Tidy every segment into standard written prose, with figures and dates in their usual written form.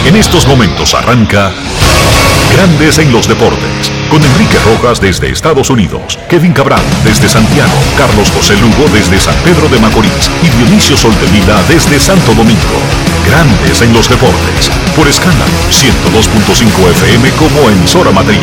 En estos momentos arranca Grandes en los Deportes, con Enrique Rojas desde Estados Unidos, Kevin Cabral desde Santiago, Carlos José Lugo desde San Pedro de Macorís y Dionisio Soltevila desde Santo Domingo. Grandes en los Deportes, por Escándalo 102.5 FM como emisora matriz.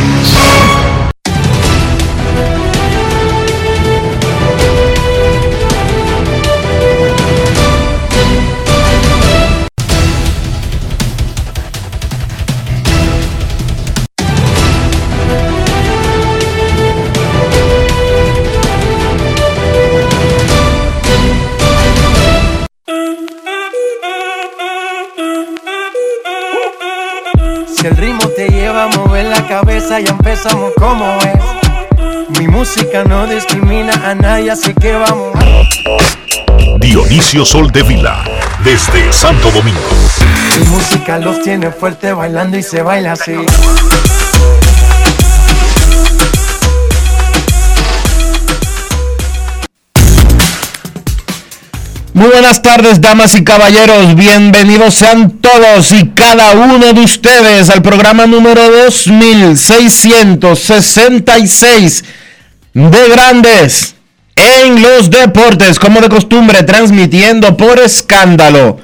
Si el ritmo te lleva a mover la cabeza, ya empezamos como es. Mi música no discrimina a nadie, así que vamos. Dionisio Soltevila, desde Santo Domingo. Mi música los tiene fuerte bailando y se baila así. Muy buenas tardes, damas y caballeros. Bienvenidos sean todos y cada uno de ustedes al programa número 2666 de Grandes en los Deportes, como de costumbre, transmitiendo por Escándalo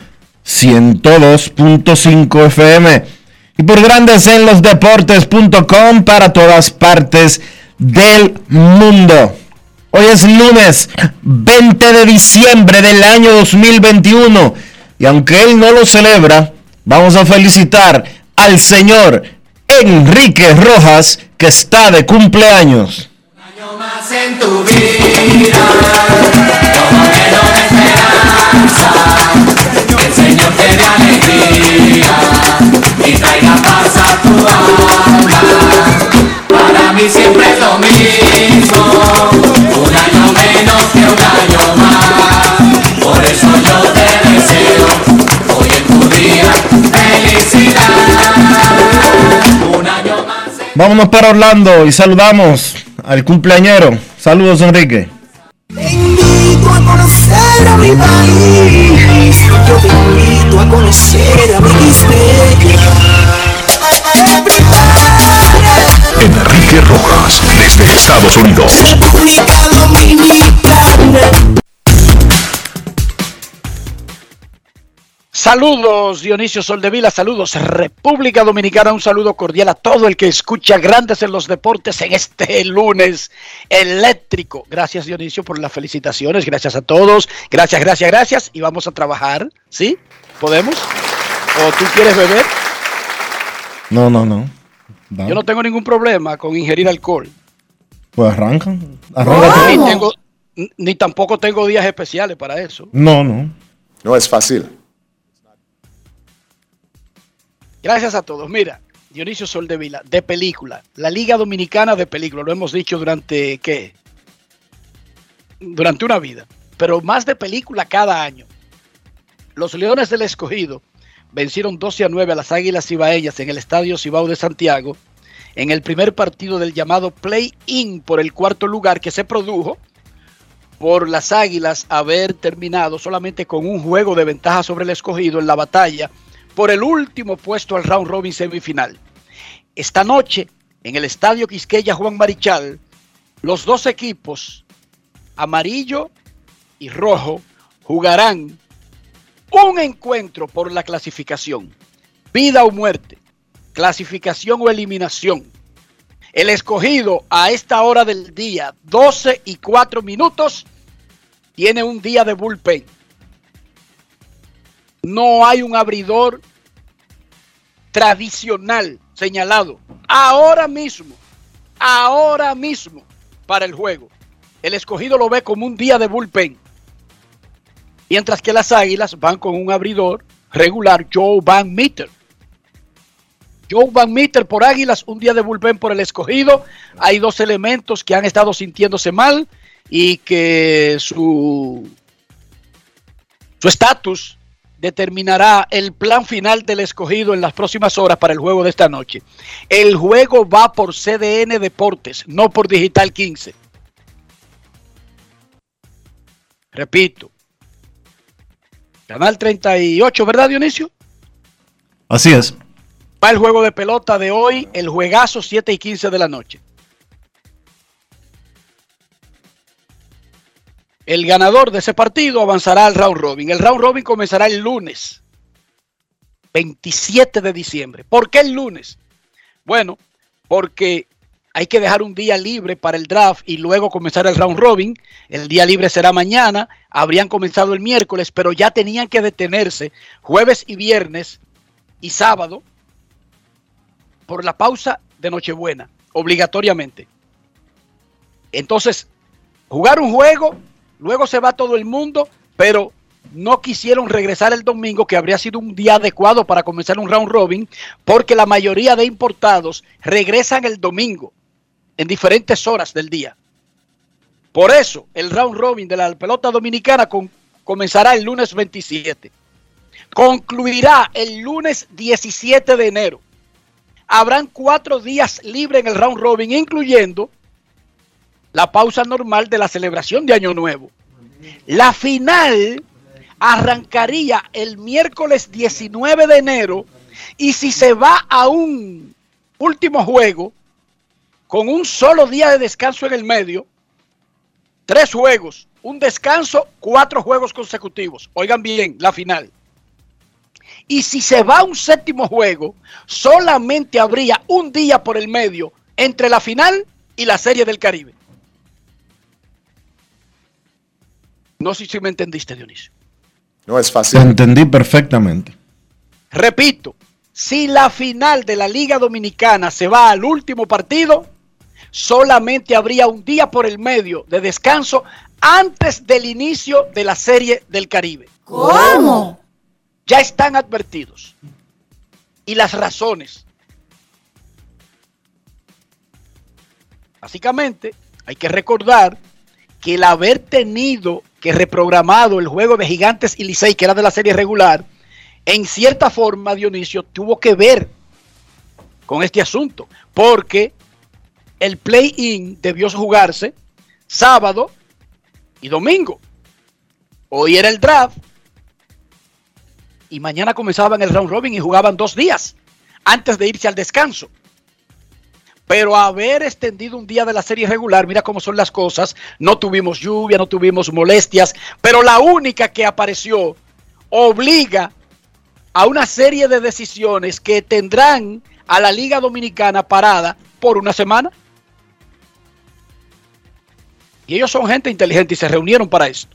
102.5 FM y por grandesenlosdeportes.com para todas partes del mundo. Hoy es lunes 20 de diciembre del año 2021 y aunque él no lo celebra, vamos a felicitar al señor Enrique Rojas, que está de cumpleaños. Un año más en tu vida, como lleno de esperanza, que el Señor te dé alegría y traiga paz a tu alma. Para mí siempre es lo mismo, un año menos que un año más. Por eso yo te deseo hoy en tu día felicidad. Un año más. Vámonos para Orlando y saludamos al cumpleañero. Saludos, Enrique. Te invito a conocer a mi país, yo te invito a conocer a mi Enrique Rojas, desde Estados Unidos. República Dominicana. Saludos, Dionisio Soldevila, saludos, República Dominicana, un saludo cordial a todo el que escucha Grandes en los Deportes en este lunes eléctrico. Gracias, Dionisio, por las felicitaciones, gracias a todos, gracias, y vamos a trabajar, ¿sí? ¿Podemos? ¿O tú quieres beber? No. Yo no tengo ningún problema con ingerir alcohol. Pues arranca. Ni tampoco tengo días especiales para eso. No. No es fácil. Gracias a todos. Mira, Dionisio Soldevila, de película. La Liga Dominicana de película. Lo hemos dicho durante una vida. Pero más de película cada año. Los Leones del Escogido vencieron 12-9 a las Águilas Cibaeñas en el Estadio Cibao de Santiago en el primer partido del llamado Play-In por el cuarto lugar, que se produjo por las Águilas haber terminado solamente con un juego de ventaja sobre el Escogido en la batalla por el último puesto al round robin semifinal. Esta noche, en el Estadio Quisqueya Juan Marichal, los dos equipos, amarillo y rojo, jugarán un encuentro por la clasificación. Vida o muerte, clasificación o eliminación. El Escogido a esta hora del día, 12:04, tiene un día de bullpen. No hay un abridor tradicional señalado ahora mismo para el juego. El Escogido lo ve como un día de bullpen, mientras que las Águilas van con un abridor regular, Joe Van Meter. Joe Van Meter por Águilas, un día de bullpen por el Escogido. Hay dos elementos que han estado sintiéndose mal y que su estatus determinará el plan final del Escogido en las próximas horas para el juego de esta noche. El juego va por CDN Deportes, no por Digital 15. Repito, Canal 38, ¿verdad, Dionisio? Así es. Va el juego de pelota de hoy, el juegazo 7:15 de la noche. El ganador de ese partido avanzará al round robin. El round robin comenzará el lunes 27 de diciembre. ¿Por qué el lunes? Bueno, porque hay que dejar un día libre para el draft y luego comenzar el round robin. El día libre será mañana. Habrían comenzado el miércoles, pero ya tenían que detenerse jueves y viernes y sábado por la pausa de Nochebuena, obligatoriamente. Entonces, jugar un juego, luego se va todo el mundo, pero no quisieron regresar el domingo, que habría sido un día adecuado para comenzar un round robin, porque la mayoría de importados regresan el domingo en diferentes horas del día. Por eso, el round robin de la pelota dominicana comenzará el lunes 27. Concluirá el lunes 17 de enero. Habrán 4 días libres en el round robin, incluyendo la pausa normal de la celebración de Año Nuevo. La final arrancaría el miércoles 19 de enero y si se va a un último juego con un solo día de descanso en el medio, 3 juegos, un descanso, 4 juegos consecutivos. Oigan bien, la final. Y si se va a un 7º juego, solamente habría un día por el medio entre la final y la Serie del Caribe. No sé si me entendiste, Dionisio. No es Te fácil. entendí perfectamente. Repito, si la final de la Liga Dominicana se va al último partido, solamente habría un día por el medio de descanso antes del inicio de la Serie del Caribe. ¿Cómo? Ya están advertidos. Y las razones. Básicamente, hay que recordar que el haber tenido que reprogramado el juego de Gigantes y Licey, que era de la serie regular, en cierta forma, Dionisio, tuvo que ver con este asunto, porque el play-in debió jugarse sábado y domingo. Hoy era el draft y mañana comenzaban el round robin y jugaban 2 días antes de irse al descanso. Pero haber extendido un día de la serie regular, mira cómo son las cosas, no tuvimos lluvia, no tuvimos molestias, pero la única que apareció obliga a una serie de decisiones que tendrán a la Liga Dominicana parada por una semana. Y ellos son gente inteligente y se reunieron para esto.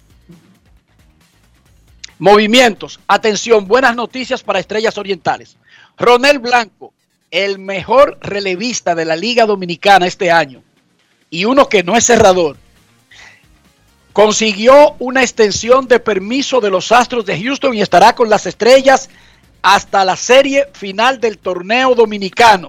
Movimientos, atención, buenas noticias para Estrellas Orientales. Ronel Blanco, el mejor relevista de la Liga Dominicana este año, y uno que no es cerrador, consiguió una extensión de permiso de los Astros de Houston y estará con las Estrellas hasta la serie final del torneo dominicano.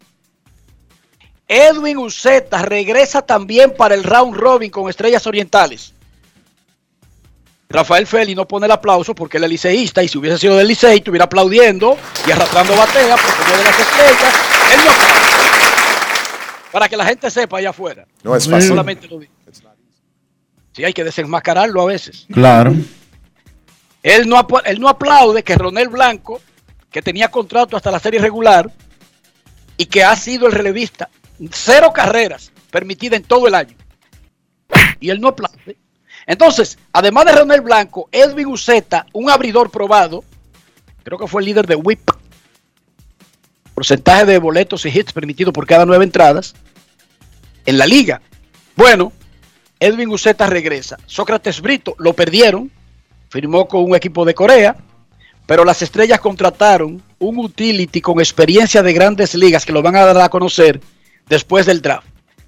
Edwin Uceta regresa también para el round robin con Estrellas Orientales. Rafael Feli no pone el aplauso porque él es liceísta, y si hubiese sido del Licey estuviera aplaudiendo y arrastrando batea porque no es de las Estrellas. Él no aplaude. Para que la gente sepa allá afuera. No es fácil. Solamente lo digo. Sí, hay que desenmascararlo a veces. Claro. Él no aplaude que Ronel Blanco, que tenía contrato hasta la serie regular y que ha sido el relevista, 0 carreras permitidas en todo el año. Y él no aplaude. Entonces, además de Ronel Blanco, Edwin Uceta, un abridor probado, creo que fue el líder de whip, porcentaje de boletos y hits permitidos por cada 9 entradas en la liga. Bueno, Edwin Uceta regresa. Sócrates Brito lo perdieron, firmó con un equipo de Corea, pero las Estrellas contrataron un utility con experiencia de grandes ligas que lo van a dar a conocer después del draft.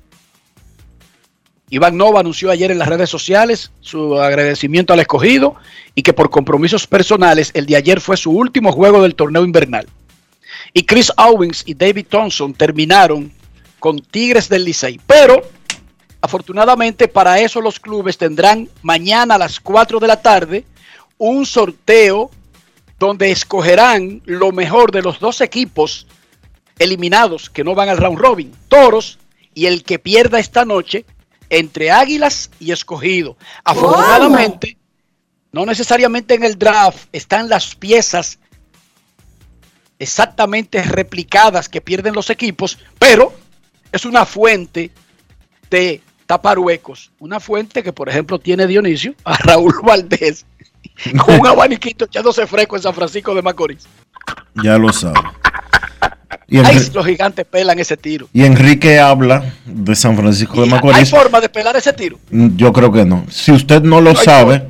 Iván Nova anunció ayer en las redes sociales su agradecimiento al escogido y que por compromisos personales el de ayer fue su último juego del torneo invernal. Y Chris Owings y David Thompson terminaron con Tigres del Licey. Pero, afortunadamente para eso los clubes tendrán mañana a las 4 de la tarde un sorteo donde escogerán lo mejor de los 2 equipos eliminados que no van al round robin, Toros y el que pierda esta noche entre Águilas y Escogido. Afortunadamente, no necesariamente en el draft están las piezas exactamente replicadas que pierden los equipos, pero es una fuente de tapar huecos. Una fuente que, por ejemplo, tiene Dionisio a Raúl Valdés con un abaniquito echándose fresco en San Francisco de Macorís. Ya lo sabe. Los gigantes pelan ese tiro. Y Enrique habla de San Francisco de Macorís. ¿Hay forma de pelar ese tiro? Yo creo que no. Si usted no lo sabe,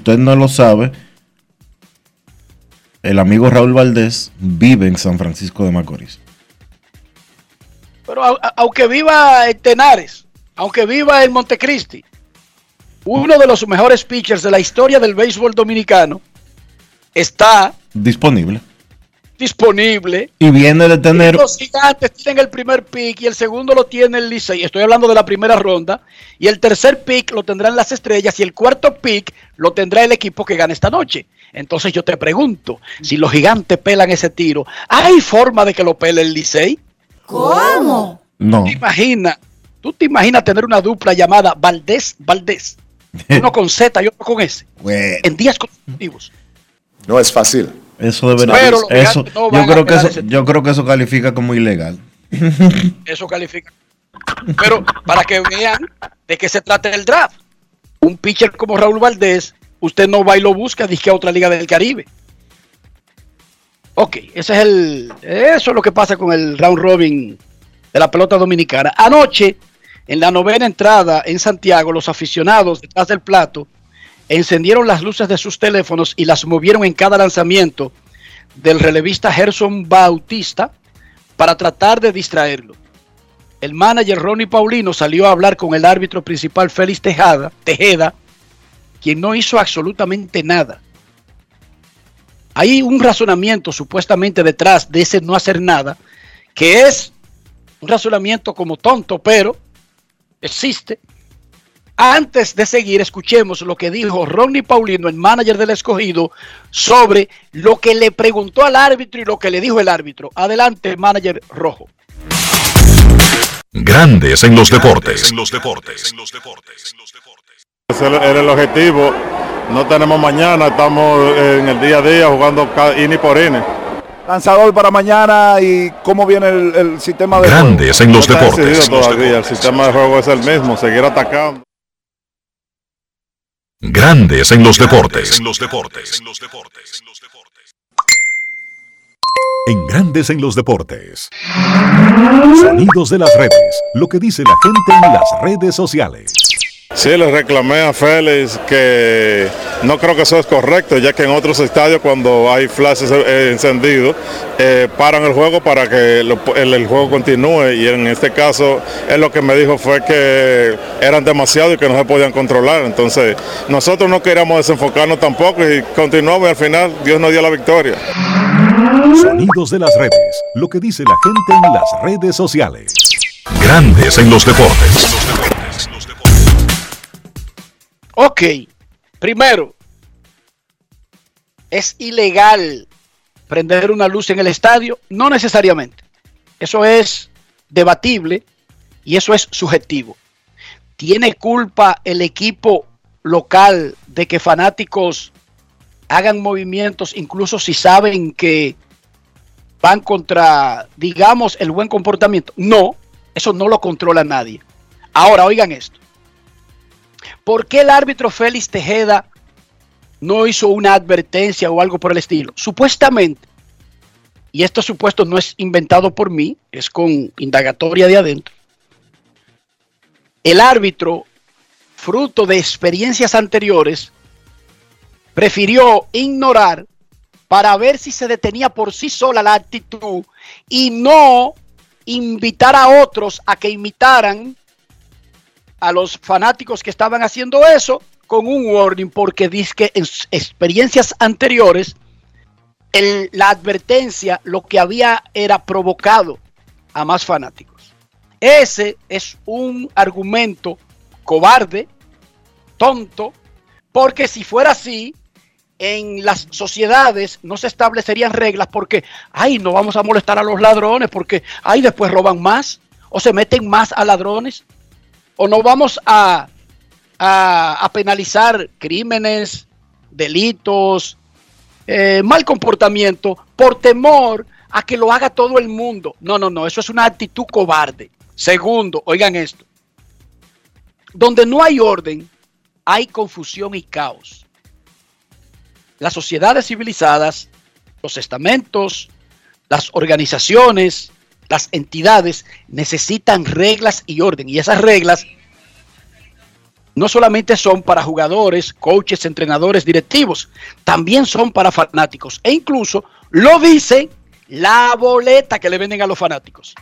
el amigo Raúl Valdés vive en San Francisco de Macorís. Pero aunque viva en Tenares, aunque viva en Montecristi, uno de los mejores pitchers de la historia del béisbol dominicano está disponible y viene de tener. Los gigantes tienen el primer pick y el segundo lo tiene el Licey. Estoy hablando de la primera ronda. Y el tercer pick lo tendrán las Estrellas y el cuarto pick lo tendrá el equipo que gane esta noche. Entonces yo te pregunto, si los gigantes pelan ese tiro, ¿hay forma de que lo pele el Licey? ¿Cómo? No. ¿Tú te imaginas tener una dupla llamada Valdés? Uno con Z y otro con S. Bueno. En días consecutivos. No es fácil. Eso debería. Yo creo que eso califica como ilegal. Eso califica. Pero para que vean de qué se trata el draft. Un pitcher como Raúl Valdés, usted no va y lo busca, dice a otra liga del Caribe. Ok, eso es lo que pasa con el round robin de la pelota dominicana. Anoche, en la novena entrada en Santiago, los aficionados detrás del plato encendieron las luces de sus teléfonos y las movieron en cada lanzamiento del relevista Gerson Bautista para tratar de distraerlo. El manager Ronnie Paulino salió a hablar con el árbitro principal Félix Tejeda, quien no hizo absolutamente nada. Hay un razonamiento supuestamente detrás de ese no hacer nada, que es un razonamiento como tonto, pero existe. Antes de seguir, escuchemos lo que dijo Ronnie Paulino, el manager del Escogido, sobre lo que le preguntó al árbitro y lo que le dijo el árbitro. Adelante, manager rojo. Grandes en los deportes. Ese era el objetivo. No tenemos mañana, estamos en el día a día jugando inning por inning. Lanzador para mañana y cómo viene el sistema de Grandes juego. en los deportes. Todavía. El sistema de juego es el mismo, seguir atacando. Grandes en los deportes. En Grandes en los deportes. Sonidos de las redes. Lo que dice la gente en las redes sociales. Sí, le reclamé a Félix que no creo que eso es correcto, ya que en otros estadios cuando hay flashes encendidos, paran el juego para que el juego continúe, y en este caso él lo que me dijo fue que eran demasiados y que no se podían controlar. Entonces nosotros no queríamos desenfocarnos tampoco y continuamos, y al final Dios nos dio la victoria. Sonidos de las redes. Lo que dice la gente en las redes sociales. Grandes en los deportes. Ok, primero, ¿es ilegal prender una luz en el estadio? No necesariamente. Eso es debatible y eso es subjetivo. ¿Tiene culpa el equipo local de que fanáticos hagan movimientos, incluso si saben que van contra, digamos, el buen comportamiento? No, eso no lo controla nadie. Ahora, oigan esto. ¿Por qué el árbitro Félix Tejeda no hizo una advertencia o algo por el estilo? Supuestamente, y esto supuesto no es inventado por mí, es con indagatoria de adentro, el árbitro, fruto de experiencias anteriores, prefirió ignorar para ver si se detenía por sí sola la actitud y no invitar a otros a que imitaran a los fanáticos que estaban haciendo eso con un warning, porque dice que en experiencias anteriores la advertencia lo que había era provocado a más fanáticos. Ese es un argumento cobarde, tonto, porque si fuera así, en las sociedades no se establecerían reglas porque, no vamos a molestar a los ladrones porque, después roban más o se meten más a ladrones. O no vamos a penalizar crímenes, delitos, mal comportamiento por temor a que lo haga todo el mundo. No, eso es una actitud cobarde. Segundo, oigan esto. Donde no hay orden, hay confusión y caos. Las sociedades civilizadas, los estamentos, las organizaciones, las entidades necesitan reglas y orden. Y esas reglas no solamente son para jugadores, coaches, entrenadores, directivos, también son para fanáticos. E incluso lo dice la boleta que le venden a los fanáticos.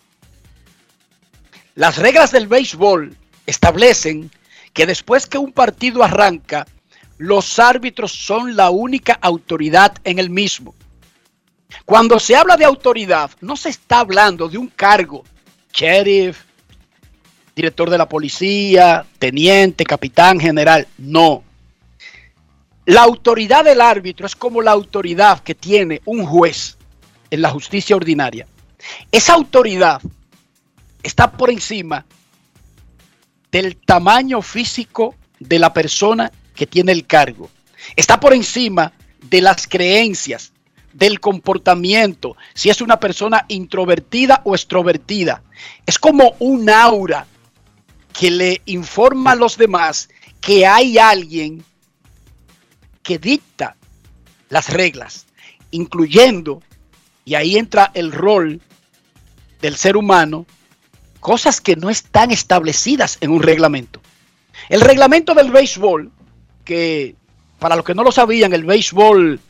Las reglas del béisbol establecen que después que un partido arranca, los árbitros son la única autoridad en el mismo. Cuando se habla de autoridad, no se está hablando de un cargo, sheriff, director de la policía, teniente, capitán, general, no. La autoridad del árbitro es como la autoridad que tiene un juez en la justicia ordinaria. Esa autoridad está por encima del tamaño físico de la persona que tiene el cargo. Está por encima de las creencias, del comportamiento, si es una persona introvertida o extrovertida. Es como un aura que le informa a los demás que hay alguien que dicta las reglas, incluyendo, y ahí entra el rol del ser humano, cosas que no están establecidas en un reglamento. El reglamento del béisbol, que para los que no lo sabían, el béisbol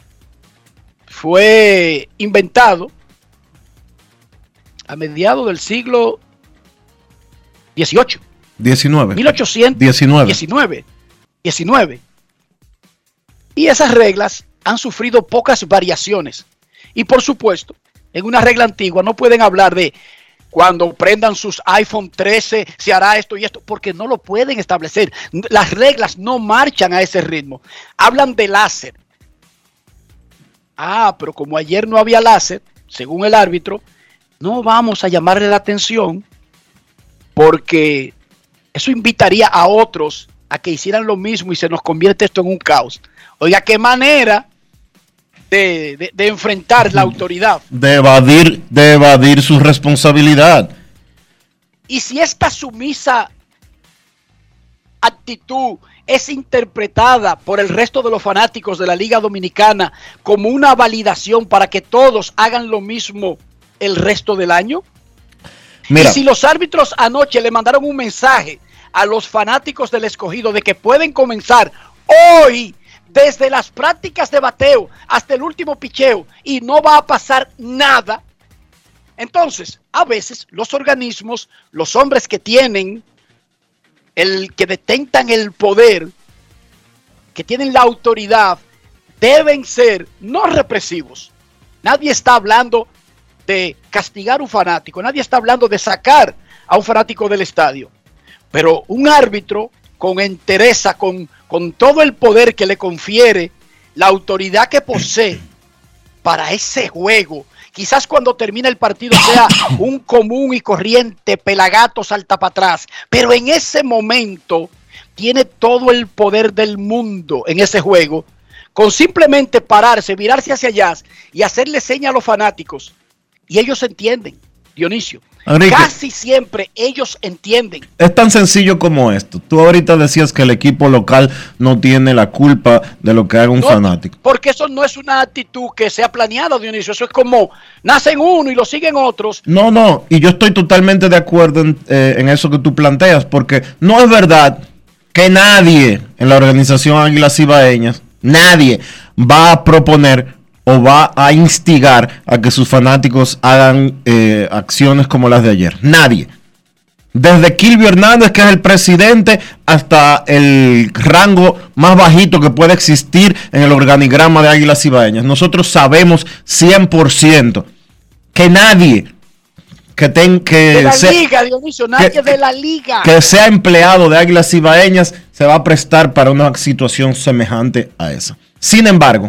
fue inventado a mediados del siglo XVIII. 1819. Y esas reglas han sufrido pocas variaciones. Y por supuesto, en una regla antigua no pueden hablar de cuando prendan sus iPhone 13 se hará esto y esto, porque no lo pueden establecer. Las reglas no marchan a ese ritmo. Hablan de láser. Pero como ayer no había láser, según el árbitro, no vamos a llamarle la atención porque eso invitaría a otros a que hicieran lo mismo y se nos convierte esto en un caos. Oiga, qué manera de enfrentar la autoridad. De evadir su responsabilidad. Y si esta sumisa actitud es interpretada por el resto de los fanáticos de la Liga Dominicana como una validación para que todos hagan lo mismo el resto del año. Mira. Y si los árbitros anoche le mandaron un mensaje a los fanáticos del Escogido de que pueden comenzar hoy desde las prácticas de bateo hasta el último picheo y no va a pasar nada, entonces a veces los organismos, los hombres que tienen que detentan el poder, que tienen la autoridad, deben ser no represivos. Nadie está hablando de castigar a un fanático, nadie está hablando de sacar a un fanático del estadio, pero un árbitro con entereza, con todo el poder que le confiere la autoridad que posee para ese juego. Quizás cuando termine el partido sea un común y corriente pelagato salta para atrás, pero en ese momento tiene todo el poder del mundo en ese juego, con simplemente pararse, virarse hacia allá y hacerle señas a los fanáticos. Y ellos entienden, Dionisio. Enrique, casi siempre ellos entienden. Es tan sencillo como esto. Tú ahorita decías que el equipo local no tiene la culpa de lo que haga un fanático. Porque eso no es una actitud que sea planeada, Dionisio. Eso es como nacen uno y lo siguen otros. No, y yo estoy totalmente de acuerdo en eso que tú planteas, porque no es verdad que nadie en la organización Águilas Cibaeñas, nadie va a proponer o va a instigar a que sus fanáticos hagan acciones como las de ayer. Nadie. Desde Kilvio Hernández, que es el presidente, hasta el rango más bajito que puede existir en el organigrama de Águilas Cibaeñas. Nosotros sabemos 100% que nadie de la liga, Dionisio, nadie de la liga que sea empleado de Águilas Cibaeñas se va a prestar para una situación semejante a esa. Sin embargo,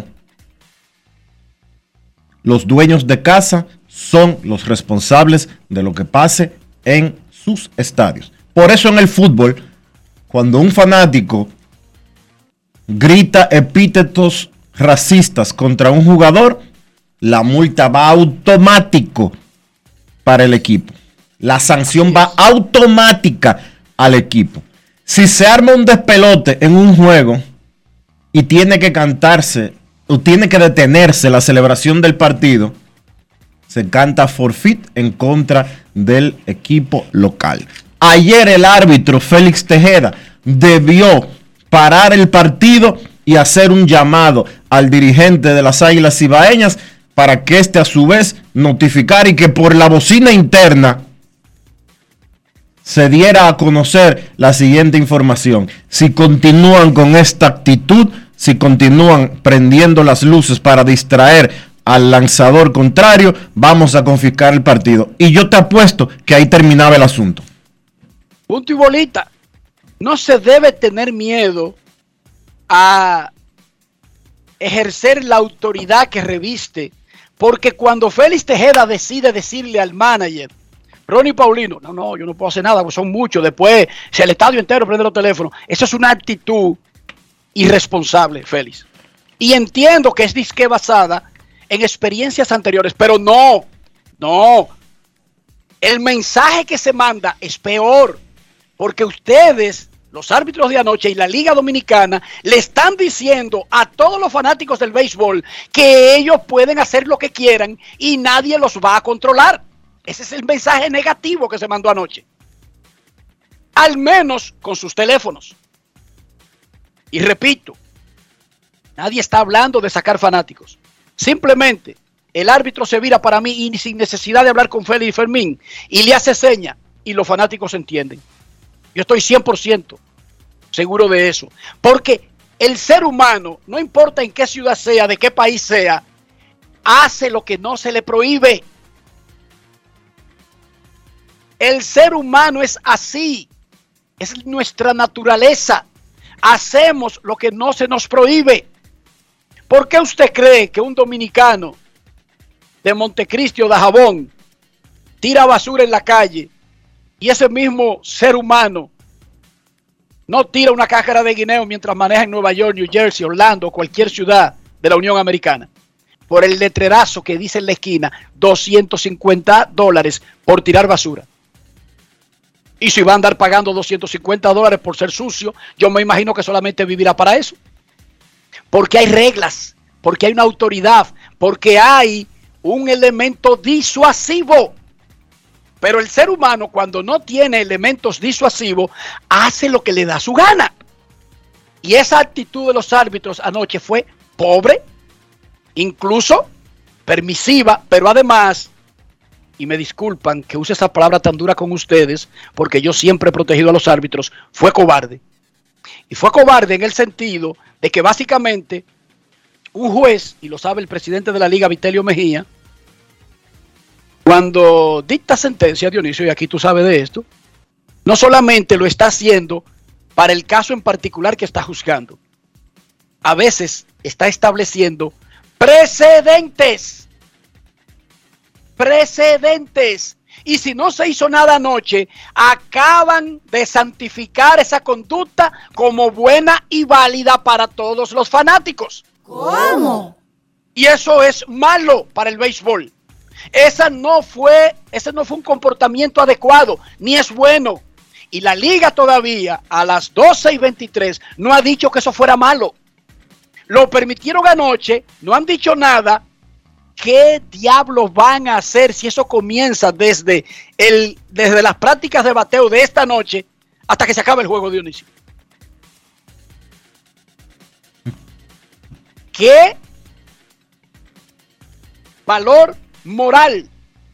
los dueños de casa son los responsables de lo que pase en sus estadios. Por eso en el fútbol, cuando un fanático grita epítetos racistas contra un jugador, la multa va automático para el equipo. La sanción va automática al equipo. Si se arma un despelote en un juego y tiene que cantarse o tiene que detenerse la celebración del partido, se canta forfeit en contra del equipo local. Ayer el árbitro Félix Tejeda debió parar el partido y hacer un llamado al dirigente de las Águilas Cibaeñas para que éste a su vez notificara y que por la bocina interna se diera a conocer la siguiente información. Si continúan con esta actitud, si continúan prendiendo las luces para distraer al lanzador contrario, vamos a confiscar el partido. Y yo te apuesto que ahí terminaba el asunto. Punto y bolita. No se debe tener miedo a ejercer la autoridad que reviste, porque cuando Félix Tejeda decide decirle al manager, Ronnie Paulino, no, yo no puedo hacer nada, pues son muchos, después si el estadio entero prende los teléfonos, eso es una actitud irresponsable, Félix. Y entiendo que es disque basada en experiencias anteriores, pero no, el mensaje que se manda es peor, porque ustedes, los árbitros de anoche y la Liga Dominicana, le están diciendo a todos los fanáticos del béisbol que ellos pueden hacer lo que quieran y nadie los va a controlar. Ese es el mensaje negativo que se mandó anoche. Al menos con sus teléfonos. Y repito, nadie está hablando de sacar fanáticos. Simplemente el árbitro se vira para mí y sin necesidad de hablar con Félix y Fermín y le hace seña y los fanáticos entienden. Yo estoy 100% seguro de eso. Porque el ser humano, no importa en qué ciudad sea, de qué país sea, hace lo que no se le prohíbe. El ser humano es así. Es nuestra naturaleza. Hacemos lo que no se nos prohíbe. ¿Por qué usted cree que un dominicano de Montecristi o de Jabón tira basura en la calle y ese mismo ser humano no tira una cáscara de guineo mientras maneja en Nueva York, New Jersey, Orlando o cualquier ciudad de la Unión Americana? Por el letrerazo que dice en la esquina, $250 por tirar basura. Y si va a andar pagando $250 por ser sucio, yo me imagino que solamente vivirá para eso. Porque hay reglas, porque hay una autoridad, porque hay un elemento disuasivo. Pero el ser humano, cuando no tiene elementos disuasivos, hace lo que le da su gana. Y esa actitud de los árbitros anoche fue pobre, incluso permisiva, pero además, y me disculpan que use esa palabra tan dura con ustedes, porque yo siempre he protegido a los árbitros, fue cobarde. Y fue cobarde en el sentido de que básicamente un juez, y lo sabe el presidente de la Liga, Vitelio Mejía, cuando dicta sentencia, Dionisio, y aquí tú sabes de esto, no solamente lo está haciendo para el caso en particular que está juzgando, a veces está estableciendo precedentes. Y si no se hizo nada anoche, acaban de santificar esa conducta como buena y válida para todos los fanáticos. ¿Cómo? Y eso es malo para el béisbol. Ese no fue un comportamiento adecuado, ni es bueno. Y la liga todavía, a las 12:23, no ha dicho que eso fuera malo. Lo permitieron anoche, no han dicho nada. ¿Qué diablos van a hacer si eso comienza desde las prácticas de bateo de esta noche hasta que se acabe el juego, Dionisio? ¿Qué valor moral?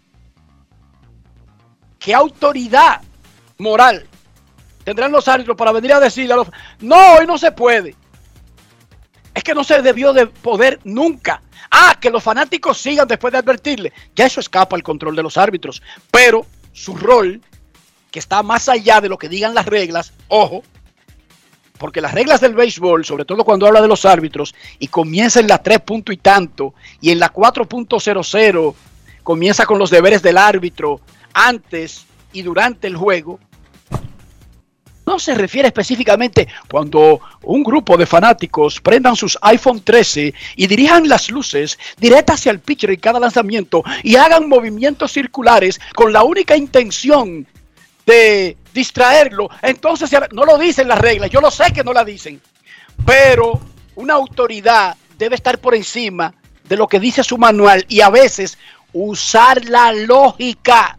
¿Qué autoridad moral tendrán los árbitros para venir a decirle a los... No, hoy no se puede. Es que no se debió de poder nunca. Que los fanáticos sigan después de advertirle. Ya eso escapa al control de los árbitros. Pero su rol, que está más allá de lo que digan las reglas, ojo, porque las reglas del béisbol, sobre todo cuando habla de los árbitros, y comienza en la 3 punto y tanto, y en la 4.00, comienza con los deberes del árbitro antes y durante el juego, No se refiere específicamente cuando un grupo de fanáticos prendan sus iPhone 13 y dirijan las luces directas hacia el pitcher en cada lanzamiento y hagan movimientos circulares con la única intención de distraerlo. Entonces, no lo dicen las reglas, yo lo sé que no la dicen, pero una autoridad debe estar por encima de lo que dice su manual y a veces usar la lógica,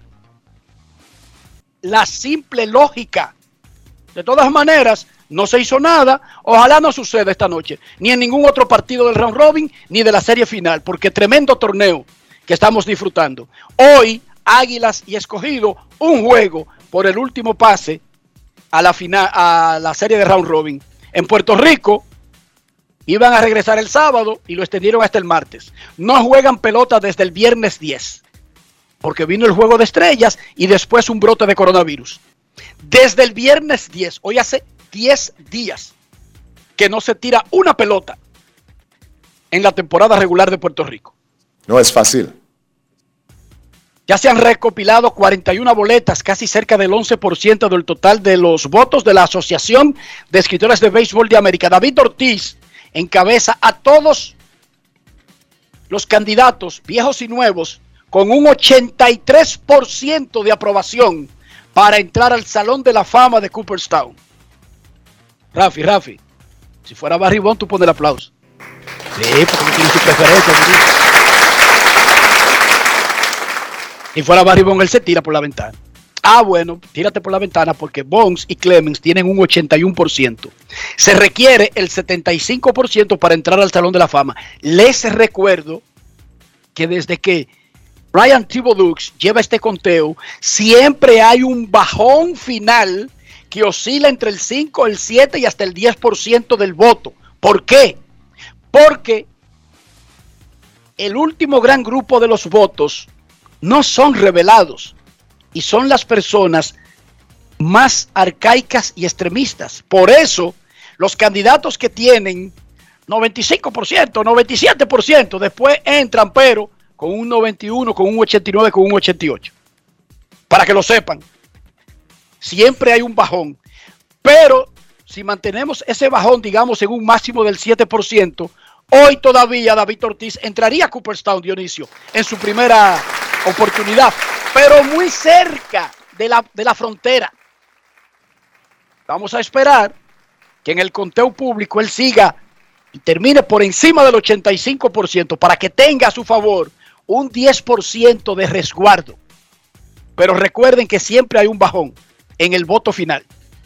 la simple lógica. De todas maneras, no se hizo nada. Ojalá no suceda esta noche, ni en ningún otro partido del round robin, ni de la serie final, porque tremendo torneo que estamos disfrutando. Hoy, Águilas y Escogido, un juego por el último pase a la final, a la serie de round robin. En Puerto Rico, iban a regresar el sábado y lo extendieron hasta el martes. No juegan pelota desde el viernes 10, porque vino el juego de estrellas y después un brote de coronavirus. Desde el viernes 10, hoy hace 10 días que no se tira una pelota en la temporada regular de Puerto Rico. No es fácil. Ya se han recopilado 41 boletas, casi cerca del 11% del total de los votos de la Asociación de Escritores de Béisbol de América. David Ortiz encabeza a todos los candidatos, viejos y nuevos, con un 83% de aprobación para entrar al Salón de la Fama de Cooperstown. Rafi, si fuera Barry Bonds, tú pones el aplauso. Sí, porque no tiene su preferencia. Si fuera Barry Bonds, él se tira por la ventana. Bueno, tírate por la ventana porque Bonds y Clemens tienen un 81%. Se requiere el 75% para entrar al Salón de la Fama. Les recuerdo que desde que Brian Thibodeau lleva este conteo, siempre hay un bajón final que oscila entre el 5, el 7 y hasta el 10% del voto. ¿Por qué? Porque el último gran grupo de los votos no son revelados y son las personas más arcaicas y extremistas. Por eso, los candidatos que tienen 95%, 97%, después entran, pero con un 91, con un 89, con un 88. Para que lo sepan, siempre hay un bajón. Pero si mantenemos ese bajón, digamos, en un máximo del 7%, hoy todavía David Ortiz entraría a Cooperstown, Dionisio, en su primera oportunidad, pero muy cerca de la frontera. Vamos a esperar que en el conteo público él siga y termine por encima del 85% para que tenga a su favor un 10% de resguardo. Pero recuerden que siempre hay un bajón en el voto final,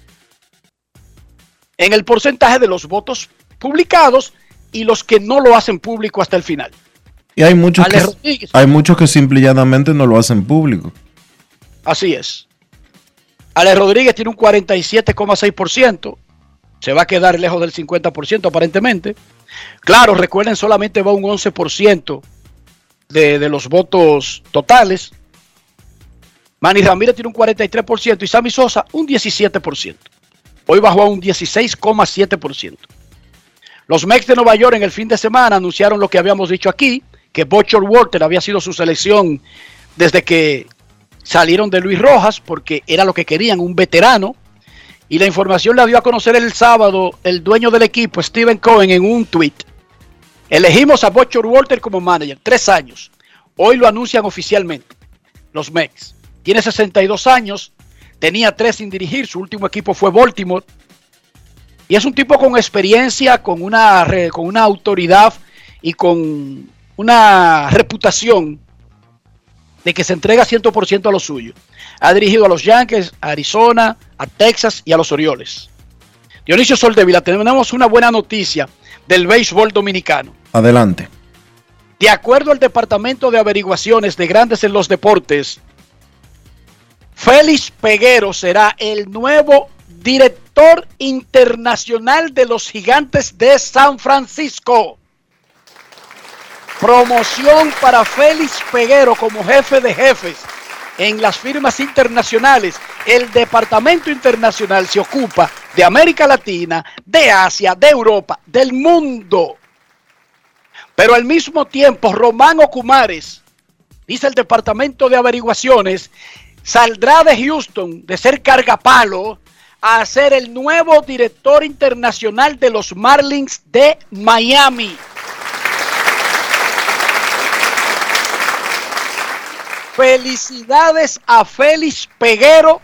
en el porcentaje de los votos publicados y los que no lo hacen público hasta el final. Y hay muchos que simple y llanamente no lo hacen público. Así es. Alex Rodríguez tiene un 47,6%. Se va a quedar lejos del 50% aparentemente. Claro, recuerden, solamente va un 11% de los votos totales. Manny Ramírez tiene un 43% y Sammy Sosa un 17%. Hoy bajó a un 16,7%. Los Mets de Nueva York en el fin de semana anunciaron lo que habíamos dicho aquí, que Butcher Walter había sido su selección desde que salieron de Luis Rojas, porque era lo que querían, un veterano. Y la información la dio a conocer el sábado el dueño del equipo, Steven Cohen, en un tweet. Elegimos a Butcher Walter como manager, 3 años. Hoy lo anuncian oficialmente los Mets. Tiene 62 años, tenía 3 sin dirigir, su último equipo fue Baltimore. Y es un tipo con experiencia, con una autoridad y con una reputación de que se entrega 100% a lo suyo. Ha dirigido a los Yankees, a Arizona, a Texas y a los Orioles. Dionisio Soldevila, tenemos una buena noticia del béisbol dominicano. Adelante. De acuerdo al Departamento de Averiguaciones de Grandes en los Deportes, Félix Peguero será el nuevo director internacional de los Gigantes de San Francisco. Promoción para Félix Peguero como jefe de jefes en las firmas internacionales. El departamento internacional se ocupa de América Latina, de Asia, de Europa, del mundo. Pero al mismo tiempo, Román Ocumares, dice el Departamento de Averiguaciones, saldrá de Houston de ser cargapalo a ser el nuevo director internacional de los Marlins de Miami. Felicidades a Félix Peguero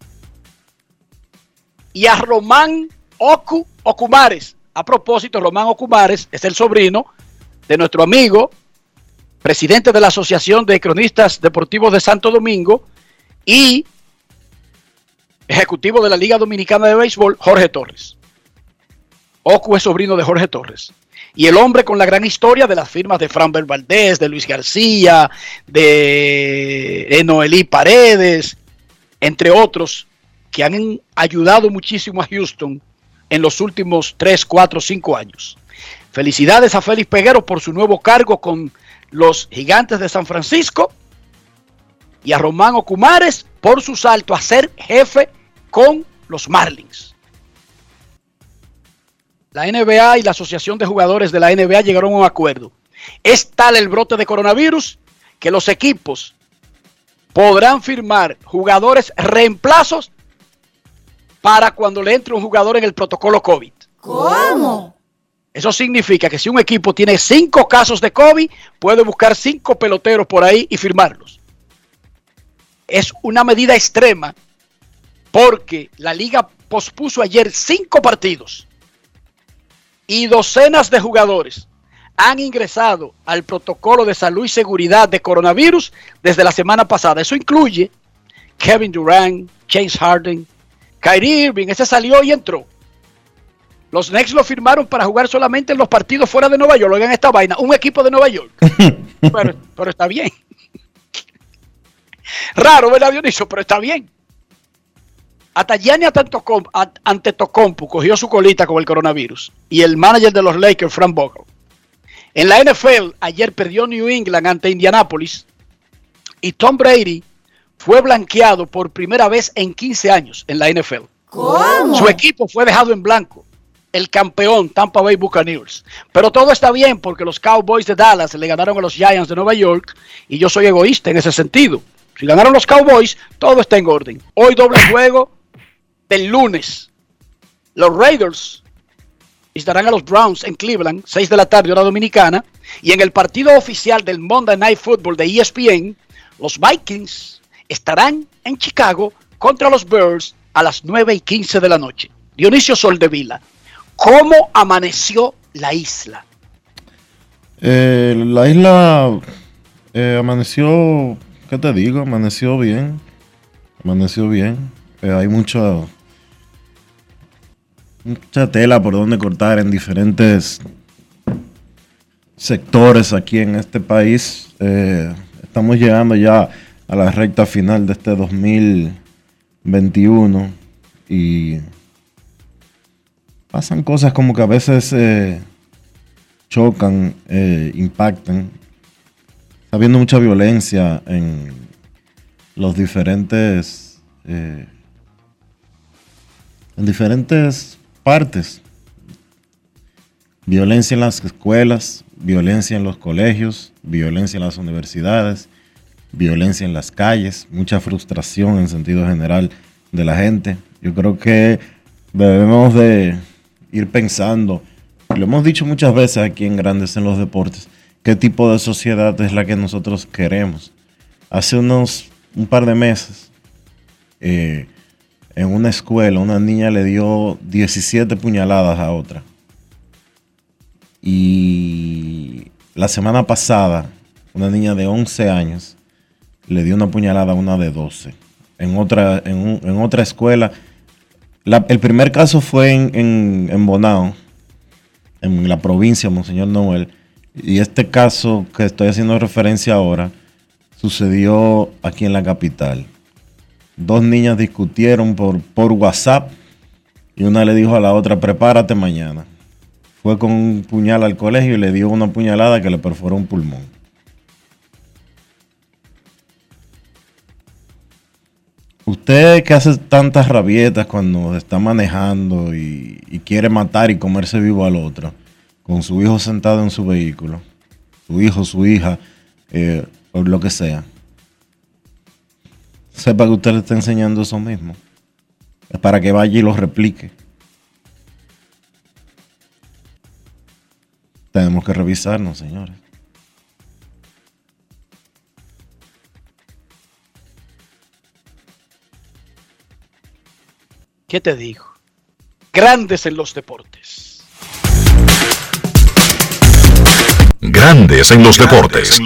y a Román Okumares. A propósito, Román Okumares es el sobrino de nuestro amigo, presidente de la Asociación de Cronistas Deportivos de Santo Domingo y ejecutivo de la Liga Dominicana de Béisbol, Jorge Torres. Oku es sobrino de Jorge Torres. Y el hombre con la gran historia de las firmas de Framber Valdés, de Luis García, de Noelí Paredes, entre otros, que han ayudado muchísimo a Houston en los últimos 3, 4, 5 años. Felicidades a Félix Peguero por su nuevo cargo con los Gigantes de San Francisco y a Román Okumares por su salto a ser jefe con los Marlins. La NBA y la Asociación de Jugadores de la NBA llegaron a un acuerdo. Es tal el brote de coronavirus que los equipos podrán firmar jugadores reemplazos para cuando le entre un jugador en el protocolo COVID. ¿Cómo? Eso significa que si un equipo tiene 5 casos de COVID, puede buscar 5 peloteros por ahí y firmarlos. Es una medida extrema porque la liga pospuso ayer 5 partidos y docenas de jugadores han ingresado al protocolo de salud y seguridad de coronavirus desde la semana pasada. Eso incluye Kevin Durant, James Harden, Kyrie Irving, ese salió y entró. Los Knicks lo firmaron para jugar solamente en los partidos fuera de Nueva York. Oigan esta vaina, un equipo de Nueva York. pero está bien. Raro, ¿verdad, Dionisio? Pero está bien. Hasta Giannis Antetokounmpo cogió su colita con el coronavirus. Y el manager de los Lakers, Frank Vogel. En la NFL, ayer perdió New England ante Indianapolis. Y Tom Brady fue blanqueado por primera vez en 15 años en la NFL. ¿Cómo? Su equipo fue dejado en blanco. El campeón Tampa Bay Buccaneers. Pero todo está bien porque los Cowboys de Dallas le ganaron a los Giants de Nueva York y yo soy egoísta en ese sentido. Si ganaron los Cowboys, todo está en orden. Hoy doble juego del lunes. Los Raiders visitarán a los Browns en Cleveland, 6 de la tarde, hora dominicana. Y en el partido oficial del Monday Night Football de ESPN, los Vikings estarán en Chicago contra los Bears a las 9:15 de la noche. Dionisio Soldevila, ¿cómo amaneció la isla? La isla amaneció, ¿qué te digo? Amaneció bien. Hay mucha tela por donde cortar en diferentes sectores aquí en este país. Estamos llegando ya a la recta final de este 2021 y pasan cosas como que a veces chocan, impactan. Está habiendo mucha violencia en los diferentes partes. Violencia en las escuelas, violencia en los colegios, violencia en las universidades, violencia en las calles, mucha frustración en sentido general de la gente. Yo creo que debemos de ir pensando, lo hemos dicho muchas veces aquí en Grandes en los Deportes, qué tipo de sociedad es la que nosotros queremos. Hace un par de meses, en una escuela, una niña le dio 17 puñaladas a otra. Y la semana pasada, una niña de 11 años le dio una puñalada a una de 12. En otra escuela. El primer caso fue en Bonao, en la provincia Monseñor Noel. Y este caso que estoy haciendo referencia ahora sucedió aquí en la capital. 2 niñas discutieron por WhatsApp y una le dijo a la otra, prepárate mañana. Fue con un puñal al colegio y le dio una puñalada que le perforó un pulmón. Usted que hace tantas rabietas cuando está manejando y quiere matar y comerse vivo al otro, con su hijo sentado en su vehículo, su hijo, su hija, o lo que sea, sepa que usted le está enseñando eso mismo. Es para que vaya y lo replique. Tenemos que revisarnos, señores. ¿Qué te digo? Grandes en los deportes. Grandes en los deportes.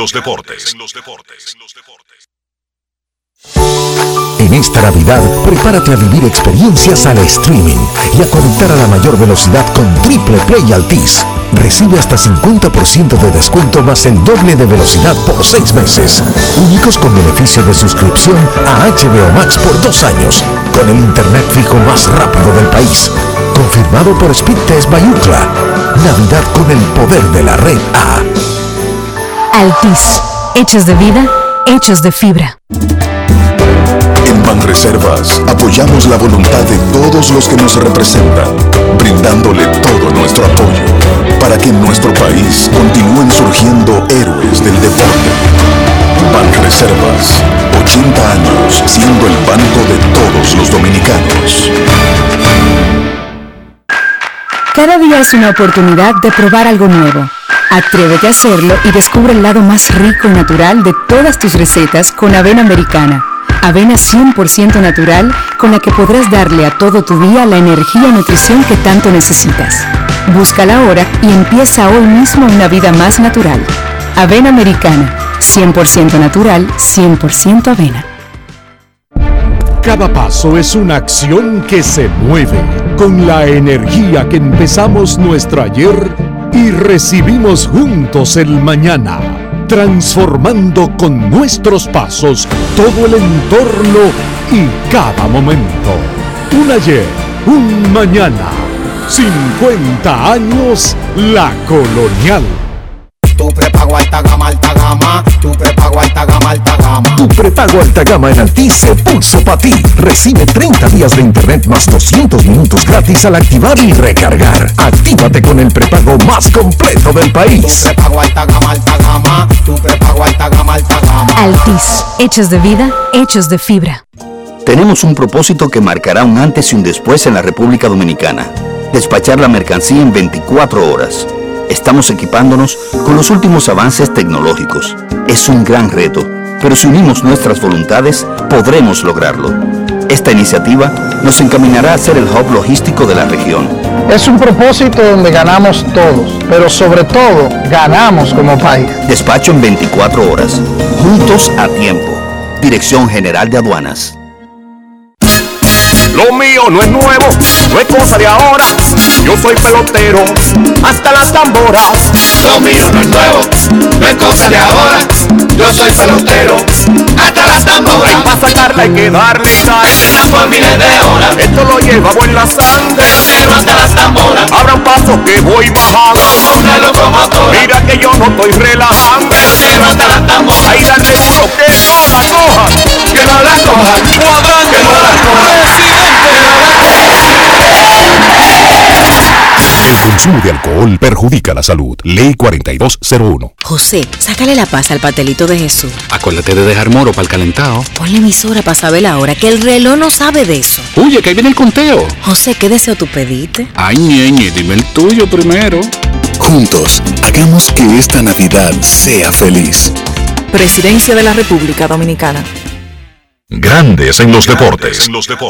En esta Navidad, prepárate a vivir experiencias al streaming y a conectar a la mayor velocidad con Triple Play Altis. Recibe hasta 50% de descuento más el doble de velocidad por 6 meses. Únicos con beneficio de suscripción a HBO Max por 2 años, con el internet fijo más rápido del país. Confirmado por Speedtest by Ookla. Navidad con el poder de la red A. Altis. Hechos de vida, hechos de fibra. En Banreservas apoyamos la voluntad de todos los que nos representan, brindándole todo nuestro apoyo para que en nuestro país continúen surgiendo héroes del deporte. Banreservas, 80 años siendo el banco de todos los dominicanos. Cada día es una oportunidad de probar algo nuevo. Atrévete a hacerlo y descubre el lado más rico y natural de todas tus recetas con avena americana. Avena 100% natural con la que podrás darle a todo tu día la energía y nutrición que tanto necesitas. Búscala ahora y empieza hoy mismo una vida más natural. Avena americana, 100% natural, 100% avena. Cada paso es una acción que se mueve con la energía que empezamos nuestro ayer y recibimos juntos el mañana, transformando con nuestros pasos todo el entorno y cada momento. Un ayer, un mañana, 50 años La Colonial. Tu prepago alta gama, tu prepago alta gama, alta gama. Tu prepago alta gama en Altis se puso para ti. Recibe 30 días de internet más 200 minutos gratis al activar y recargar. Actívate con el prepago más completo del país. Tu prepago alta gama, tu prepago alta gama, alta gama. Altis, hechos de vida, hechos de fibra. Tenemos un propósito que marcará un antes y un después en la República Dominicana. Despachar la mercancía en 24 horas. Estamos equipándonos con los últimos avances tecnológicos. Es un gran reto, pero si unimos nuestras voluntades, podremos lograrlo. Esta iniciativa nos encaminará a ser el hub logístico de la región. Es un propósito donde ganamos todos, pero sobre todo, ganamos como país. Despacho en 24 horas, juntos a tiempo. Dirección General de Aduanas. Lo mío no es nuevo, no es cosa de ahora. Yo soy pelotero, hasta las tamboras. Lo mío no es nuevo, no es cosa de ahora. Yo soy pelotero, hasta las tamboras. Para sacarla hay que darle y darle por miles de horas. Esto lo llevamos en la sangre. Pelotero hasta las tamboras. Abra un paso que voy bajando como una locomotora. Mira que yo no estoy relajando. Pelotero hasta las tamboras. Ahí dale duro que no la cojan. Que no la cojan. Cuadrante que no la cojan. El consumo de alcohol perjudica la salud. Ley 4201. José, sácale la paz al pastelito de Jesús. Acuérdate de dejar moro para el calentado. Ponle emisora para saber la hora, que el reloj no sabe de eso. Oye, que ahí viene el conteo. José, ¿qué deseo tú pediste? Ay, ñeñe, dime el tuyo primero. Juntos, hagamos que esta Navidad sea feliz. Presidencia de la República Dominicana. Grandes en los deportes.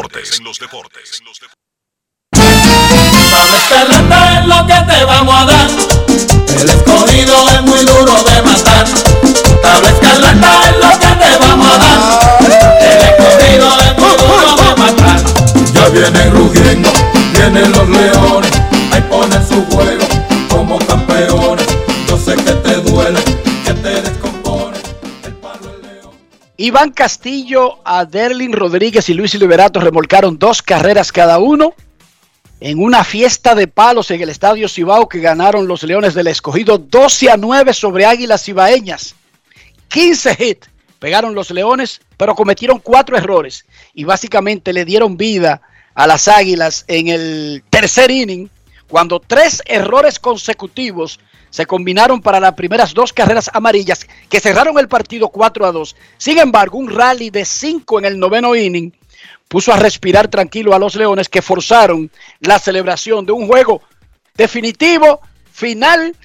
Tabla Escarlata es lo que te vamos a dar. El escogido es muy duro de matar. Tabla Escarlata es lo que te vamos a dar. El escogido es muy duro de matar. Ya vienen rugiendo, vienen los leones. Ahí ponen su juego como campeones. Yo sé que te duele, que te descompone. El palo el león. Iván Castillo, Aderlin Rodríguez y Luis Liberato remolcaron 2 carreras cada uno en una fiesta de palos en el Estadio Cibao que ganaron los Leones del Escogido 12-9 sobre Águilas Cibaeñas. 15 hits pegaron los Leones, pero cometieron 4 errores y básicamente le dieron vida a las Águilas en el tercer inning, cuando 3 errores consecutivos se combinaron para las primeras 2 carreras amarillas que cerraron el partido 4-2. Sin embargo, un rally de 5 en el 9º inning puso a respirar tranquilo a los Leones, que forzaron la celebración de un juego definitivo, final,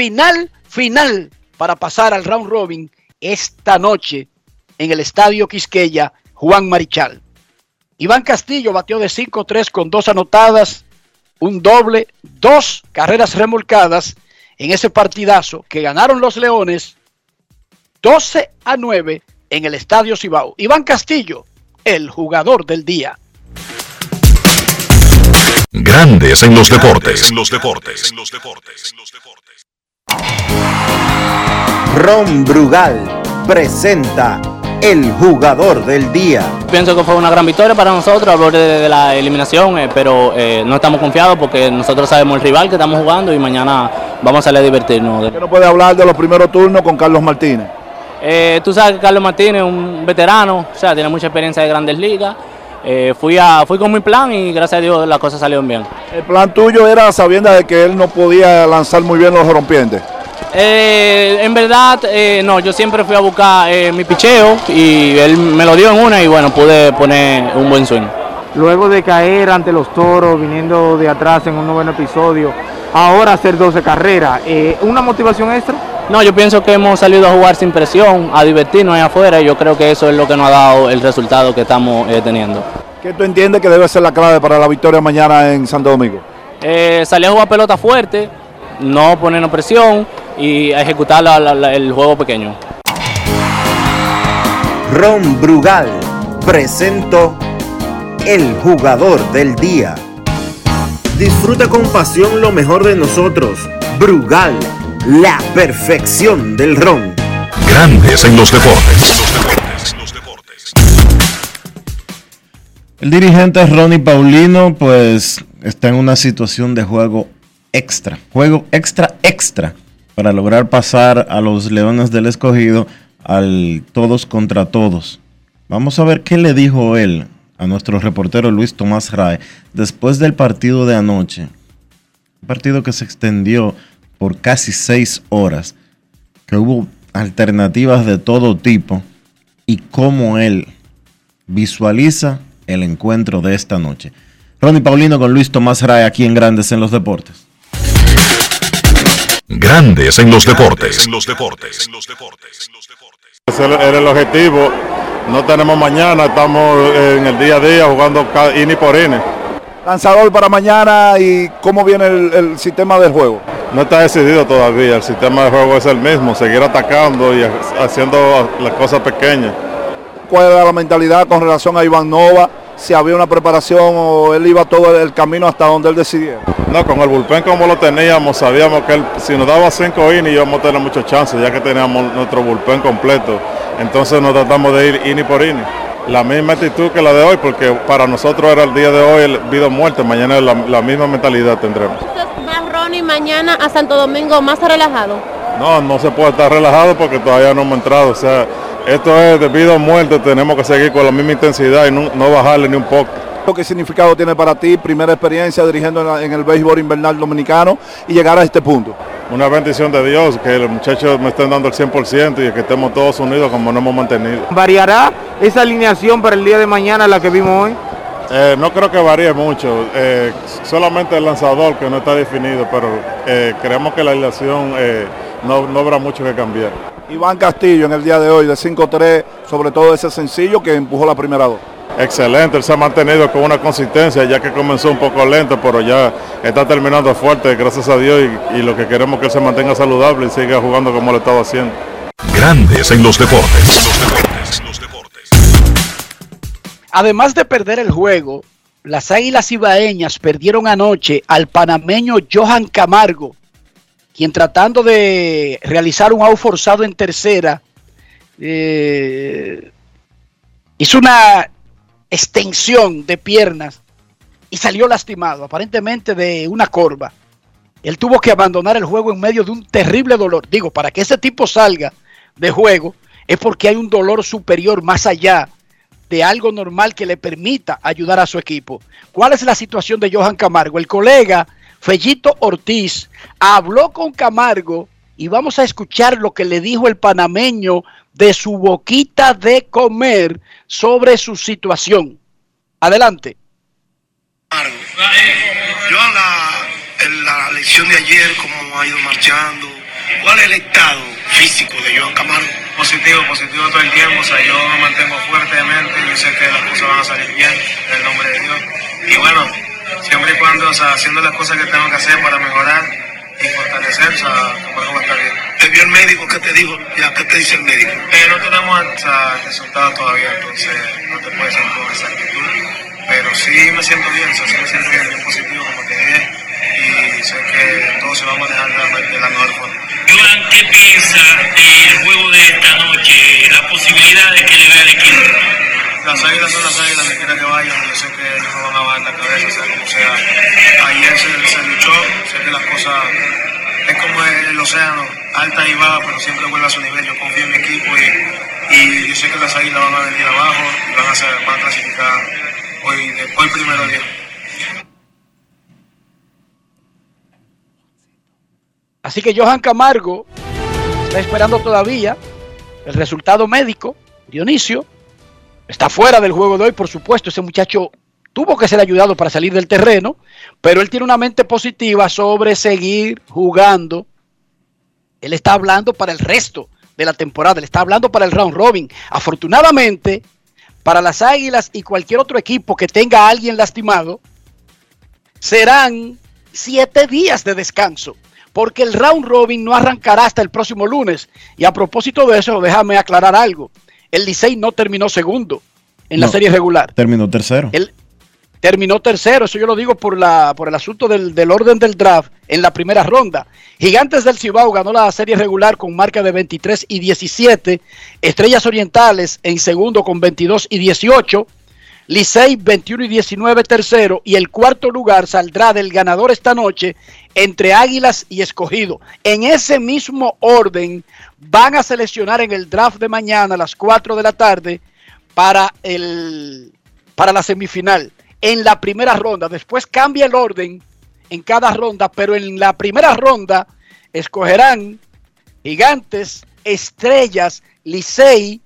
para pasar al round robin esta noche en el Estadio Quisqueya Juan Marichal. Iván Castillo batió de 5-3 con 2 anotadas, un doble, 2 carreras remolcadas en ese partidazo que ganaron los Leones 12-9 en el Estadio Cibao. Iván Castillo, el jugador del día. Grandes en los deportes. Ron Brugal presenta el jugador del día. Pienso que fue una gran victoria para nosotros a borde de la eliminación, pero no estamos confiados porque nosotros sabemos el rival que estamos jugando y mañana vamos a salir a divertirnos. ¿Qué nos puede hablar de los primeros turnos con Carlos Martínez? Tú sabes que Carlos Martínez es un veterano, o sea, tiene mucha experiencia de Grandes Ligas. Fui con mi plan y gracias a Dios las cosas salieron bien. ¿El plan tuyo era sabiendo de que él no podía lanzar muy bien los rompientes? En verdad, no, yo siempre fui a buscar mi picheo y él me lo dio en una y bueno, pude poner un buen swing. Luego de caer ante los Toros, viniendo de atrás en un noveno episodio, ahora hacer 12 carreras, ¿una motivación extra? No, yo pienso que hemos salido a jugar sin presión, a divertirnos ahí afuera y yo creo que eso es lo que nos ha dado el resultado que estamos teniendo. ¿Qué tú entiendes que debe ser la clave para la victoria mañana en Santo Domingo? Salir a jugar pelota fuerte, no ponernos presión y a ejecutar el juego pequeño. Ron Brugal presentó el jugador del día. Disfruta con pasión lo mejor de nosotros. Brugal, la perfección del ron. Grandes en los deportes. El dirigente Ronnie Paulino pues está en una situación de juego extra para lograr pasar a los Leones del Escogido al todos contra todos. Vamos a ver qué le dijo él a nuestro reportero Luis Tomás Rae después del partido de anoche. Un partido que se extendió por casi 6 horas, que hubo alternativas de todo tipo y cómo él visualiza el encuentro de esta noche. Ronnie Paulino con Luis Tomás Rae aquí en Grandes en los Deportes. Grandes en los deportes. Ese era el objetivo. No tenemos mañana, estamos en el día a día jugando inning por inning. Lanzador para mañana y cómo viene el sistema del juego. No está decidido todavía, el sistema de juego es el mismo, seguir atacando y haciendo las cosas pequeñas. ¿Cuál era la mentalidad con relación a Iván Nova? Si había una preparación o él iba todo el camino hasta donde él decidiera. No, con el bullpen como lo teníamos, sabíamos que él, si nos daba 5 innings íbamos a tener muchas chances, ya que teníamos nuestro bullpen completo. Entonces nos tratamos de ir inning por inning. La misma actitud que la de hoy, porque para nosotros era el día de hoy, el vida o muerte, mañana la misma mentalidad tendremos. ¿Va Ronnie mañana a Santo Domingo más relajado? No se puede estar relajado porque todavía no hemos entrado, o sea, esto es de vida o muerte, tenemos que seguir con la misma intensidad y no bajarle ni un poco. ¿Qué significado tiene para ti, primera experiencia dirigiendo en el béisbol invernal dominicano y llegar a este punto? Una bendición de Dios, que los muchachos me estén dando el 100% y que estemos todos unidos como nos hemos mantenido. ¿Variará esa alineación para el día de mañana, la que vimos hoy? No creo que varíe mucho, solamente el lanzador que no está definido, pero creemos que la alineación no habrá mucho que cambiar. Iván Castillo en el día de hoy de 5-3, sobre todo ese sencillo que empujó la primera 2. Excelente, él se ha mantenido con una consistencia ya que comenzó un poco lento, pero ya está terminando fuerte, gracias a Dios, y lo que queremos es que él se mantenga saludable y siga jugando como lo estaba haciendo. Grandes en los deportes. Además de perder el juego, las Águilas Cibaeñas perdieron anoche al panameño Johan Camargo, quien tratando de realizar un out forzado en tercera, hizo una extensión de piernas y salió lastimado, aparentemente de una corva. Él tuvo que abandonar el juego en medio de un terrible dolor. Digo, para que ese tipo salga de juego es porque hay un dolor superior más allá de algo normal que le permita ayudar a su equipo. ¿Cuál es la situación de Johan Camargo? El colega Fellito Ortiz habló con Camargo y vamos a escuchar lo que le dijo el panameño de su boquita de comer sobre su situación. Adelante. Yo la lección de ayer, cómo ha ido marchando, ¿cuál es el estado físico de Johan Camargo? Positivo todo el tiempo, o sea, yo me mantengo fuerte de mente, yo sé que las cosas van a salir bien, en el nombre de Dios. Y bueno, siempre y cuando, o sea, haciendo las cosas que tengo que hacer para mejorar y fortalecer, o sea, Camargo va a estar bien. ¿Te vio el médico? ¿Qué te dijo? ¿Qué te dice el médico? No tenemos resultados todavía, entonces no te puedes decir con exactitud. Pero sí me siento bien, o sea, sí me siento bien positivo, como te dije, y sé que todo se va a manejar de la mejor forma. Johan, ¿qué piensa del juego de esta noche, la posibilidad de que le vea el equipo? Las águilas son las águilas, donde quiera que vayan, yo sé que ellos no van a bajar la cabeza, sea como sea. Ayer se luchó, sé que las cosas es como el océano, alta y baja, pero siempre vuelve a su nivel. Yo confío en mi equipo y yo sé que las águilas van a venir abajo y van a clasificar hoy primero día. Así que Johan Camargo está esperando todavía el resultado médico. Dionisio está fuera del juego de hoy, por supuesto. Ese muchacho tuvo que ser ayudado para salir del terreno, pero él tiene una mente positiva sobre seguir jugando. Él está hablando para el resto de la temporada, él está hablando para el round robin. Afortunadamente, para las Águilas y cualquier otro equipo que tenga a alguien lastimado, serán 7 días de descanso, porque el round robin no arrancará hasta el próximo lunes. Y a propósito de eso, déjame aclarar algo. El Licey no terminó segundo en la serie regular. Terminó tercero. Él terminó tercero, eso yo lo digo por el asunto del orden del draft en la primera ronda. Gigantes del Cibao ganó la serie regular con marca de 23-17. Estrellas Orientales en segundo con 22-18. Licey 21-19 tercero. Y el cuarto lugar saldrá del ganador esta noche entre Águilas y Escogido. En ese mismo orden van a seleccionar en el draft de mañana a las 4 de la tarde para la semifinal. En la primera ronda, después cambia el orden en cada ronda, pero en la primera ronda escogerán Gigantes, Estrellas, Licey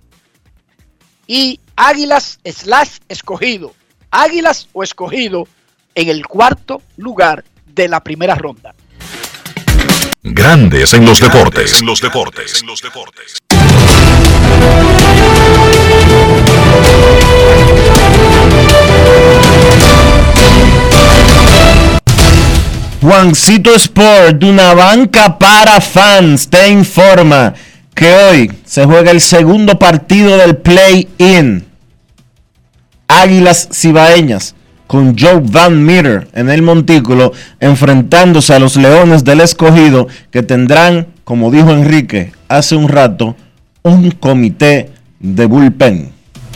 y Águilas / Escogido. Águilas o Escogido en el cuarto lugar de la primera ronda. Grandes en los deportes. Juancito Sport, una banca para fans, te informa que hoy se juega el segundo partido del play-in. Águilas Cibaeñas con Joe Van Meter en el montículo enfrentándose a los Leones del Escogido, que tendrán, como dijo Enrique hace un rato, un comité de bullpen.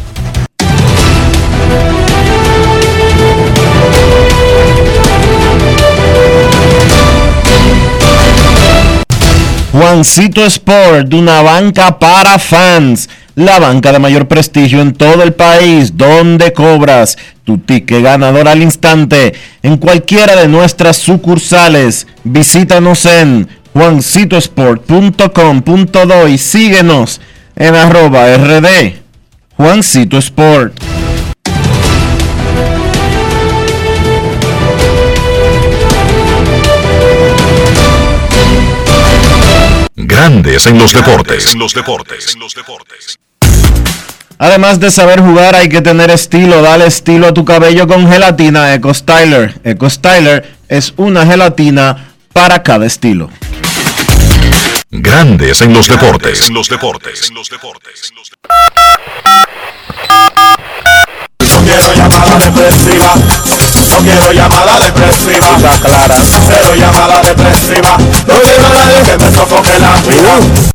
Juancito Sport, una banca para fans, la banca de mayor prestigio en todo el país, donde cobras tu ticket ganador al instante en cualquiera de nuestras sucursales. Visítanos en juancitosport.com.do y síguenos en @RD Juancito Sport. Grandes en los deportes. Además de saber jugar, hay que tener estilo. Dale estilo a tu cabello con gelatina Eco Styler. Eco Styler es una gelatina para cada estilo. Grandes en los deportes. No quiero llamada depresiva. No quiero llamada depresiva. Está clara. Cero llamada depresiva. No quiero a nadie que me sofoque la vida.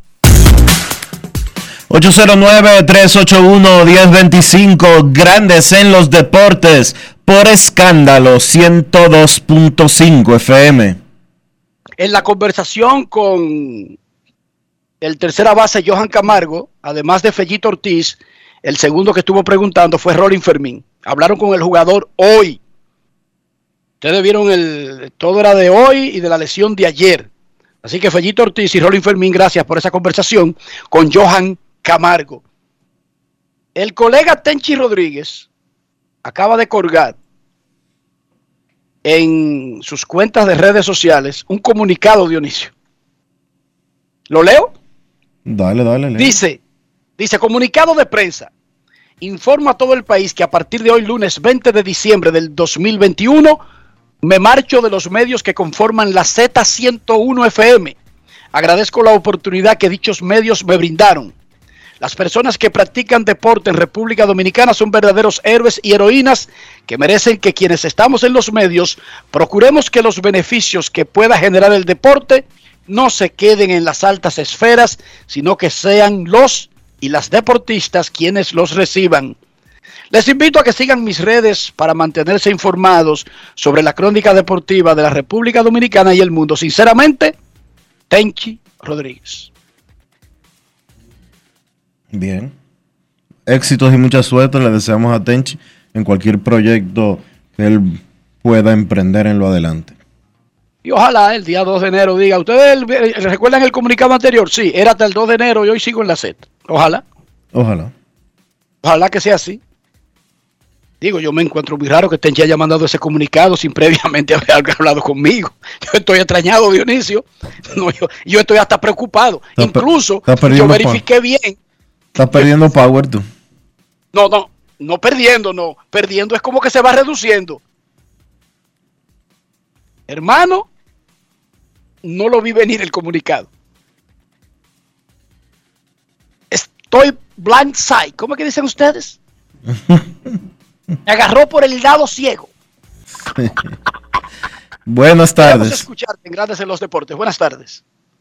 809-381-1025, Grandes en los deportes, por Escándalo 102.5 FM. En la conversación con el tercera base Johan Camargo, además de Fellito Ortiz, el segundo que estuvo preguntando fue Rolling Fermín. Hablaron con el jugador hoy. Ustedes vieron todo era de hoy y de la lesión de ayer. Así que Fellito Ortiz y Rolling Fermín, gracias por esa conversación con Johan Camargo. El colega Tenchi Rodríguez acaba de colgar en sus cuentas de redes sociales un comunicado, Dionisio. ¿Lo leo? Dale. Dice, comunicado de prensa. Informa a todo el país que a partir de hoy, lunes 20 de diciembre del 2021, me marcho de los medios que conforman la Z101 FM. Agradezco la oportunidad que dichos medios me brindaron. Las personas que practican deporte en República Dominicana son verdaderos héroes y heroínas que merecen que quienes estamos en los medios procuremos que los beneficios que pueda generar el deporte no se queden en las altas esferas, sino que sean los y las deportistas quienes los reciban. Les invito a que sigan mis redes para mantenerse informados sobre la crónica deportiva de la República Dominicana y el mundo. Sinceramente, Tenchi Rodríguez. Bien. Éxitos y mucha suerte le deseamos a Tenchi en cualquier proyecto que él pueda emprender en lo adelante. Y ojalá el día 2 de enero diga, ¿ustedes recuerdan el comunicado anterior? Sí, era hasta el 2 de enero y hoy sigo en la Z. Ojalá que sea así. Digo, yo me encuentro muy raro que Tenchi haya mandado ese comunicado sin previamente haber hablado conmigo. Yo estoy extrañado, Dionisio. No, yo estoy hasta preocupado. Incluso yo verifiqué bien. Estás perdiendo power tú. No perdiendo, no. Perdiendo es como que se va reduciendo. Hermano, no lo vi venir el comunicado. Estoy blindside. ¿Cómo es que dicen ustedes? Me agarró por el lado ciego. Buenas tardes. Vamos a escucharte en Grandes en los Deportes. Buenas tardes.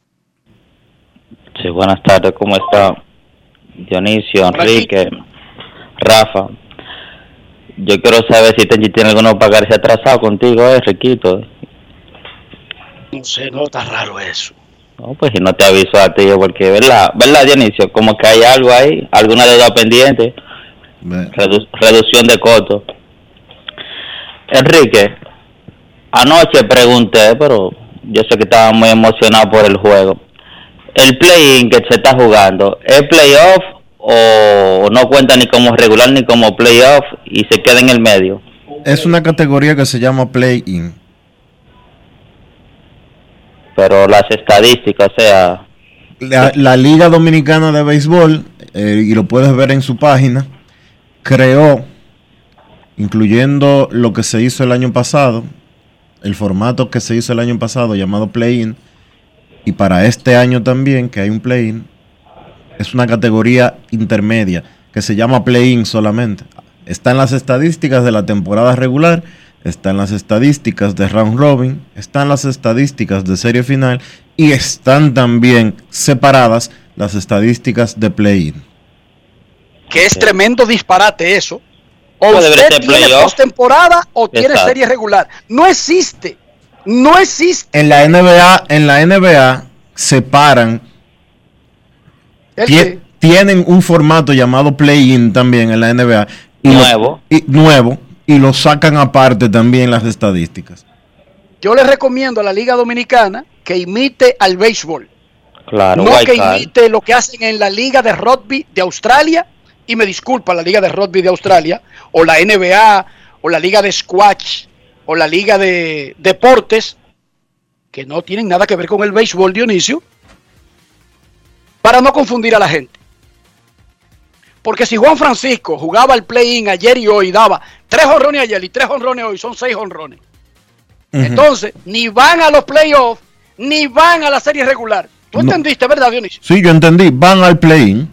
Sí, buenas tardes. ¿Cómo está Dionisio, Enrique, Rafa? Yo quiero saber si Tenchi tiene alguno pagarse atrasado contigo, Riquito. No sé, no, está raro eso. No, pues si no te aviso a ti, porque, ¿verdad, Dionisio? Como que hay algo ahí, alguna deuda pendiente, reducción de costos. Enrique, anoche pregunté, pero yo sé que estaba muy emocionado por el juego. ¿El play-in que se está jugando es playoff o no cuenta ni como regular ni como playoff y se queda en el medio? Es una categoría que se llama play-in. Pero las estadísticas, o sea... La Liga Dominicana de Béisbol, y lo puedes ver en su página, creó, incluyendo lo que se hizo el año pasado, el formato que se hizo el año pasado llamado play-in, y para este año también, que hay un play-in, es una categoría intermedia, que se llama play-in solamente. Está en las estadísticas de la temporada regular, están las estadísticas de round robin, están las estadísticas de serie final y están también separadas las estadísticas de play-in. Que es tremendo disparate eso. O usted tiene postemporada o tiene serie regular. No existe. En la NBA separan. Tienen un formato llamado play-in también en la NBA. Nuevo. Y lo sacan aparte también las estadísticas. Yo le recomiendo a la Liga Dominicana que imite al béisbol. Claro, no que imite lo que hacen en la Liga de Rugby de Australia, y me disculpa la Liga de Rugby de Australia, o la NBA, o la Liga de Squash, o la Liga de Deportes, que no tienen nada que ver con el béisbol, Dionisio, para no confundir a la gente. Porque si Juan Francisco jugaba el play-in ayer y hoy, daba 3 jonrones ayer y 3 jonrones hoy, son 6 jonrones. Entonces, ni van a los playoffs, ni van a la serie regular. ¿Tú entendiste, verdad, Dionisio? Sí, yo entendí. Van al play-in.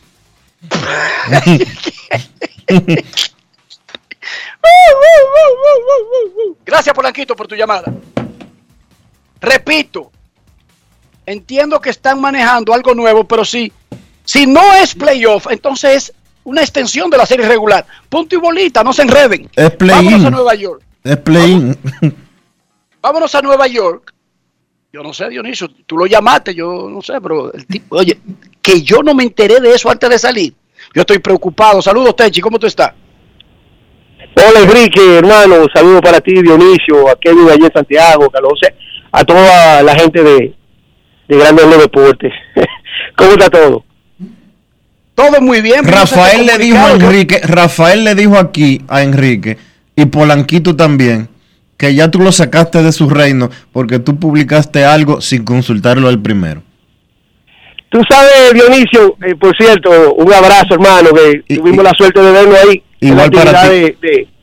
Gracias, Polanquito, por tu llamada. Repito, entiendo que están manejando algo nuevo, pero sí. Si no es playoff, entonces es una extensión de la serie regular. Punto y bolita, no se enreden. Es play-in. Vámonos a Nueva York. Es play-in. Vámonos a Nueva York. Yo no sé, Dionisio, tú lo llamaste, yo no sé, pero el tipo, oye, que yo no me enteré de eso antes de salir. Yo estoy preocupado. Saludos, Tenchi, ¿cómo tú estás? Hola, Enrique, hermano, saludos para ti, Dionisio, a Kevin allí en Santiago, Carlos, a toda la gente de Grandes en los Deportes. ¿Cómo está todo? Todo muy bien. Rafael le dijo aquí a Enrique y Polanquito también que ya tú lo sacaste de su reino porque tú publicaste algo sin consultarlo al primero. Tú sabes, Dionisio, por cierto, un abrazo, hermano, que tuvimos la suerte de verlo ahí. Igual para ti.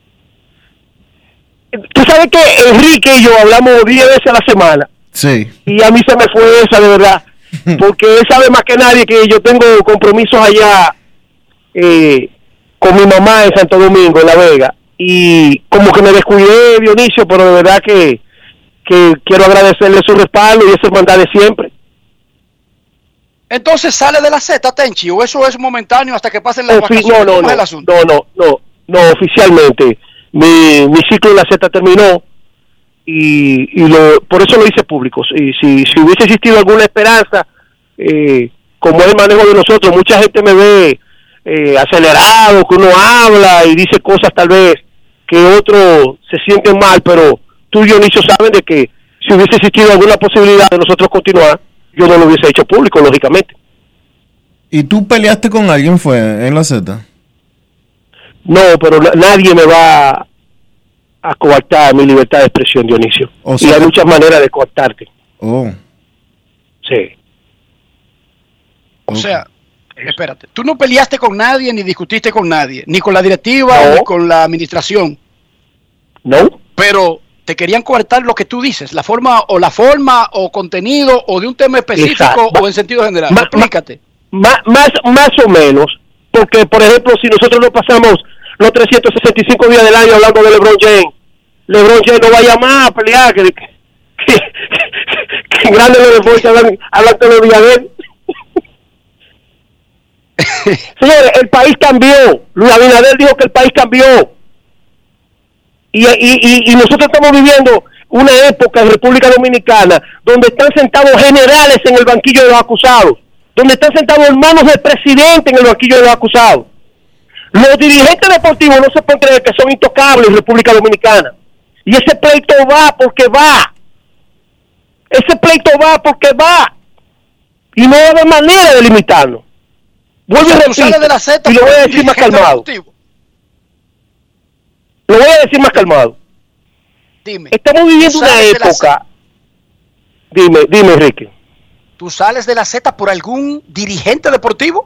Tú sabes que Enrique y yo hablamos 10 veces a la semana. Sí. Y a mí se me fue esa, de verdad. Porque él sabe más que nadie que yo tengo compromisos allá con mi mamá en Santo Domingo, en La Vega. Y como que me descuidé, Dionisio, pero de verdad que quiero agradecerle su respaldo y esa hermandad de siempre. Entonces sale de la Z, Tenchi, o eso es momentáneo hasta que pasen las vacaciones. No, oficialmente. Mi ciclo en la Z terminó y por eso lo hice público. Y si hubiese existido alguna esperanza, como es el manejo de nosotros, mucha gente me ve acelerado, que uno habla y dice cosas tal vez que otros se sienten mal, pero tú y Dionisio saben de que si hubiese existido alguna posibilidad de nosotros continuar, yo no lo hubiese hecho público, lógicamente. ¿Y tú peleaste con alguien fue en la Z? No, pero nadie me va a coartar mi libertad de expresión, Dionisio. Y hay muchas maneras de coartarte. Oh. Sí. O sea, espérate, tú no peleaste con nadie ni discutiste con nadie, ni con la directiva ni con la administración. No. Pero te querían coartar lo que tú dices, la forma o contenido o de un tema específico. Exacto. O en sentido general. Explícate. Más o menos, porque por ejemplo, si nosotros no pasamos los 365 días del año hablando de LeBron James no va a llamar a pelear, que grande los deportes hablan todos los días de él. Señores, el país cambió. Luis Abinader dijo que el país cambió. Y nosotros estamos viviendo una época en República Dominicana donde están sentados generales en el banquillo de los acusados, donde están sentados hermanos del presidente en el banquillo de los acusados. Los dirigentes deportivos no se pueden creer que son intocables en República Dominicana. Y ese pleito va porque va. Ese pleito va porque va. Y no va a haber manera de limitarlo. Vuelvo y repito, y lo voy a decir más calmado. Lo voy a decir más calmado. Dime. Estamos viviendo una época. Dime, Enrique. ¿Tú sales de la Z por algún dirigente deportivo?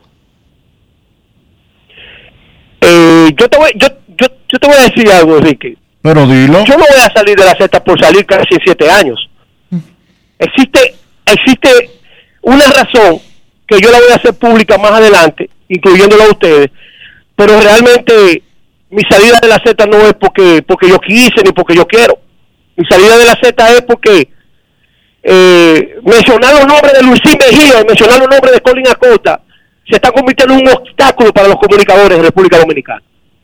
Yo te voy a decir algo, Enrique. Pero dilo. Yo no voy a salir de la Z por salir casi 7 años. Existe una razón que yo la voy a hacer pública más adelante, incluyéndolo a ustedes, pero realmente mi salida de la Z no es porque yo quise ni porque yo quiero. Mi salida de la Z es porque mencionar los nombres de Luisín Mejía y mencionar los nombres de Colin Acosta se está convirtiendo en un obstáculo para los comunicadores de República Dominicana.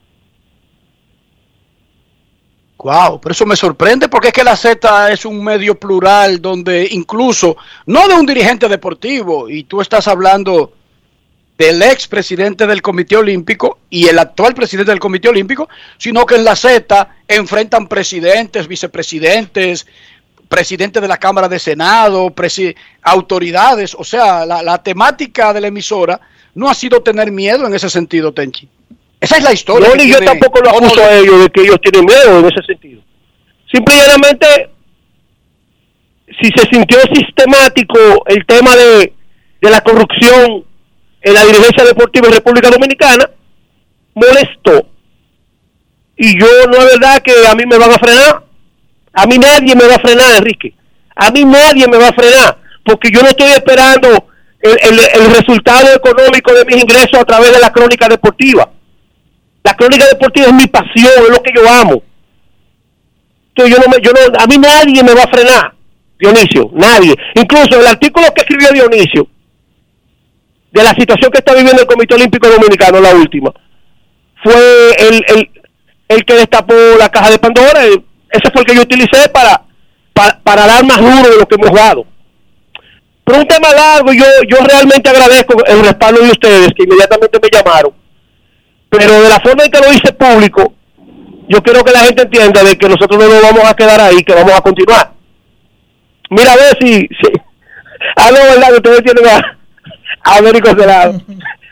Wow, pero eso me sorprende porque es que la Z es un medio plural donde incluso, no de un dirigente deportivo, y tú estás hablando del ex presidente del Comité Olímpico y el actual presidente del Comité Olímpico, sino que en la Z enfrentan presidentes, vicepresidentes, presidente de la Cámara de Senado, autoridades. O sea, la temática de la emisora no ha sido tener miedo en ese sentido, Tenchi. Esa es la historia. No, ni yo tampoco lo acuso a ellos de que ellos tienen miedo en ese sentido. Simplemente, si se sintió sistemático el tema de la corrupción en la dirigencia deportiva en República Dominicana, molestó. Y yo no es verdad que a mí me van a frenar. A mí nadie me va a frenar, Enrique. A mí nadie me va a frenar, porque yo no estoy esperando el resultado económico de mis ingresos a través de la crónica deportiva. La crónica deportiva es mi pasión, es lo que yo amo. Entonces a mí nadie me va a frenar, Dionisio, nadie. Incluso el artículo que escribió Dionisio de la situación que está viviendo el Comité Olímpico Dominicano, la última, fue el que destapó la caja de Pandora. Ese fue el que yo utilicé para dar más duro de lo que hemos dado. Pero un tema largo, yo realmente agradezco el respaldo de ustedes que inmediatamente me llamaron, pero de la forma en que lo hice público, yo quiero que la gente entienda de que nosotros no nos vamos a quedar ahí, que vamos a continuar. Mira, a ver si no, verdad, que ustedes tienen a Américo Celado.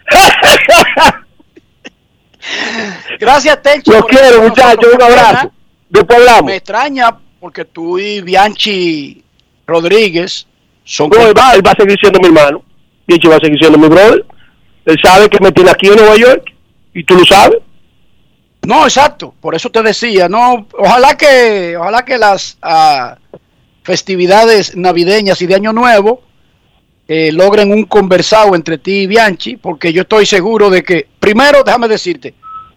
Gracias, Tenchi. Los quiero, muchachos. Un abrazo. Después hablamos. Me extraña porque tú y Bianchi Rodríguez son... No, él va a seguir siendo mi hermano. Bianchi va a seguir siendo mi brother. Él sabe que me tiene aquí en Nueva York. Y tú lo sabes. No, exacto. Por eso te decía, no, ojalá que las festividades navideñas y de Año Nuevo logren un conversado entre ti y Bianchi, porque yo estoy seguro de que, primero, déjame decirte,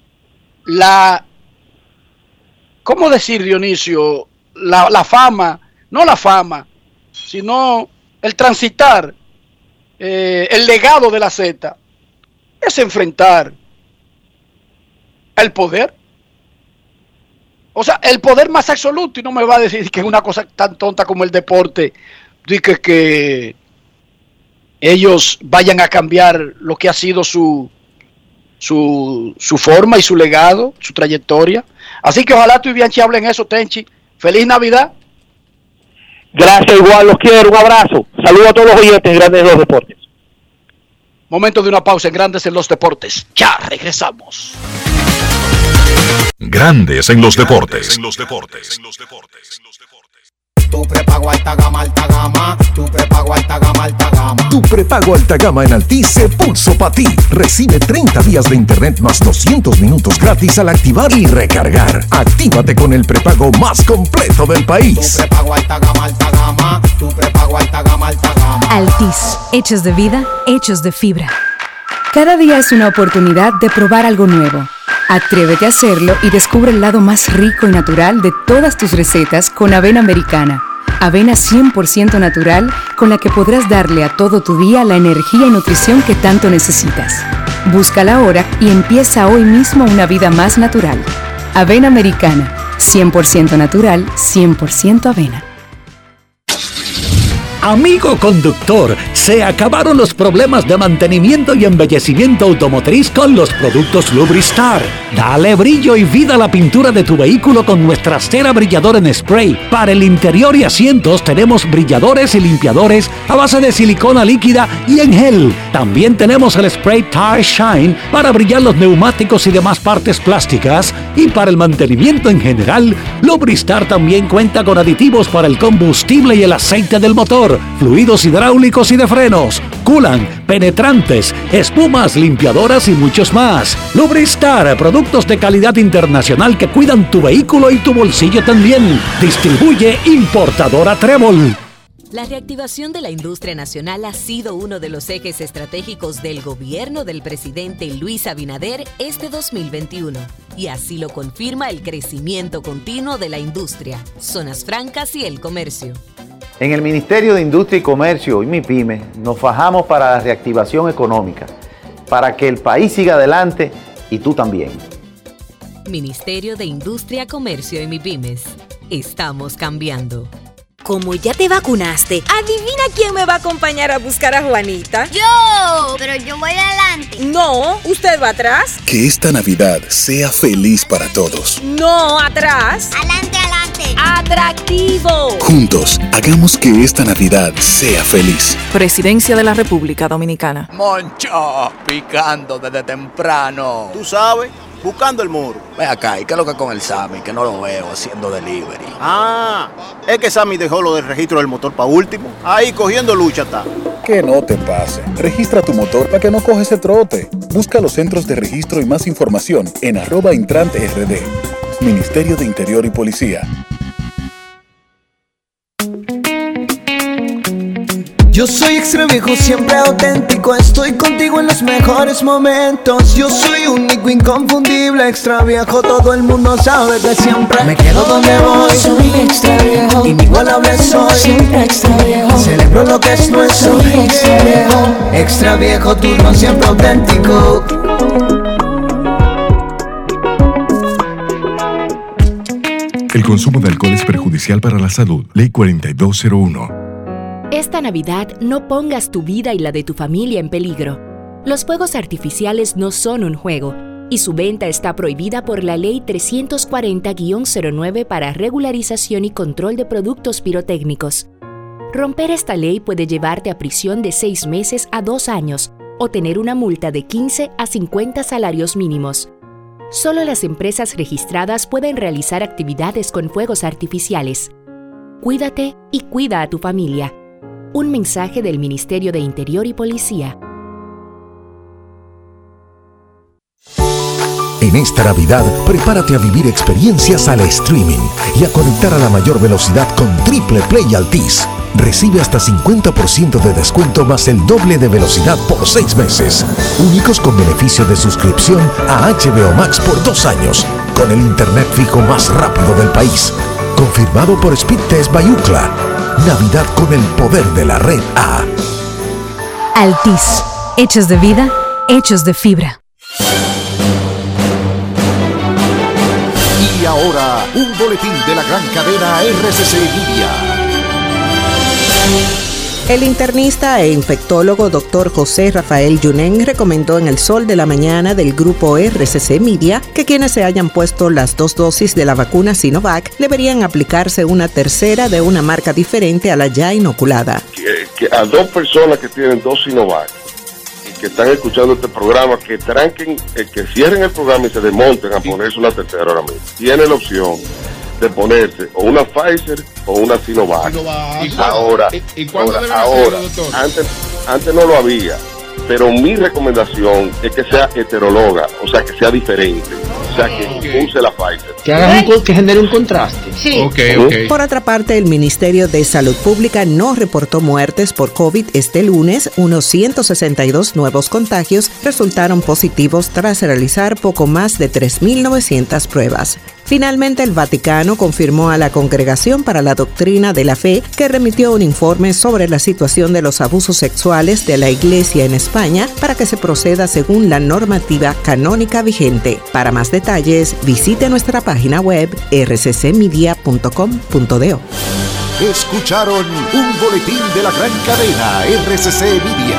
¿cómo decir, Dionisio? La fama, no la fama, sino el transitar, el legado de la Z, es enfrentar el poder. O sea, el poder más absoluto, y no me va a decir que es una cosa tan tonta como el deporte, que ellos vayan a cambiar lo que ha sido su forma y su legado, su trayectoria. Así que ojalá tú y Bianchi hablen eso, Tenchi. Feliz Navidad. Gracias, igual, los quiero, un abrazo. Saludos a todos los oyentes Grandes en los Deportes. Momento de una pausa en Grandes en los Deportes. Ya regresamos. Grandes en los deportes. Tu prepago alta gama, alta gama. Tu prepago alta gama, alta gama. Tu prepago alta gama en Altiz se puso para ti. Recibe 30 días de internet más 200 minutos gratis al activar y recargar. Actívate con el prepago más completo del país. Tu prepago alta gama, alta gama. Tu prepago alta gama, alta gama. Altiz, hechos de vida, hechos de fibra. Cada día es una oportunidad de probar algo nuevo. Atrévete a hacerlo y descubre el lado más rico y natural de todas tus recetas con avena americana. Avena 100% natural con la que podrás darle a todo tu día la energía y nutrición que tanto necesitas. Búscala ahora y empieza hoy mismo una vida más natural. Avena americana, 100% natural, 100% avena. Amigo conductor, se acabaron los problemas de mantenimiento y embellecimiento automotriz con los productos Lubristar. Dale brillo y vida a la pintura de tu vehículo con nuestra cera brilladora en spray. Para el interior y asientos tenemos brilladores y limpiadores a base de silicona líquida y en gel. También tenemos el spray Tire Shine para brillar los neumáticos y demás partes plásticas. Y para el mantenimiento en general, Lubristar también cuenta con aditivos para el combustible y el aceite del motor, fluidos hidráulicos y de frenos, culan, penetrantes, espumas, limpiadoras y muchos más. Lubristar, productos de calidad internacional que cuidan tu vehículo y tu bolsillo también. Distribuye importadora Trébol. La reactivación de la industria nacional ha sido uno de los ejes estratégicos del gobierno del presidente Luis Abinader este 2021. Y así lo confirma el crecimiento continuo de la industria, zonas francas y el comercio. En el Ministerio de Industria y Comercio y MIPYME nos fajamos para la reactivación económica, para que el país siga adelante y tú también. Ministerio de Industria, Comercio y MIPYMES. Estamos cambiando. Como ya te vacunaste, adivina quién me va a acompañar a buscar a Juanita. ¡Yo! Pero yo voy adelante. No, ¿usted va atrás? Que esta Navidad sea feliz para todos. No, atrás. Adelante, adelante. ¡Atractivo! Juntos, hagamos que esta Navidad sea feliz. Presidencia de la República Dominicana. Moncho, picando desde temprano. Tú sabes, buscando el muro. Ve acá, ¿y qué es lo que con el Sammy? Que no lo veo haciendo delivery. Ah, es que Sammy dejó lo del registro del motor para último. Ahí cogiendo lucha está. Que no te pase. Registra tu motor para que no coges ese trote. Busca los centros de registro y más información en @intrant-rd. Ministerio de Interior y Policía. Yo soy extra viejo, siempre auténtico. Estoy contigo en los mejores momentos. Yo soy único, inconfundible. Extra viejo, todo el mundo sabe que siempre me quedo donde voy. Soy extra viejo, inigualable soy. Siempre extra viejo, celebro lo que es nuestro. Soy extra viejo, extra viejo, turno siempre auténtico. El consumo de alcohol es perjudicial para la salud. Ley 4201. Esta Navidad no pongas tu vida y la de tu familia en peligro. Los fuegos artificiales no son un juego y su venta está prohibida por la Ley 340-09 para regularización y control de productos pirotécnicos. Romper esta ley puede llevarte a prisión de 6 meses a 2 años o tener una multa de 15 a 50 salarios mínimos. Solo las empresas registradas pueden realizar actividades con fuegos artificiales. Cuídate y cuida a tu familia. Un mensaje del Ministerio de Interior y Policía. En esta Navidad, prepárate a vivir experiencias al streaming y a conectar a la mayor velocidad con Triple Play Altis. Recibe hasta 50% de descuento más el doble de velocidad por 6 meses. Únicos con beneficio de suscripción a HBO Max por 2 años, con el internet fijo más rápido del país. Confirmado por Speedtest by UCLA. Navidad con el poder de la red A. Altis. Hechos de vida, hechos de fibra. Y ahora, un boletín de la gran cadena RCC Media. El internista e infectólogo Dr. José Rafael Yunen recomendó en El Sol de la Mañana del grupo RCC Media que quienes se hayan puesto las 2 dosis de la vacuna Sinovac deberían aplicarse una tercera de una marca diferente a la ya inoculada. Que a 2 personas que tienen 2 Sinovac y que están escuchando este programa, que tranquen, que cierren el programa y se desmonten a ponerse una tercera ahora mismo. Tiene la opción de ponerse o una Pfizer o una Sinovac. Ahora, antes no lo había, pero mi recomendación es que sea heteróloga, o sea, que sea diferente, o sea, que use la Pfizer. Que genere un contraste. Sí. Okay. Por otra parte, el Ministerio de Salud Pública no reportó muertes por COVID este lunes. Unos 162 nuevos contagios resultaron positivos tras realizar poco más de 3.900 pruebas. Finalmente, el Vaticano confirmó a la Congregación para la Doctrina de la Fe que remitió un informe sobre la situación de los abusos sexuales de la Iglesia en España para que se proceda según la normativa canónica vigente. Para más detalles, visite nuestra página web rccmedia.com.do. Escucharon un boletín de la gran cadena RCC Media.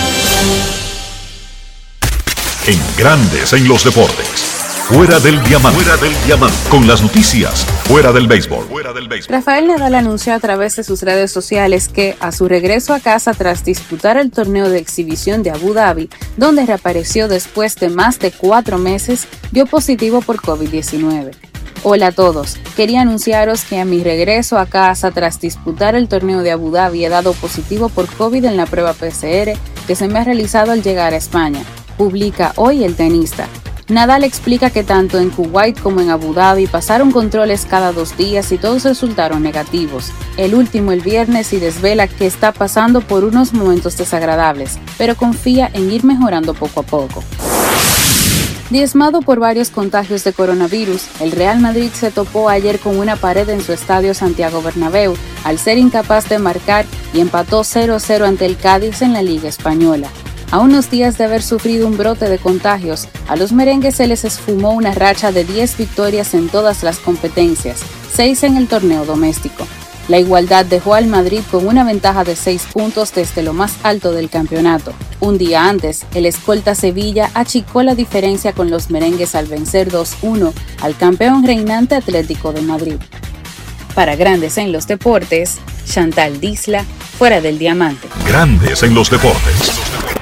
En Grandes en los Deportes. Fuera del diamante. Con las noticias. Fuera del béisbol. Rafael Nadal anunció a través de sus redes sociales que, a su regreso a casa tras disputar el torneo de exhibición de Abu Dhabi, donde reapareció después de más de 4 meses, dio positivo por COVID-19. Hola a todos, quería anunciaros que a mi regreso a casa tras disputar el torneo de Abu Dhabi he dado positivo por COVID en la prueba PCR que se me ha realizado al llegar a España, publica hoy el tenista. Nadal explica que tanto en Kuwait como en Abu Dhabi pasaron controles cada 2 días y todos resultaron negativos. El último el viernes y desvela que está pasando por unos momentos desagradables, pero confía en ir mejorando poco a poco. Diezmado por varios contagios de coronavirus, el Real Madrid se topó ayer con una pared en su estadio Santiago Bernabéu al ser incapaz de marcar y empató 0-0 ante el Cádiz en la Liga Española. A unos días de haber sufrido un brote de contagios, a los merengues se les esfumó una racha de 10 victorias en todas las competencias, 6 en el torneo doméstico. La igualdad dejó al Madrid con una ventaja de 6 puntos desde lo más alto del campeonato. Un día antes, el escolta Sevilla achicó la diferencia con los merengues al vencer 2-1 al campeón reinante Atlético de Madrid. Para Grandes en los Deportes, Chantal Disla, Fuera del Diamante. Grandes en los Deportes.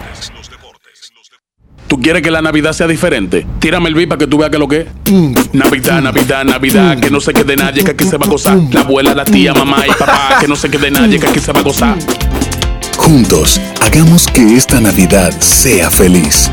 ¿Tú quieres que la Navidad sea diferente? Tírame el beat para que tú veas que lo que es. Navidad, que no se quede nadie, que aquí se va a gozar. La abuela, la tía, mamá y papá, que no se quede nadie, que aquí se va a gozar. Juntos, hagamos que esta Navidad sea feliz.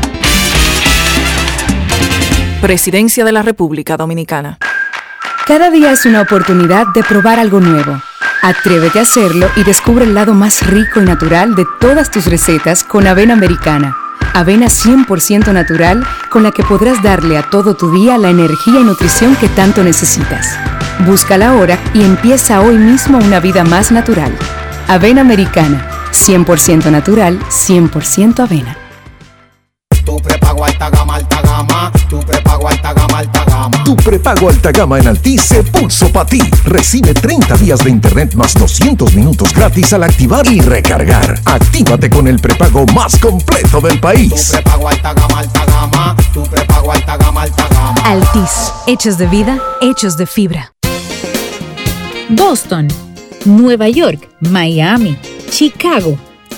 Presidencia de la República Dominicana. Cada día es una oportunidad de probar algo nuevo. Atrévete a hacerlo y descubre el lado más rico y natural de todas tus recetas con avena americana. Avena 100% natural con la que podrás darle a todo tu día la energía y nutrición que tanto necesitas. Búscala ahora y empieza hoy mismo una vida más natural. Avena americana, 100% natural, 100% avena. Tu prepago alta gama, alta gama. Tu prepago alta gama, alta gama. Tu prepago alta gama en Altis se puso para ti. Recibe 30 días de internet más 200 minutos gratis al activar y recargar. Actívate con el prepago más completo del país. Tu prepago alta gama, alta gama. Tu prepago alta gama, alta gama. Altis, hechos de vida, hechos de fibra. Boston, Nueva York, Miami, Chicago.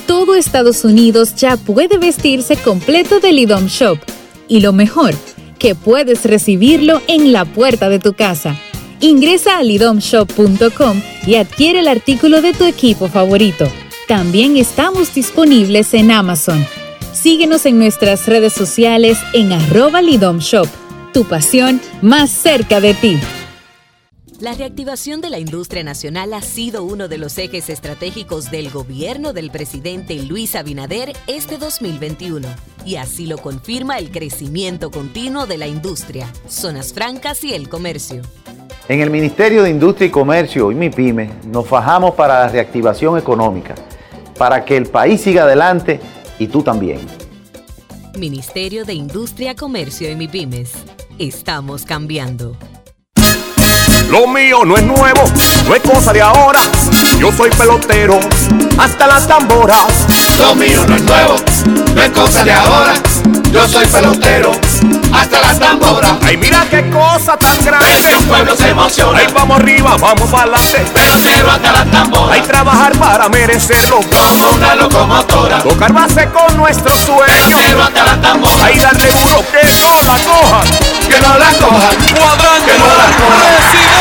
todo Estados Unidos ya puede vestirse completo del IDOM Shop. Y lo mejor, que puedes recibirlo en la puerta de tu casa. Ingresa a lidomshop.com y adquiere el artículo de tu equipo favorito. También estamos disponibles en Amazon. Síguenos en nuestras redes sociales en @lidomshop. Tu pasión más cerca de ti. La reactivación de la industria nacional ha sido uno de los ejes estratégicos del gobierno del presidente Luis Abinader este 2021. Y así lo confirma el crecimiento continuo de la industria, zonas francas y el comercio. En el Ministerio de Industria y Comercio y MIPYME nos fajamos para la reactivación económica, para que el país siga adelante y tú también. Ministerio de Industria, Comercio y MIPYMES. Estamos cambiando. Lo mío no es nuevo, no es cosa de ahora. Yo soy pelotero, hasta las tamboras. Lo mío no es nuevo, no es cosa de ahora. Yo soy pelotero, hasta las tamboras. Ay, mira qué cosa tan grande. Es que un pueblo se emociona. Ay, vamos arriba, vamos para adelante. Pelotero hasta las tamboras. Hay trabajar para merecerlo. Como una locomotora. Tocar base con nuestro sueño. Pelotero hasta las tamboras. Ay, darle duro, que no la cojan. Que no la cojan. Cuadrante, que no la cojan.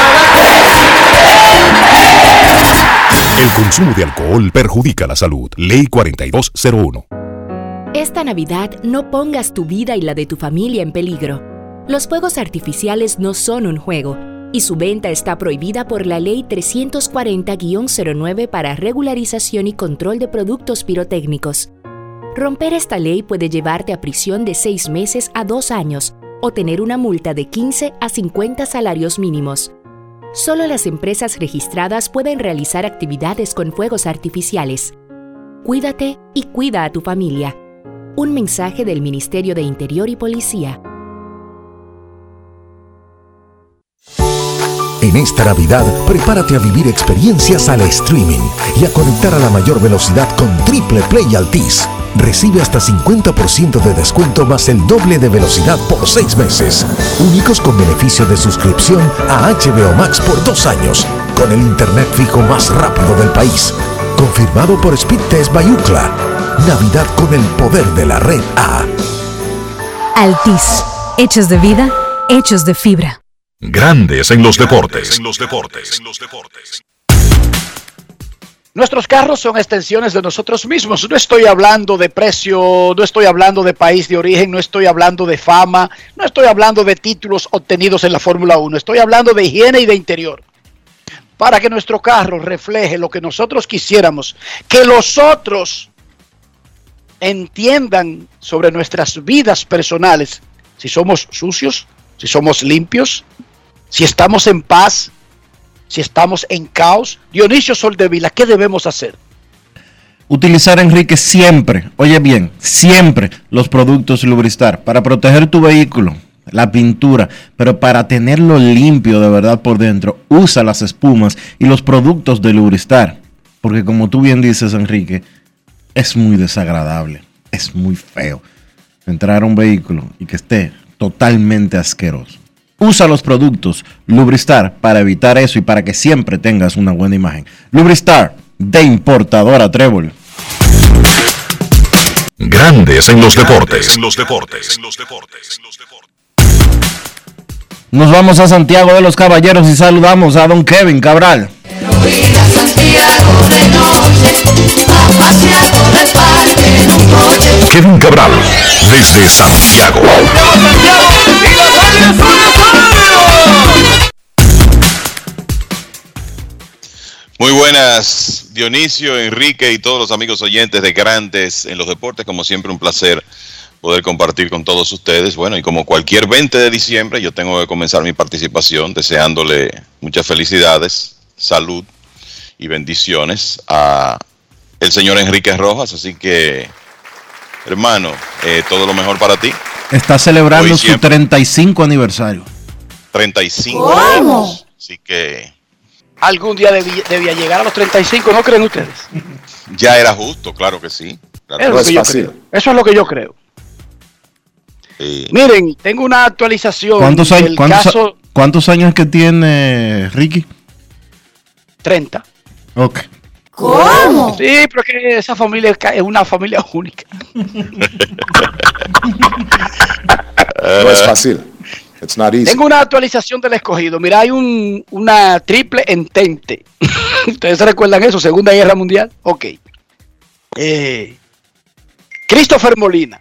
El consumo de alcohol perjudica la salud. Ley 4201. Esta Navidad no pongas tu vida y la de tu familia en peligro. Los fuegos artificiales no son un juego y su venta está prohibida por la Ley 340-09 para regularización y control de productos pirotécnicos. Romper esta ley puede llevarte a prisión de 6 meses a 2 años o tener una multa de 15 a 50 salarios mínimos. Solo las empresas registradas pueden realizar actividades con fuegos artificiales. Cuídate y cuida a tu familia. Un mensaje del Ministerio de Interior y Policía. En esta Navidad, prepárate a vivir experiencias al streaming y a conectar a la mayor velocidad con Triple Play Altis. Recibe hasta 50% de descuento más el doble de velocidad por 6 meses. Únicos con beneficio de suscripción a HBO Max por 2 años, con el internet fijo más rápido del país. Confirmado por Speedtest by Ookla. Navidad con el poder de la red A. Altis. Hechos de vida, hechos de fibra. Grandes en los deportes. Nuestros carros son extensiones de nosotros mismos. No estoy hablando de precio, no estoy hablando de país de origen, no estoy hablando de fama, no estoy hablando de títulos obtenidos en la Fórmula 1. Estoy hablando de higiene y de interior. Para que nuestro carro refleje lo que nosotros quisiéramos, que los otros entiendan sobre nuestras vidas personales. Si somos sucios, si somos limpios, si estamos en paz, si estamos en caos. Dionisio Soldevila, ¿qué debemos hacer? Utilizar, Enrique, siempre, oye bien, siempre los productos Lubristar para proteger tu vehículo, la pintura, pero para tenerlo limpio de verdad por dentro, usa las espumas y los productos de Lubristar, porque como tú bien dices, Enrique, es muy desagradable, es muy feo entrar a un vehículo y que esté totalmente asqueroso. Usa los productos Lubristar para evitar eso y para que siempre tengas una buena imagen. Lubristar, de importadora Trébol. Grandes en los deportes. Nos vamos a Santiago de los Caballeros y saludamos a don Kevin Cabral. Kevin Cabral, desde Santiago. Muy buenas, Dionisio, Enrique y todos los amigos oyentes de Grandes en los Deportes. Como siempre, un placer poder compartir con todos ustedes. Bueno, y como cualquier 20 de diciembre, yo tengo que comenzar mi participación deseándole muchas felicidades, salud y bendiciones a el señor Enrique Rojas. Así que, hermano, todo lo mejor para ti. Está celebrando su 35 aniversario. 35 años. Así que algún día debía llegar a los 35, ¿no creen ustedes? Ya era justo, claro que sí. Claro. No es fácil. Eso es lo que yo creo. Sí. Miren, tengo una actualización. ¿Cuántos años que tiene Ricky? 30. Ok. ¿Cómo? Sí, porque esa familia es una familia única. No es fácil. It's not easy. Tengo una actualización del escogido. Mira, hay una triple entente. ¿Ustedes se recuerdan eso? Segunda Guerra Mundial. Ok. Christopher Molina,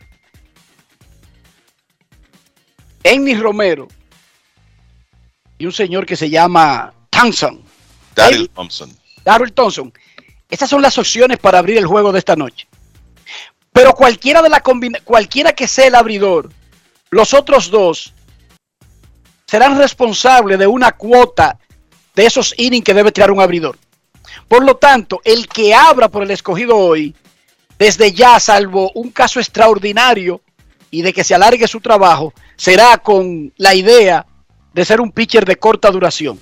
Ennis Romero y un señor que se llama Thompson. Daryl Thompson. Daryl Thompson. Estas son las opciones para abrir el juego de esta noche. Pero cualquiera que sea el abridor, los otros dos serán responsables de una cuota de esos innings que debe tirar un abridor. Por lo tanto, el que abra por el escogido hoy, desde ya, salvo un caso extraordinario y de que se alargue su trabajo, será con la idea de ser un pitcher de corta duración.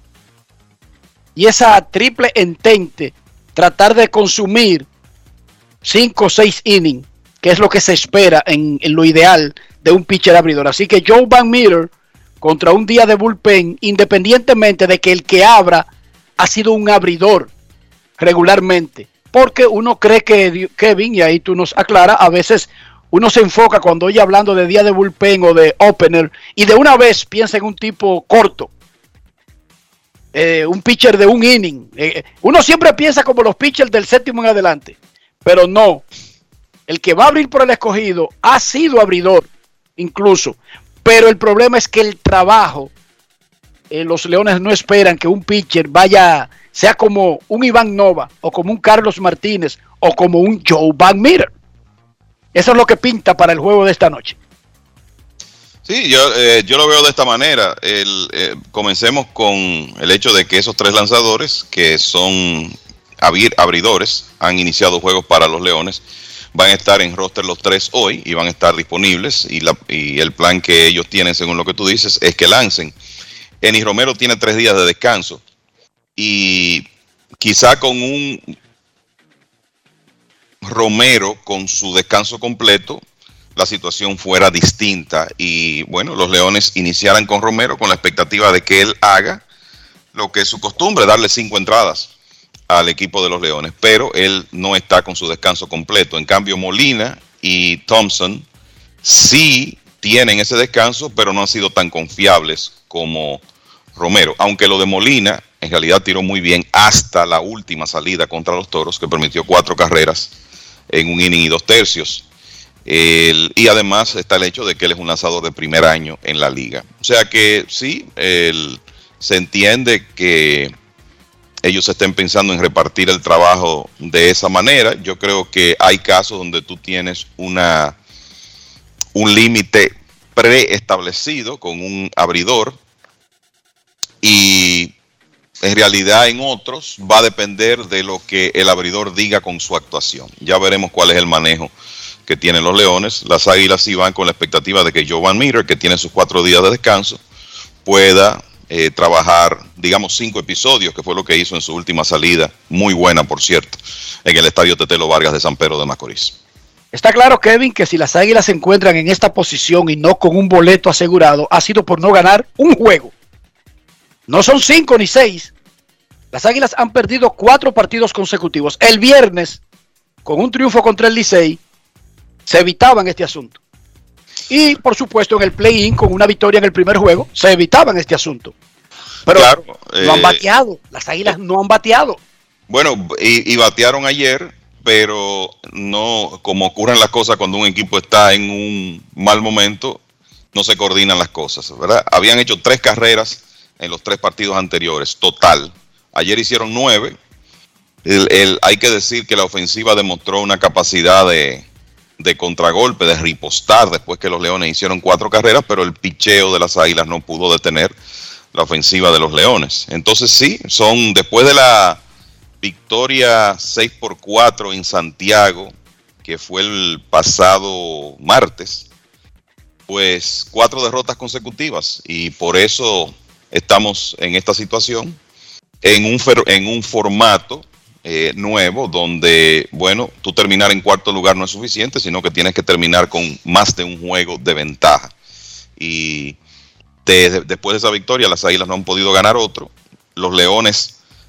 Y esa triple entente, tratar de consumir 5 o 6 innings, que es lo que se espera en lo ideal de un pitcher abridor. Así que Joe Van Meter contra un día de bullpen, independientemente de que el que abra ha sido un abridor regularmente. Porque uno cree que, Kevin, y ahí tú nos aclaras, a veces uno se enfoca cuando oye hablando de día de bullpen o de opener, y de una vez piensa en un tipo corto. Un pitcher de un inning. Uno siempre piensa como los pitchers del séptimo en adelante. Pero no. El que va a abrir por el escogido ha sido abridor, incluso. Pero el problema es que el trabajo, los Leones no esperan que un pitcher sea como un Iván Nova, o como un Carlos Martínez, o como un Joe Van Meter. Eso es lo que pinta para el juego de esta noche. Sí, yo lo veo de esta manera. Comencemos con el hecho de que esos 3 lanzadores, que son abridores, han iniciado juegos para los Leones. Van a estar en roster los 3 hoy y van a estar disponibles, y el plan que ellos tienen, según lo que tú dices, es que lancen. Ennis Romero tiene 3 días de descanso y quizá con un Romero con su descanso completo la situación fuera distinta, y bueno, los Leones iniciaran con Romero con la expectativa de que él haga lo que es su costumbre, darle 5 entradas al equipo de los Leones, pero él no está con su descanso completo. En cambio, Molina y Thompson sí tienen ese descanso, pero no han sido tan confiables como Romero, aunque lo de Molina en realidad tiró muy bien hasta la última salida contra los Toros, que permitió 4 carreras en un inning y 2 tercios. Y además está el hecho de que él es un lanzador de primer año en la liga. O sea que sí, se entiende que ellos estén pensando en repartir el trabajo de esa manera. Yo creo que hay casos donde tú tienes un límite preestablecido con un abridor, y en realidad en otros va a depender de lo que el abridor diga con su actuación. Ya veremos cuál es el manejo que tienen los Leones. Las Águilas sí van con la expectativa de que Joe Van Meter, que tiene sus 4 días de descanso, pueda trabajar, digamos, 5 episodios, que fue lo que hizo en su última salida, muy buena, por cierto, en el Estadio Tetelo Vargas de San Pedro de Macorís. Está claro, Kevin, que si las Águilas se encuentran en esta posición y no con un boleto asegurado, ha sido por no ganar un juego. No son 5 ni 6. Las Águilas han perdido 4 partidos consecutivos. El viernes, con un triunfo contra el Licey, se evitaban este asunto. Y, por supuesto, en el play-in, con una victoria en el primer juego, se evitaban este asunto. Pero claro, no han bateado. Las Águilas no han bateado. Bueno, y batearon ayer, pero no, como ocurren las cosas cuando un equipo está en un mal momento, no se coordinan las cosas, ¿verdad? Habían hecho 3 carreras en los 3 partidos anteriores, total. Ayer hicieron 9. Hay que decir que la ofensiva demostró una capacidad de contragolpe, de ripostar después que los Leones hicieron 4 carreras, pero el picheo de las Águilas no pudo detener la ofensiva de los Leones. Entonces sí, después de la victoria 6-4 en Santiago, que fue el pasado martes, pues 4 derrotas consecutivas, y por eso estamos en esta situación, en un formato nuevo, donde, bueno, tú terminar en 4º lugar no es suficiente, sino que tienes que terminar con más de un juego de ventaja. Y después de esa victoria, las Águilas no han podido ganar otro. Los Leones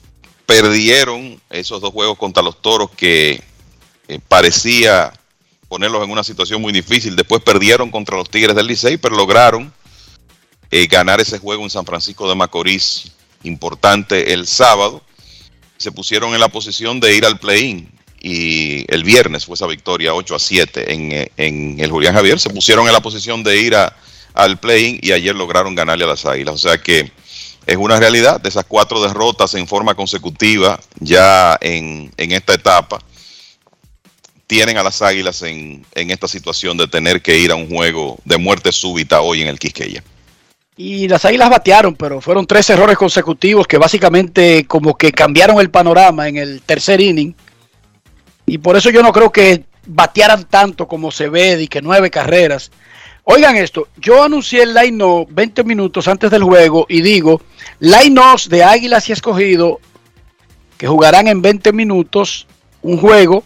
perdieron esos 2 juegos contra los Toros que parecía ponerlos en una situación muy difícil. Después perdieron contra los Tigres del Licey, pero lograron ganar ese juego en San Francisco de Macorís, importante el sábado. Se pusieron en la posición de ir al play-in y el viernes fue esa victoria 8-7 en el Julián Javier. Se pusieron en la posición de ir al play-in y ayer lograron ganarle a las Águilas. O sea que es una realidad de esas 4 derrotas en forma consecutiva ya en esta etapa. Tienen a las Águilas en esta situación de tener que ir a un juego de muerte súbita hoy en el Quisqueya. Y las Águilas batearon, pero fueron 3 errores consecutivos que básicamente como que cambiaron el panorama en el tercer inning. Y por eso yo no creo que batearan tanto como se ve, y que 9 carreras. Oigan esto, yo anuncié el line-up 20 minutos antes del juego y digo, line-ups de Águilas y Escogido que jugarán en 20 minutos un juego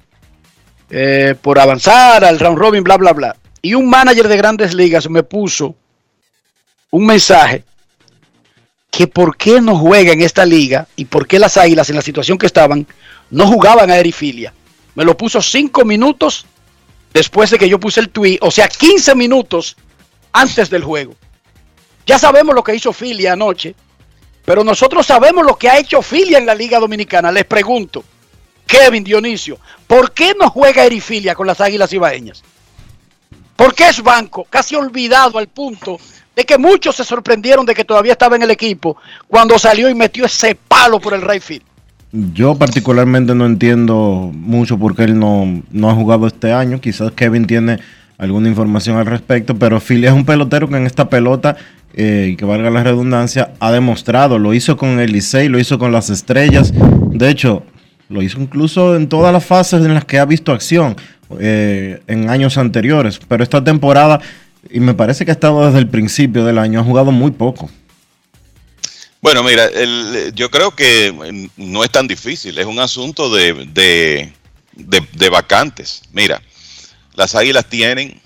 por avanzar al round robin, bla, bla, bla. Y un manager de Grandes Ligas me puso un mensaje que por qué no juega en esta liga y por qué las Águilas en la situación que estaban no jugaban a Erifilia. Me lo puso 5 minutos después de que yo puse el tweet, o sea 15 minutos antes del juego. Ya sabemos lo que hizo Filia anoche, pero nosotros sabemos lo que ha hecho Filia en la Liga Dominicana. Les pregunto, Kevin, Dionisio, ¿por qué no juega Erifilia con las Águilas Ibaeñas? ¿Por qué es banco? Casi olvidado al punto de que muchos se sorprendieron de que todavía estaba en el equipo cuando salió y metió ese palo por el right field. Yo particularmente no entiendo mucho por qué él no ha jugado este año. Quizás Kevin tiene alguna información al respecto, pero Filia es un pelotero que en esta pelota, que valga la redundancia, ha demostrado. Lo hizo con el Licey, lo hizo con las Estrellas. De hecho, lo hizo incluso en todas las fases en las que ha visto acción en años anteriores. Pero esta temporada, y me parece que ha estado desde el principio del año, ha jugado muy poco. Bueno, mira, yo creo que no es tan difícil. Es un asunto de vacantes. Mira, las Águilas tienen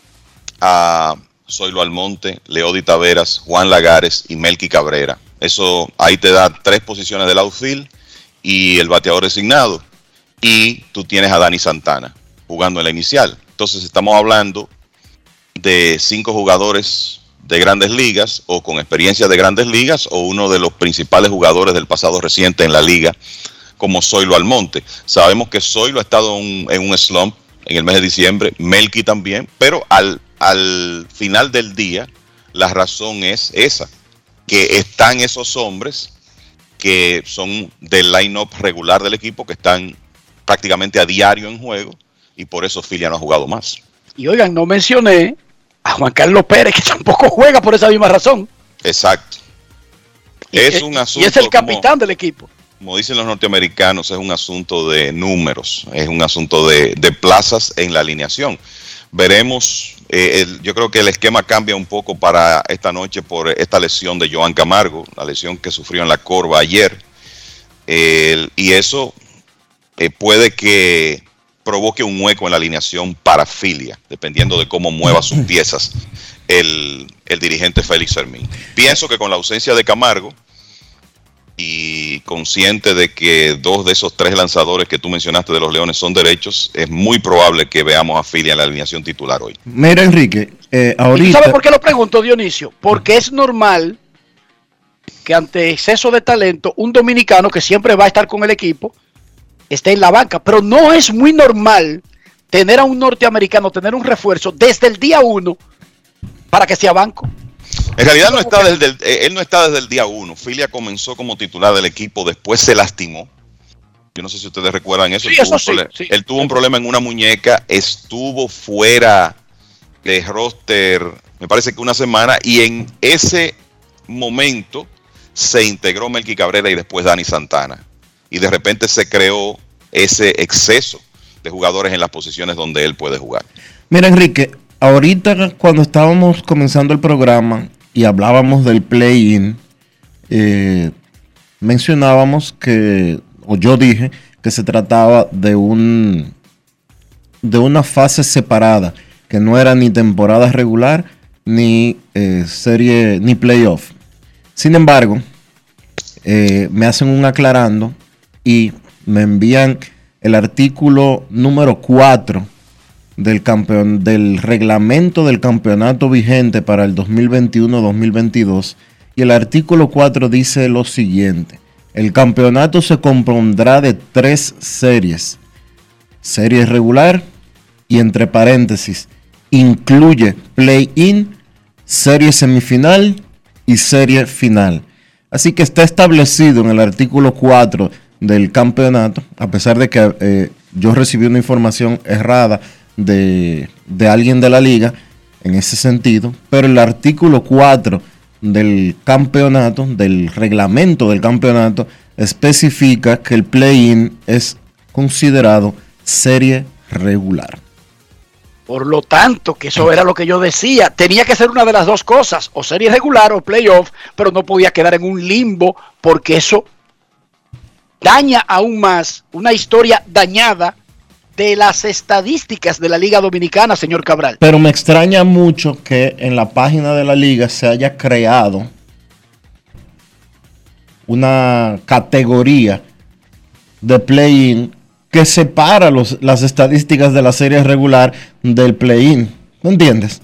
a Zoilo Almonte, Leody Taveras, Juan Lagares y Melky Cabrera. Eso ahí te da 3 posiciones del outfield y el bateador designado. Y tú tienes a Dani Santana jugando en la inicial. Entonces estamos hablando de 5 jugadores de Grandes Ligas o con experiencia de Grandes Ligas o uno de los principales jugadores del pasado reciente en la liga como Zoilo Almonte. Sabemos que Zoilo ha estado en un slump en el mes de diciembre, Melky también, pero al final del día la razón es esa, que están esos hombres que son del line-up regular del equipo, que están prácticamente a diario en juego y por eso Filia no ha jugado más. Y oigan, no mencioné a Juan Carlos Pérez, que tampoco juega por esa misma razón. Exacto. Es un asunto. Y es el capitán del equipo. Como dicen los norteamericanos, es un asunto de números, es un asunto de plazas en la alineación. Veremos, yo creo que el esquema cambia un poco para esta noche por esta lesión de Joan Camargo, la lesión que sufrió en la corva ayer. Y eso puede que provoque un hueco en la alineación para Filia, dependiendo de cómo mueva sus piezas el dirigente Félix Fermín. Pienso que con la ausencia de Camargo y consciente de que 2 de esos 3 lanzadores que tú mencionaste de los Leones son derechos, es muy probable que veamos a Filia en la alineación titular hoy. Mira, Enrique, ahorita... ¿Y tú sabes por qué lo pregunto, Dionisio? Porque es normal que ante exceso de talento, un dominicano que siempre va a estar con el equipo esté en la banca, pero no es muy normal tener a un norteamericano, tener un refuerzo desde el día 1 para que sea banco. En realidad él no está desde el día 1. Filia comenzó como titular del equipo, después se lastimó. Yo no sé si ustedes recuerdan eso. Sí, Él tuvo un problema en una muñeca, estuvo fuera de roster, me parece que una semana, y en ese momento se integró Melky Cabrera y después Dani Santana. Y de repente se creó ese exceso de jugadores en las posiciones donde él puede jugar. Mira, Enrique, ahorita cuando estábamos comenzando el programa y hablábamos del play-in, mencionábamos que, o yo dije, que se trataba de una fase separada, que no era ni temporada regular, ni serie, ni playoff. Sin embargo, me hacen un aclarando y me envían el artículo número 4 del reglamento del campeonato vigente para el 2021-2022, y el artículo 4 dice lo siguiente: el campeonato se compondrá de 3 series: serie regular y, entre paréntesis, incluye play-in, serie semifinal y serie final. Así que está establecido en el artículo 4 del campeonato, a pesar de que yo recibí una información errada de alguien de la liga en ese sentido, pero el artículo 4 del campeonato, del reglamento del campeonato, especifica que el play-in es considerado serie regular. Por lo tanto, que eso era lo que yo decía, tenía que ser una de las dos cosas, o serie regular o playoff, pero no podía quedar en un limbo, porque eso daña aún más una historia dañada de las estadísticas de la Liga Dominicana, señor Cabral. Pero me extraña mucho que en la página de la liga se haya creado una categoría de play-in que separa las estadísticas de la serie regular del play-in. ¿No entiendes?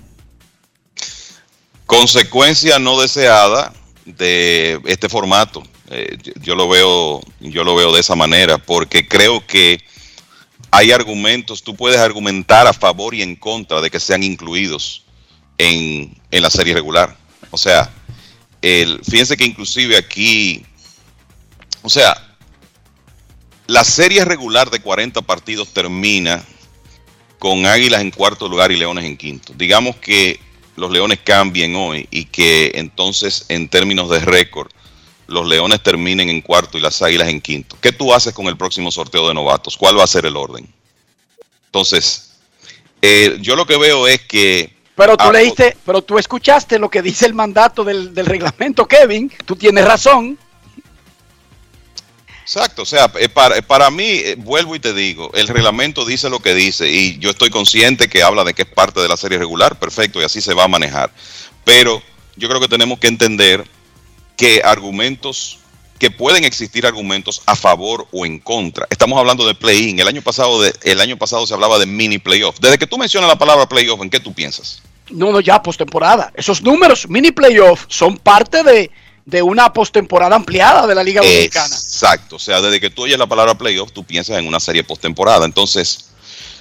Consecuencia no deseada de este formato. Yo lo veo de esa manera, porque creo que hay argumentos, tú puedes argumentar a favor y en contra de que sean incluidos en la serie regular. O sea, fíjense que inclusive aquí, o sea, la serie regular de 40 partidos termina con Águilas en cuarto lugar y Leones en quinto. Digamos que los Leones cambien hoy y que entonces en términos de récord los Leones terminen en cuarto y las Águilas en quinto. ¿Qué tú haces con el próximo sorteo de novatos? ¿Cuál va a ser el orden? Entonces, yo lo que veo es que... Pero tú escuchaste lo que dice el mandato del reglamento, Kevin. Tú tienes razón. Exacto, o sea, para mí, vuelvo y te digo, el reglamento dice lo que dice y yo estoy consciente que habla de que es parte de la serie regular, perfecto, y así se va a manejar. Pero yo creo que tenemos que entender que pueden existir argumentos a favor o en contra. Estamos hablando de play-in. El año pasado se hablaba de mini playoff. Desde que tú mencionas la palabra playoff, ¿en qué tú piensas? No, ya postemporada. Esos números mini playoff son parte de una postemporada ampliada de la Liga Dominicana. Exacto. O sea, desde que tú oyes la palabra playoff, tú piensas en una serie postemporada. Entonces,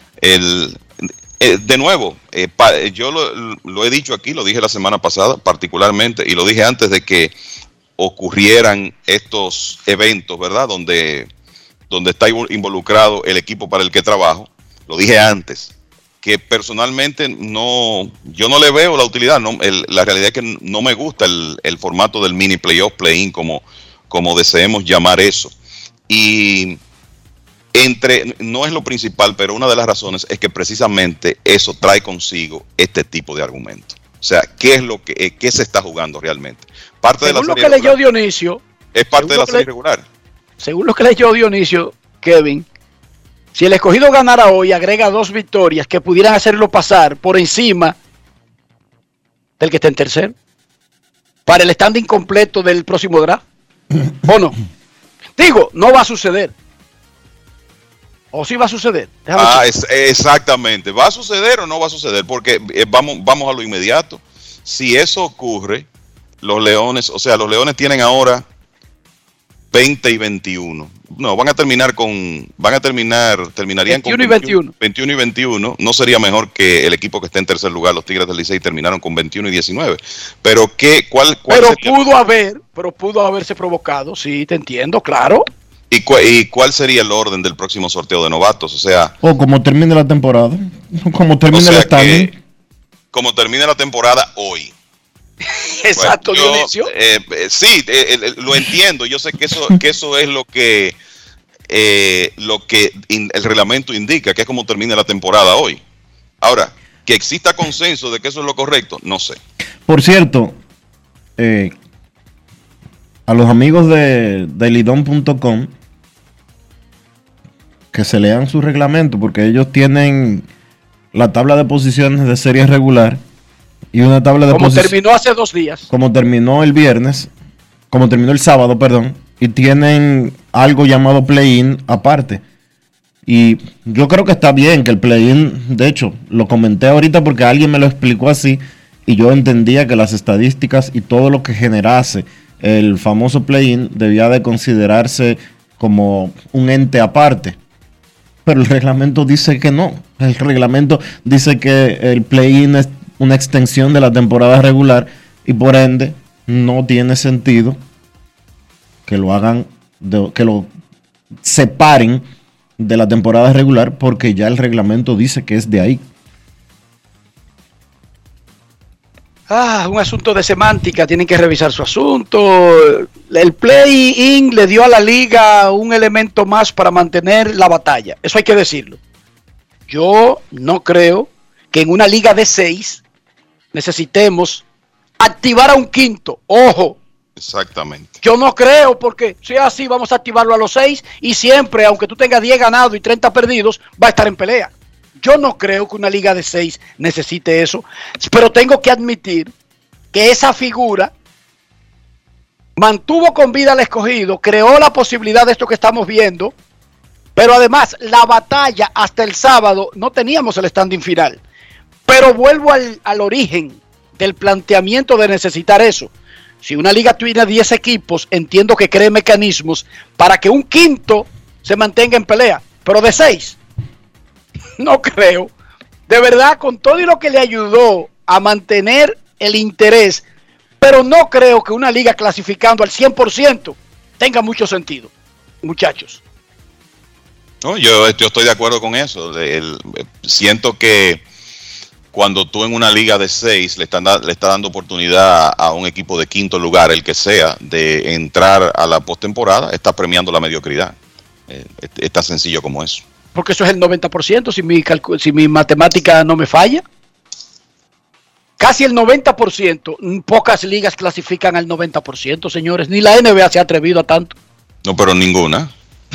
de nuevo, yo lo he dicho aquí, lo dije la semana pasada particularmente, y lo dije antes de que ocurrieran estos eventos, ¿verdad? Donde está involucrado el equipo para el que trabajo. Lo dije antes, que personalmente yo no le veo la utilidad. La realidad es que no me gusta el formato del mini playoff, play-in, como deseemos llamar eso. Y no es lo principal, pero una de las razones es que precisamente eso trae consigo este tipo de argumento. O sea, ¿qué se está jugando realmente? Según lo que leyó Dionisio, es parte de la serie regular. Según lo que leyó Dionisio, Kevin, si el Escogido ganara hoy, agrega 2 victorias que pudieran hacerlo pasar por encima del que está en tercero para el standing completo del próximo draft. ¿O no? Digo, no va a suceder. ¿O sí va a suceder? Exactamente. ¿Va a suceder o no va a suceder? Porque vamos a lo inmediato. Si eso ocurre, los Leones tienen ahora 20 y 21. No, terminarían 21 con y 21. 21 y 21. No sería mejor que el equipo que está en tercer lugar, los Tigres del Licey, terminaron con 21 y 19. Pero pudo haberse provocado, sí, te entiendo, claro. ¿Y cuál sería el orden del próximo sorteo de novatos? O sea... como termine la temporada. Como termine el standing. Como termine la temporada hoy. Exacto, Dionisio. Sí, lo entiendo. Yo sé que eso es lo que el reglamento indica, que es como termina la temporada hoy. Ahora, que exista consenso de que eso es lo correcto, no sé. Por cierto, a los amigos de lidon.com que se lean su reglamento, porque ellos tienen la tabla de posiciones de serie regular y una tabla de posiciones. Como terminó hace 2 días. Como terminó el sábado, perdón. y tienen algo llamado play-in aparte. Y yo creo que está bien que el play-in, de hecho, lo comenté ahorita porque alguien me lo explicó así y yo entendía que las estadísticas y todo lo que generase el famoso play-in debía de considerarse como un ente aparte. Pero el reglamento dice que no. El reglamento dice que el play-in es una extensión de la temporada regular y por ende no tiene sentido que lo hagan, que lo separen de la temporada regular porque ya el reglamento dice que es de ahí. Un asunto de semántica, tienen que revisar su asunto. El play-in le dio a la liga un elemento más para mantener la batalla, eso hay que decirlo. Yo no creo que en una liga de 6 necesitemos activar a un quinto, ojo. Exactamente. Yo no creo, porque si es así vamos a activarlo a los 6 y siempre, aunque tú tengas 10 ganados y 30 perdidos, va a estar en pelea. Yo no creo que una liga de 6 necesite eso, pero tengo que admitir que esa figura mantuvo con vida al Escogido, creó la posibilidad de esto que estamos viendo, pero además la batalla hasta el sábado no teníamos el standing final. Pero vuelvo al origen del planteamiento de necesitar eso. Si una liga tiene 10 equipos, entiendo que cree mecanismos para que un quinto se mantenga en pelea, pero de 6, no creo. De verdad, con todo y lo que le ayudó a mantener el interés, pero no creo que una liga clasificando al 100% tenga mucho sentido, muchachos. No, yo estoy de acuerdo con eso. Siento que cuando tú en una liga de 6 le está dando oportunidad a un equipo de quinto lugar, el que sea, de entrar a la postemporada, está premiando la mediocridad. Es tan sencillo como eso. Porque eso es el 90%, si mi matemática no me falla. Casi el 90%. Pocas ligas clasifican al 90%, señores. Ni la NBA se ha atrevido a tanto. No, pero ninguna.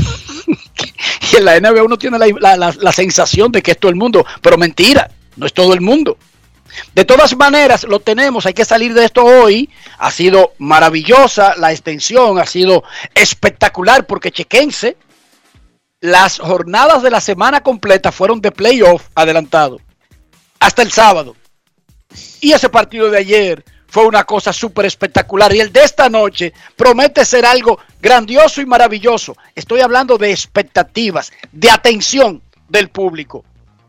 Y en la NBA uno tiene la sensación de que es todo el mundo, pero mentira. No es todo el mundo. De todas maneras, lo tenemos, hay que salir de esto hoy. Ha sido maravillosa la extensión, ha sido espectacular porque chequense, las jornadas de la semana completa fueron de playoff adelantado hasta el sábado. Y ese partido de ayer fue una cosa súper espectacular. Y el de esta noche promete ser algo grandioso y maravilloso. Estoy hablando de expectativas, de atención del público.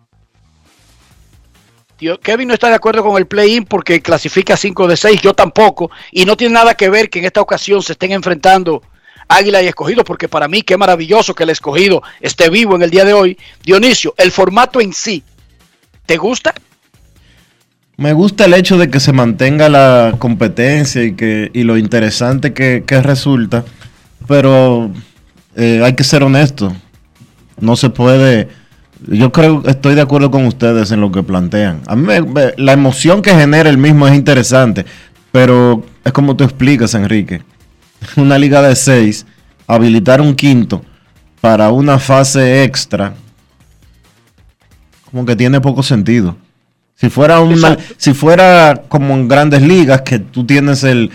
Kevin no está de acuerdo con el play-in porque clasifica 5 de 6, yo tampoco, y no tiene nada que ver que en esta ocasión se estén enfrentando Águila y Escogido, porque para mí qué maravilloso que el Escogido esté vivo en el día de hoy. Dionisio, el formato en sí, ¿te gusta? Me gusta el hecho de que se mantenga la competencia y lo interesante que resulta, pero hay que ser honesto, no se puede. Yo estoy de acuerdo con ustedes en lo que plantean. A mí la emoción que genera el mismo es interesante, pero es como tú explicas, Enrique. Una liga de 6, habilitar un quinto para una fase extra, como que tiene poco sentido. Si fuera como en grandes ligas, que tú tienes el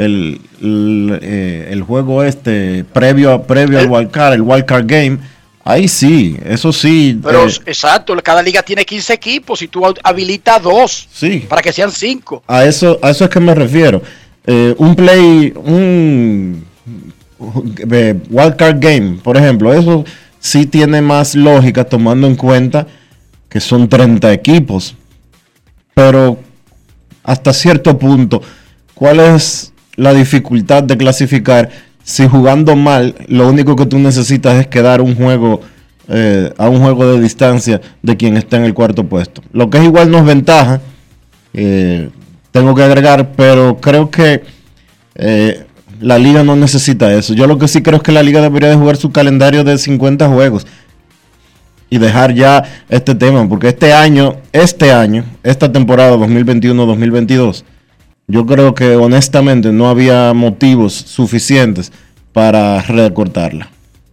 juego previo al wildcard, el wildcard game. Ahí sí, eso sí. Pero exacto, cada liga tiene 15 equipos y tú habilitas 2 sí, para que sean 5. A eso es que me refiero. Un wildcard game, por ejemplo, eso sí tiene más lógica tomando en cuenta que son 30 equipos. Pero hasta cierto punto, ¿cuál es la dificultad de clasificar? Si jugando mal, lo único que tú necesitas es quedar a un juego de distancia de quien está en el cuarto puesto. Lo que es igual no es ventaja, tengo que agregar, pero creo que la liga no necesita eso. Yo lo que sí creo es que la liga debería de jugar su calendario de 50 juegos y dejar ya este tema, porque esta temporada 2021-2022, yo creo que honestamente no había motivos suficientes para recortarla.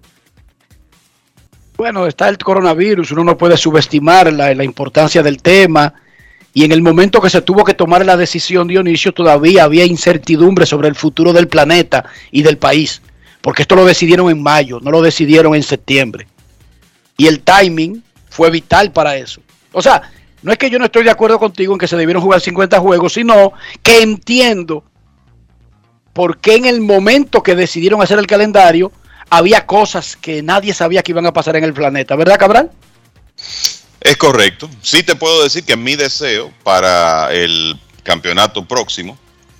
Bueno, está el coronavirus, uno no puede subestimar la importancia del tema, y en el momento que se tuvo que tomar la decisión, Dionisio, todavía había incertidumbre sobre el futuro del planeta y del país. porque esto lo decidieron en mayo, no lo decidieron en septiembre. Y el timing fue vital para eso. O sea, no es que yo no estoy de acuerdo contigo en que se debieron jugar 50 juegos, sino que entiendo por qué en el momento que decidieron hacer el calendario había cosas que nadie sabía que iban a pasar en el planeta, ¿verdad, Cabral? Es correcto. Sí te puedo decir que mi deseo para el campeonato próximo,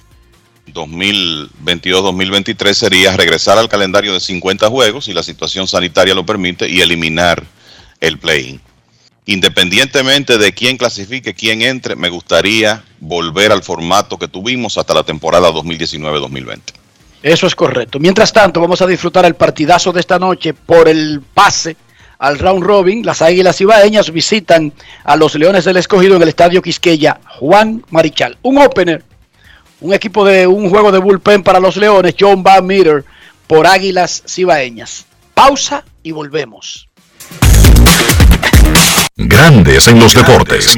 2022-2023, sería regresar al calendario de 50 juegos, si la situación sanitaria lo permite, y eliminar el play-in. Independientemente de quién clasifique, quién entre, me gustaría volver al formato que tuvimos hasta la temporada 2019-2020. Eso es correcto. Mientras tanto, vamos a disfrutar el partidazo de esta noche por el pase al round robin. Las Águilas Ibaeñas visitan a los Leones del Escogido en el Estadio Quisqueya Juan Marichal. Un opener, un juego de bullpen para los Leones, John Van Meter por Águilas Ibaeñas. Pausa y volvemos. Grandes en los deportes.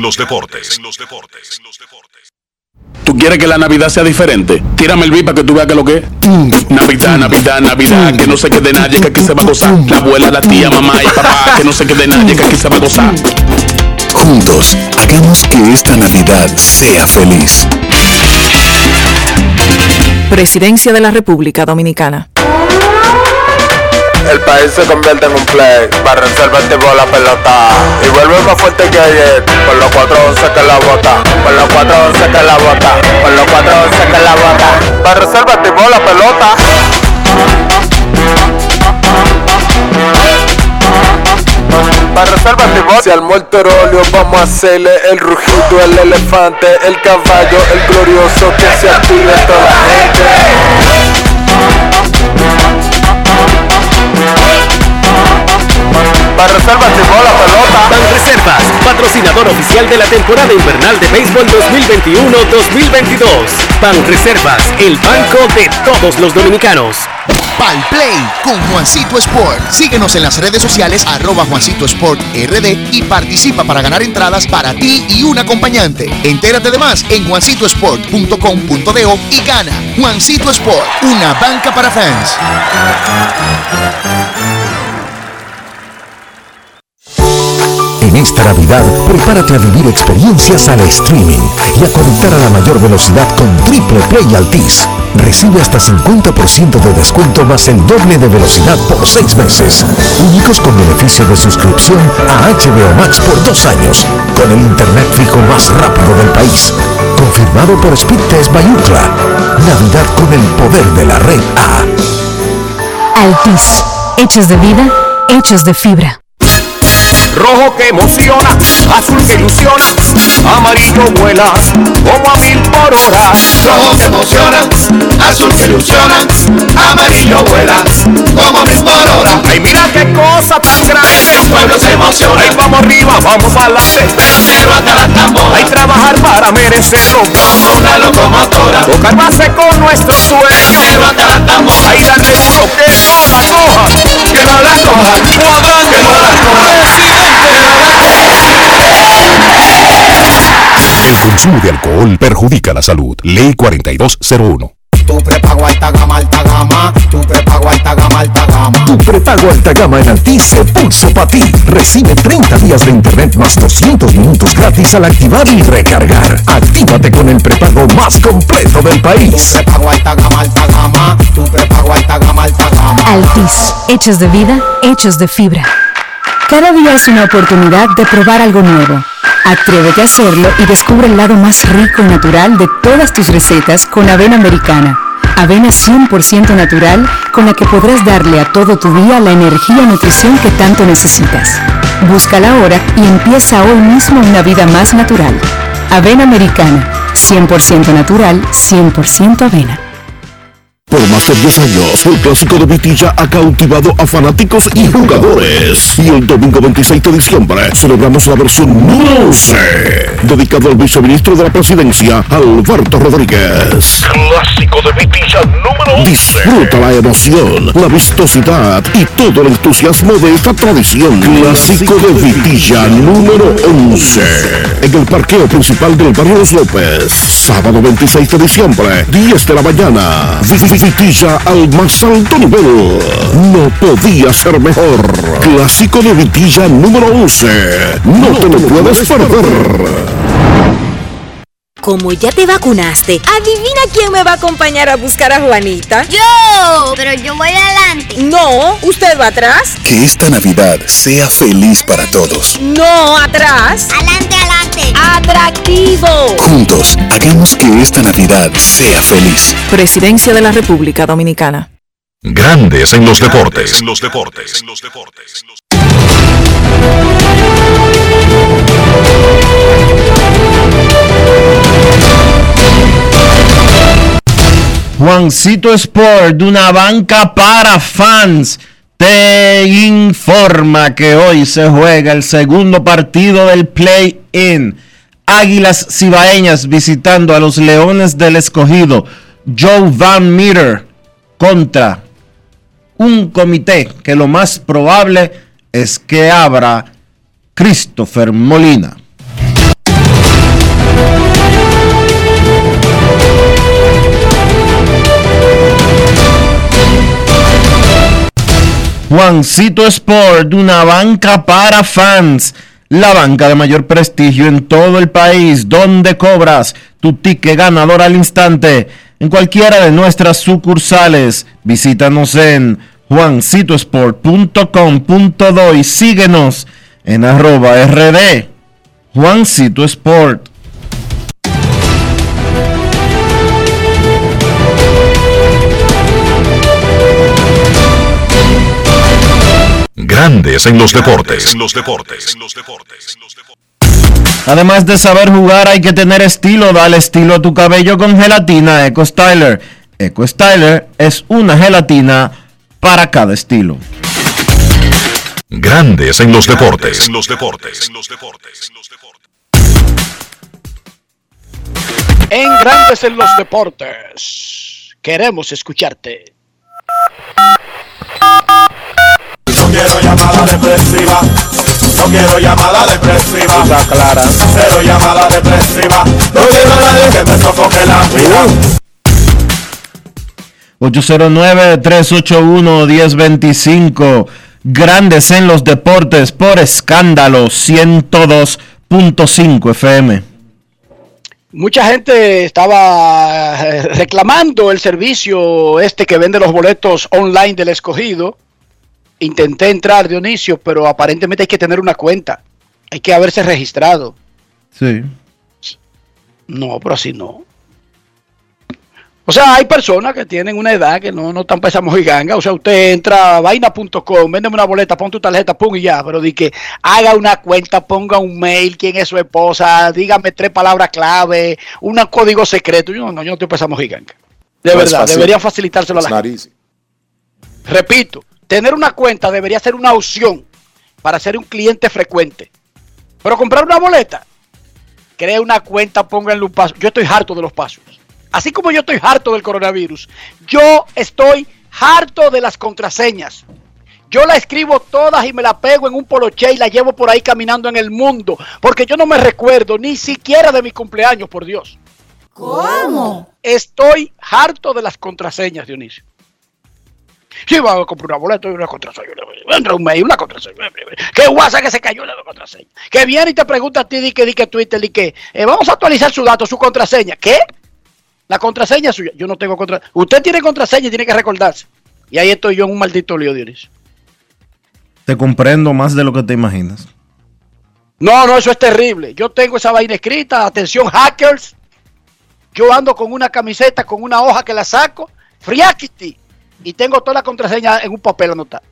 ¿Tú quieres que la Navidad sea diferente? Tírame el beat para que tú veas que lo que es. Navidad, Navidad, Navidad, que no se quede nadie, que aquí se va a gozar. La abuela, la tía, mamá y papá, que no se quede nadie, que aquí se va a gozar. Juntos, hagamos que esta Navidad sea feliz. Presidencia de la República Dominicana. El país se convierte en un play, Banreservas activó la pelota y vuelve más fuerte que ayer, por los 4-11 que la bota, por los 4-11 que la bota, por los 4-11 que la bota. Banreservas activó la pelota. Banreservas activó. Se armó el torolio, vamos a hacerle el rugido, el elefante, el caballo, el glorioso, que se active toda la gente. Banreservas activó la pelota. Banreservas, patrocinador oficial de la temporada invernal de béisbol 2021-2022. Banreservas, el banco de todos los dominicanos. Pal Play con Juancito Sport. Síguenos en las redes sociales @Juancito Sport RD y participa para ganar entradas para ti y un acompañante. Entérate de más en juancitosport.com.do y gana. Juancito Sport, una banca para fans. En esta Navidad, prepárate a vivir experiencias al streaming y a conectar a la mayor velocidad con Triple Play Altis. Recibe hasta 50% de descuento más el doble de velocidad por 6 meses. Únicos con beneficio de suscripción a HBO Max por 2 años, con el internet fijo más rápido del país. Confirmado por Speedtest by Ookla. Navidad con el poder de la red A. Altis, hechos de vida, hechos de fibra. Rojo que emociona, azul que ilusiona, amarillo vuela como a 1000 por hora. Rojo que emociona, azul que ilusiona, amarillo vuela como a 1000 por hora. Ay, mira qué cosa tan grande, el pueblo se emociona. Ay, vamos arriba, vamos adelante, pelotero hasta la tambora. Hay trabajar para merecerlo, como una locomotora. Tocar base con nuestro sueño, pelotero hasta la tambora. Ay, darle duro que no la coja, que no la coja, cuadrante, que no la coja. El consumo de alcohol perjudica la salud. Ley 4201. Tu prepago alta gama, tu prepago alta gama, alta gama. Tu prepago alta gama en Altis se puso para ti. Recibe 30 días de internet más 200 minutos gratis al activar y recargar. Actívate con el prepago más completo del país. Tu prepago alta gama, tu prepago alta gama, alta gama. Altis, hechos de vida, hechos de fibra. Cada día es una oportunidad de probar algo nuevo. Atrévete a hacerlo y descubre el lado más rico y natural de todas tus recetas con avena americana. Avena 100% natural con la que podrás darle a todo tu día la energía y nutrición que tanto necesitas. Búscala ahora y empieza hoy mismo una vida más natural. Avena americana, 100% natural, 100% avena. Por más de 10 años, el Clásico de Vitilla ha cautivado a fanáticos y jugadores. Y el domingo 26 de diciembre celebramos la versión número 11, dedicado al viceministro de la Presidencia, Alberto Rodríguez. Clásico de Vitilla número 11. Disfruta la emoción, la vistosidad y todo el entusiasmo de esta tradición. Clásico de Vitilla número 11. En el parqueo principal del barrio Los López. Sábado 26 de diciembre, 10 de la mañana. Vitilla al más alto nivel. No podía ser mejor. Clásico de Vitilla número 11. No te lo puedes perder. Como ya te vacunaste, adivina quién me va a acompañar a buscar a Juanita. ¡Yo! Pero yo voy adelante. No, ¿usted va atrás? Que esta Navidad sea feliz para todos. No, atrás. Adelante, adelante. Atractivo. Juntos, hagamos que esta Navidad sea feliz. Presidencia de la República Dominicana. Grandes en los deportes. Juancito Sport, de una banca para fans, te informa que hoy se juega el segundo partido del play-in. Águilas Cibaeñas visitando a los Leones del Escogido. Joe Van Meter contra un comité que lo más probable es que abra Christopher Molina. Juancito Sport, una banca para fans, la banca de mayor prestigio en todo el país, donde cobras tu ticket ganador al instante en cualquiera de nuestras sucursales. Visítanos en juancitosport.com.do y síguenos en @RD Juancito Sport. Grandes en los deportes. Además de saber jugar, hay que tener estilo. Dale estilo a tu cabello con gelatina Eco Styler. Eco Styler es una gelatina para cada estilo. Grandes en los deportes. En Grandes en los Deportes, queremos escucharte. No quiero llamada depresiva. No quiero llamada depresiva. Está clara. Cero llamada depresiva. No quiero a nadie que me sofoque la vida. 809-381-1025. Grandes en los Deportes por Escándalo 102.5 FM. Mucha gente estaba reclamando el servicio que vende los boletos online del Escogido. Intenté entrar, Dionisio, pero aparentemente hay que tener una cuenta. Hay que haberse registrado. Sí. No, pero así no. O sea, hay personas que tienen una edad que no están para esa mojiganga. O sea, usted entra a vaina.com, véndeme una boleta, pon tu tarjeta, pum y ya. Pero di que haga una cuenta, ponga un mail, quién es su esposa, dígame 3 palabras clave, un código secreto. Yo no estoy para esa mojiganga. De verdad, deberían facilitárselo a la gente. Repito, tener una cuenta debería ser una opción para ser un cliente frecuente. Pero comprar una boleta, cree una cuenta, pónganle un paso. Yo estoy harto de los pasos. Así como yo estoy harto del coronavirus, yo estoy harto de las contraseñas. Yo la escribo todas y me la pego en un poloché y la llevo por ahí caminando en el mundo, porque yo no me recuerdo ni siquiera de mi cumpleaños, por Dios. ¿Cómo? Estoy harto de las contraseñas, Dionisio. Si va a comprar una boleta y una contraseña, entra un mail, una contraseña, que WhatsApp que se cayó la contraseña, que viene y te pregunta a ti, di que Twitter, vamos a actualizar su dato, su contraseña. ¿Qué? La contraseña suya. Yo no tengo contraseña. Usted tiene contraseña y tiene que recordarse. Y ahí estoy yo en un maldito lío, Dionisio. Te comprendo más de lo que te imaginas. No, eso es terrible. Yo tengo esa vaina escrita. Atención, hackers. Yo ando con una camiseta, con una hoja que la saco. Friakity. Y tengo toda la contraseña en un papel anotada.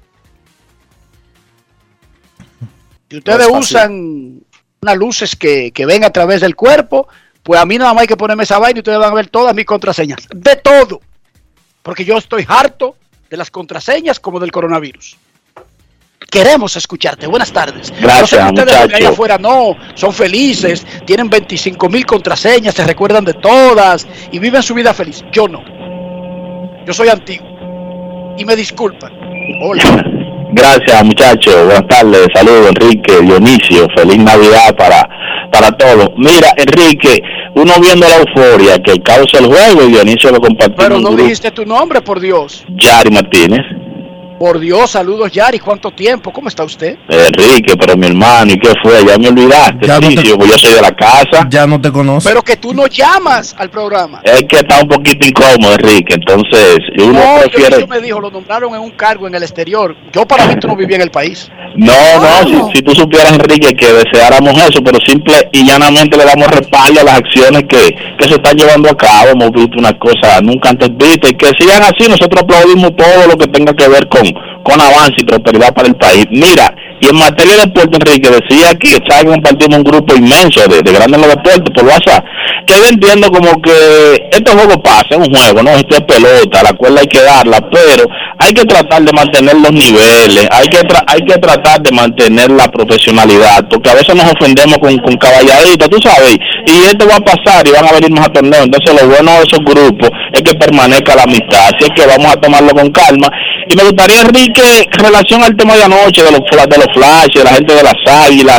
Si ustedes usan unas luces que ven a través del cuerpo, pues a mí nada más hay que ponerme esa vaina y ustedes van a ver todas mis contraseñas. De todo. Porque yo estoy harto de las contraseñas como del coronavirus. Queremos escucharte. Buenas tardes. Gracias, no sé ustedes muchacho. de ahí afuera no, son felices, tienen 25,000 contraseñas, se recuerdan de todas y viven su vida feliz. Yo no. Yo soy antiguo. Y me disculpan. Hola. Gracias, muchachos. Buenas tardes. Saludos, Enrique, Dionisio. Feliz Navidad para para todos. Mira, Enrique, uno viendo la euforia que causa el juego, y Dionisio lo compartió. Pero no dijiste tu nombre, por Dios. Yari Martínez. Por Dios, saludos, Yari. ¿Cuánto tiempo? ¿Cómo está usted? Enrique, pero mi hermano, ¿y qué fue? Ya me olvidaste. Ya sí, no te... yo soy de la casa. Ya no te conozco. Pero que tú no llamas al programa. Es que está un poquito incómodo, Enrique. Entonces, uno prefiere... me dijo, lo nombraron en un cargo en el exterior. Yo para mí tú no vivía en el país. No, si tú supieras, Enrique, que deseáramos eso, pero simple y llanamente le damos respaldo a las acciones que se están llevando a cabo. Hemos visto una cosa nunca antes vista, y que sigan así. Nosotros aplaudimos todo lo que tenga que ver con avance y prosperidad para el país. Mira, y en materia de deporte, Enrique, decía que compartimos un grupo inmenso de grandes en los deportes por WhatsApp, que yo entiendo como que este juego pasa, es un juego, ¿no? Esto es pelota, la cuerda hay que darla, pero hay que tratar de mantener los niveles, hay que tratar de mantener la profesionalidad, porque a veces nos ofendemos con caballadita, tú sabes, y esto va a pasar y van a venir más a torneos. Entonces lo bueno de esos grupos es que permanezca la amistad, así es que vamos a tomarlo con calma. Y me gustaría, Enrique, en relación al tema de anoche, de los flashes, de la gente de las Águilas,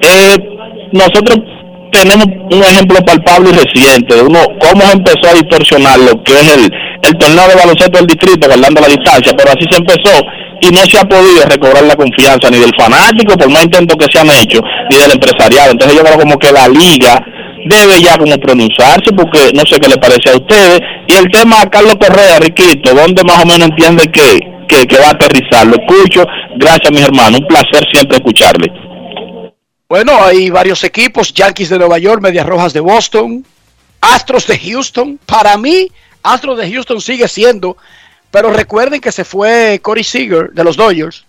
nosotros tenemos un ejemplo palpable y reciente de cómo empezó a distorsionar lo que es el torneo de baloncesto del distrito, guardando la distancia, pero así se empezó y no se ha podido recobrar la confianza ni del fanático, por más intentos que se han hecho, ni del empresariado. Entonces yo creo como que la liga debe ya como pronunciarse, porque no sé qué le parece a ustedes. Y el tema a Carlos Correa, Riquito, ¿dónde más o menos entiende que va a aterrizar? Lo escucho, gracias mis hermanos, un placer siempre escucharle. Bueno, hay varios equipos: Yankees de Nueva York, Medias Rojas de Boston, Astros de Houston. Para mí, Astros de Houston sigue siendo, pero recuerden que se fue Corey Seager de los Dodgers.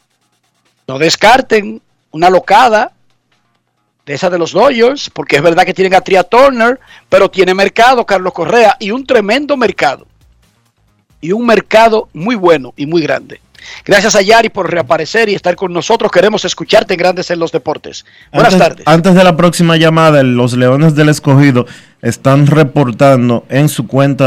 No descarten una locada de esa de los Dodgers, porque es verdad que tienen a Trea Turner, pero tiene mercado Carlos Correa, y un tremendo mercado. Y un mercado muy bueno y muy grande. Gracias a Yari por reaparecer y estar con nosotros. Queremos escucharte en Grandes en los Deportes. Buenas tardes. Antes de la próxima llamada, los Leones del Escogido están reportando en sus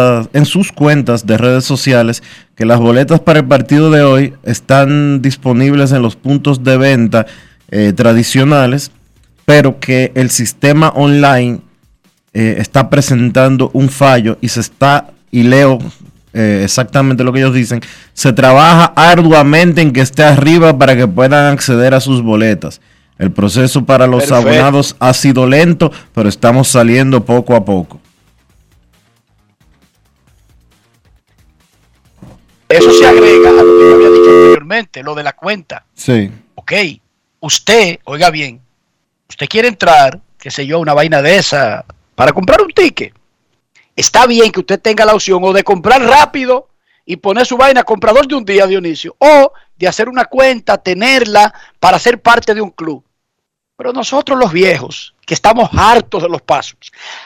cuentas de redes sociales que las boletas para el partido de hoy están disponibles en los puntos de venta tradicionales, pero que el sistema online está presentando un fallo y leo exactamente lo que ellos dicen: se trabaja arduamente en que esté arriba para que puedan acceder a sus boletas. El proceso para los abonados ha sido lento, pero estamos saliendo poco a poco. Eso se agrega a lo que yo había dicho anteriormente, lo de la cuenta. Sí. Ok, usted, oiga bien, usted quiere entrar, qué sé yo, una vaina de esa para comprar un ticket. Está bien que usted tenga la opción o de comprar rápido y poner su vaina comprador de un día, Dionisio, o de hacer una cuenta, tenerla para ser parte de un club. Pero nosotros los viejos, que estamos hartos de los pasos,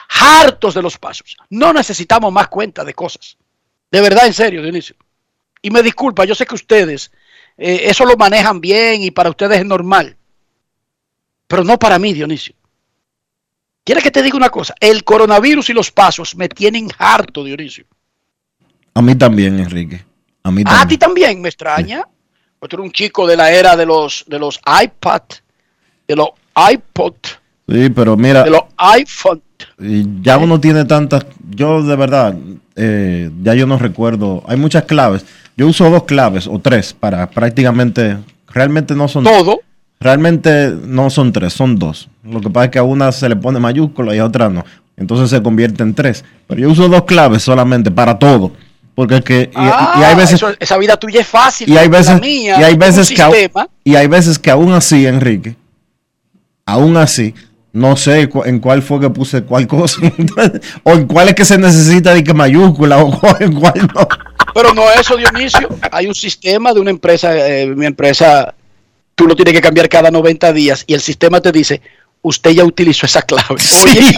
no necesitamos más cuenta de cosas. De verdad, en serio, Dionisio. Y me disculpa, yo sé que ustedes eso lo manejan bien y para ustedes es normal, pero no para mí, Dionisio. ¿Quieres que te diga una cosa? El coronavirus y los pasos me tienen harto, Dionisio. A mí también, Enrique. A ti también, me extraña. Sí. Pues tú eres un chico de la era de los iPad, de los iPod. Sí, pero mira. De los iPhone. Ya uno tiene tantas. Yo de verdad, ya yo no recuerdo. Hay muchas claves. Yo uso 2 claves o 3 para prácticamente. Realmente no son. Todo. Realmente no son 3, son 2. Lo que pasa es que a una se le pone mayúscula y a otra no. Entonces se convierte en 3. Pero yo uso 2 claves solamente para todo. Porque es que y hay veces esa vida tuya es fácil. Y hay veces, la mía, y hay veces que aún así, Enrique, aún así, no sé en cuál fue que puse cuál cosa. O en cuál es que se necesita de que mayúscula o en cuál no. Pero no eso, Dionisio. Hay un sistema de una empresa, mi empresa. Tú lo tienes que cambiar cada 90 días y el sistema te dice, usted ya utilizó esa clave. Sí. Oye,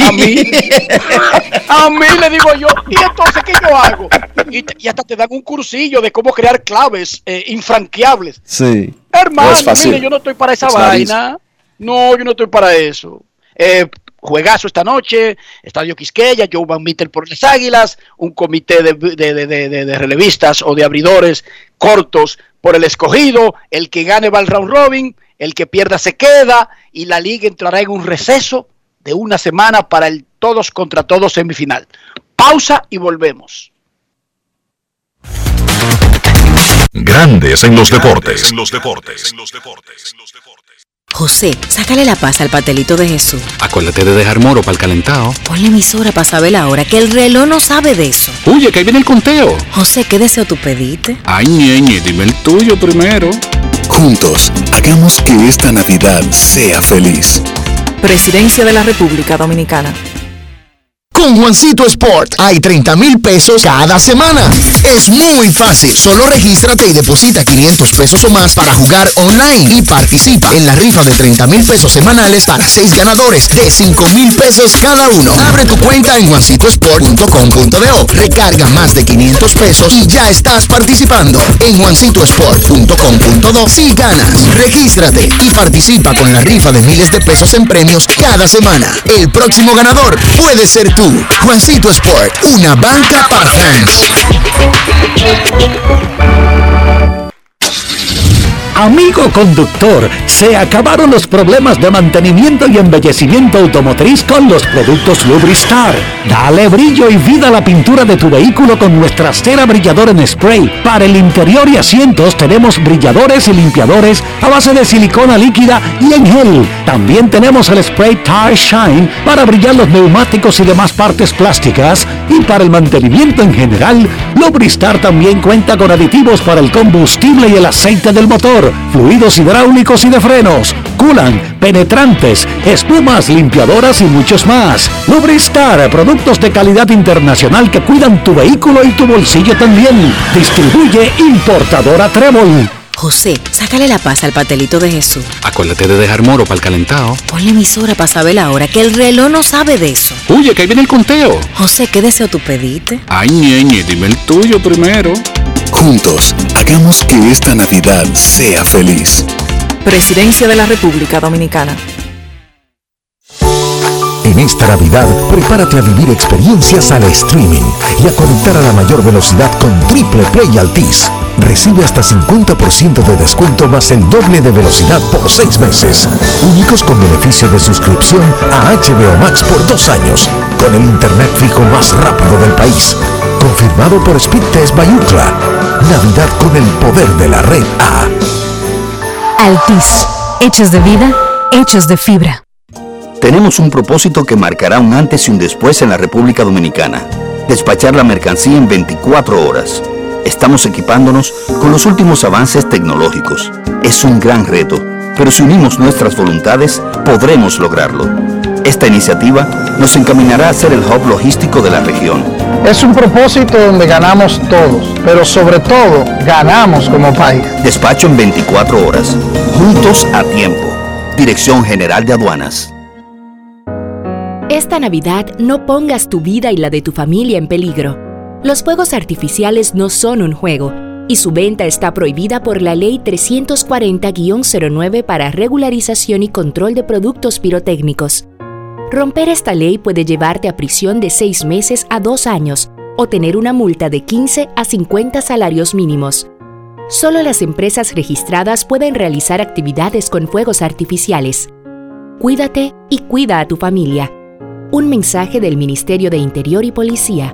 a mí le digo yo, ¿y entonces qué yo hago? Y hasta te dan un cursillo de cómo crear claves infranqueables. Sí. Hermano, mire, yo no estoy para esa vaina. No, yo no estoy para eso. Juegazo esta noche, Estadio Quisqueya, Joe Van Meter por las Águilas, un comité de relevistas o de abridores cortos por el Escogido. El que gane va al round robin, el que pierda se queda y la liga entrará en un receso de una semana para el todos contra todos semifinal. Pausa y volvemos. Grandes en los deportes. José, sácale la paz al pastelito de Jesús. Acuérdate de dejar moro para el calentado. Ponle emisora para saber la hora, que el reloj no sabe de eso. Oye, que ahí viene el conteo. José, ¿qué deseo tú pediste? Ay, ñeñe, dime el tuyo primero. Juntos, hagamos que esta Navidad sea feliz. Presidencia de la República Dominicana. Con Juancito Sport hay 30,000 pesos cada semana. Es muy fácil. Solo regístrate y deposita 500 pesos o más para jugar online y participa en la rifa de 30,000 pesos semanales para 6 ganadores de 5,000 pesos cada uno. Abre tu cuenta en juancitosport.com.do. Recarga más de 500 pesos y ya estás participando. En juancitosport.com.do. Si ganas, regístrate y participa con la rifa de miles de pesos en premios cada semana. El próximo ganador puede ser tú. Juancito Sport, una banca para fans. Amigo conductor, se acabaron los problemas de mantenimiento y embellecimiento automotriz con los productos Lubristar. Dale brillo y vida a la pintura de tu vehículo con nuestra cera brilladora en spray. Para el interior y asientos tenemos brilladores y limpiadores a base de silicona líquida y en gel. También tenemos el spray Tire Shine para brillar los neumáticos y demás partes plásticas. Y para el mantenimiento en general, Lubristar también cuenta con aditivos para el combustible y el aceite del motor, fluidos hidráulicos y de frenos, culan, penetrantes, espumas, limpiadoras y muchos más. Lubristar, productos de calidad internacional que cuidan tu vehículo y tu bolsillo también. Distribuye importadora Trébol. José, sácale la paz al pastelito de Jesús. Acuérdate de dejar moro para el calentado. Ponle emisora para saber la hora, que el reloj no sabe de eso. Oye, que ahí viene el conteo. José, ¿qué deseo tú pediste? Ay, ñeñe, dime el tuyo primero. Juntos, hagamos que esta Navidad sea feliz. Presidencia de la República Dominicana. En esta Navidad, prepárate a vivir experiencias al streaming y a conectar a la mayor velocidad con Triple Play Altis. Recibe hasta 50% de descuento más el doble de velocidad por 6 meses. Únicos con beneficio de suscripción a HBO Max por 2 años, con el internet fijo más rápido del país. Confirmado por Speedtest by Ookla. Navidad con el poder de la red A. Altis. Hechos de vida, hechos de fibra. Tenemos un propósito que marcará un antes y un después en la República Dominicana. Despachar la mercancía en 24 horas. Estamos equipándonos con los últimos avances tecnológicos. Es un gran reto, pero si unimos nuestras voluntades, podremos lograrlo. Esta iniciativa nos encaminará a ser el hub logístico de la región. Es un propósito donde ganamos todos, pero sobre todo, ganamos como país. Despacho en 24 horas. Juntos a tiempo. Dirección General de Aduanas. Esta Navidad no pongas tu vida y la de tu familia en peligro. Los fuegos artificiales no son un juego y su venta está prohibida por la Ley 340-09 para regularización y control de productos pirotécnicos. Romper esta ley puede llevarte a prisión de 6 meses a 2 años o tener una multa de 15 a 50 salarios mínimos. Solo las empresas registradas pueden realizar actividades con fuegos artificiales. Cuídate y cuida a tu familia. Un mensaje del Ministerio de Interior y Policía.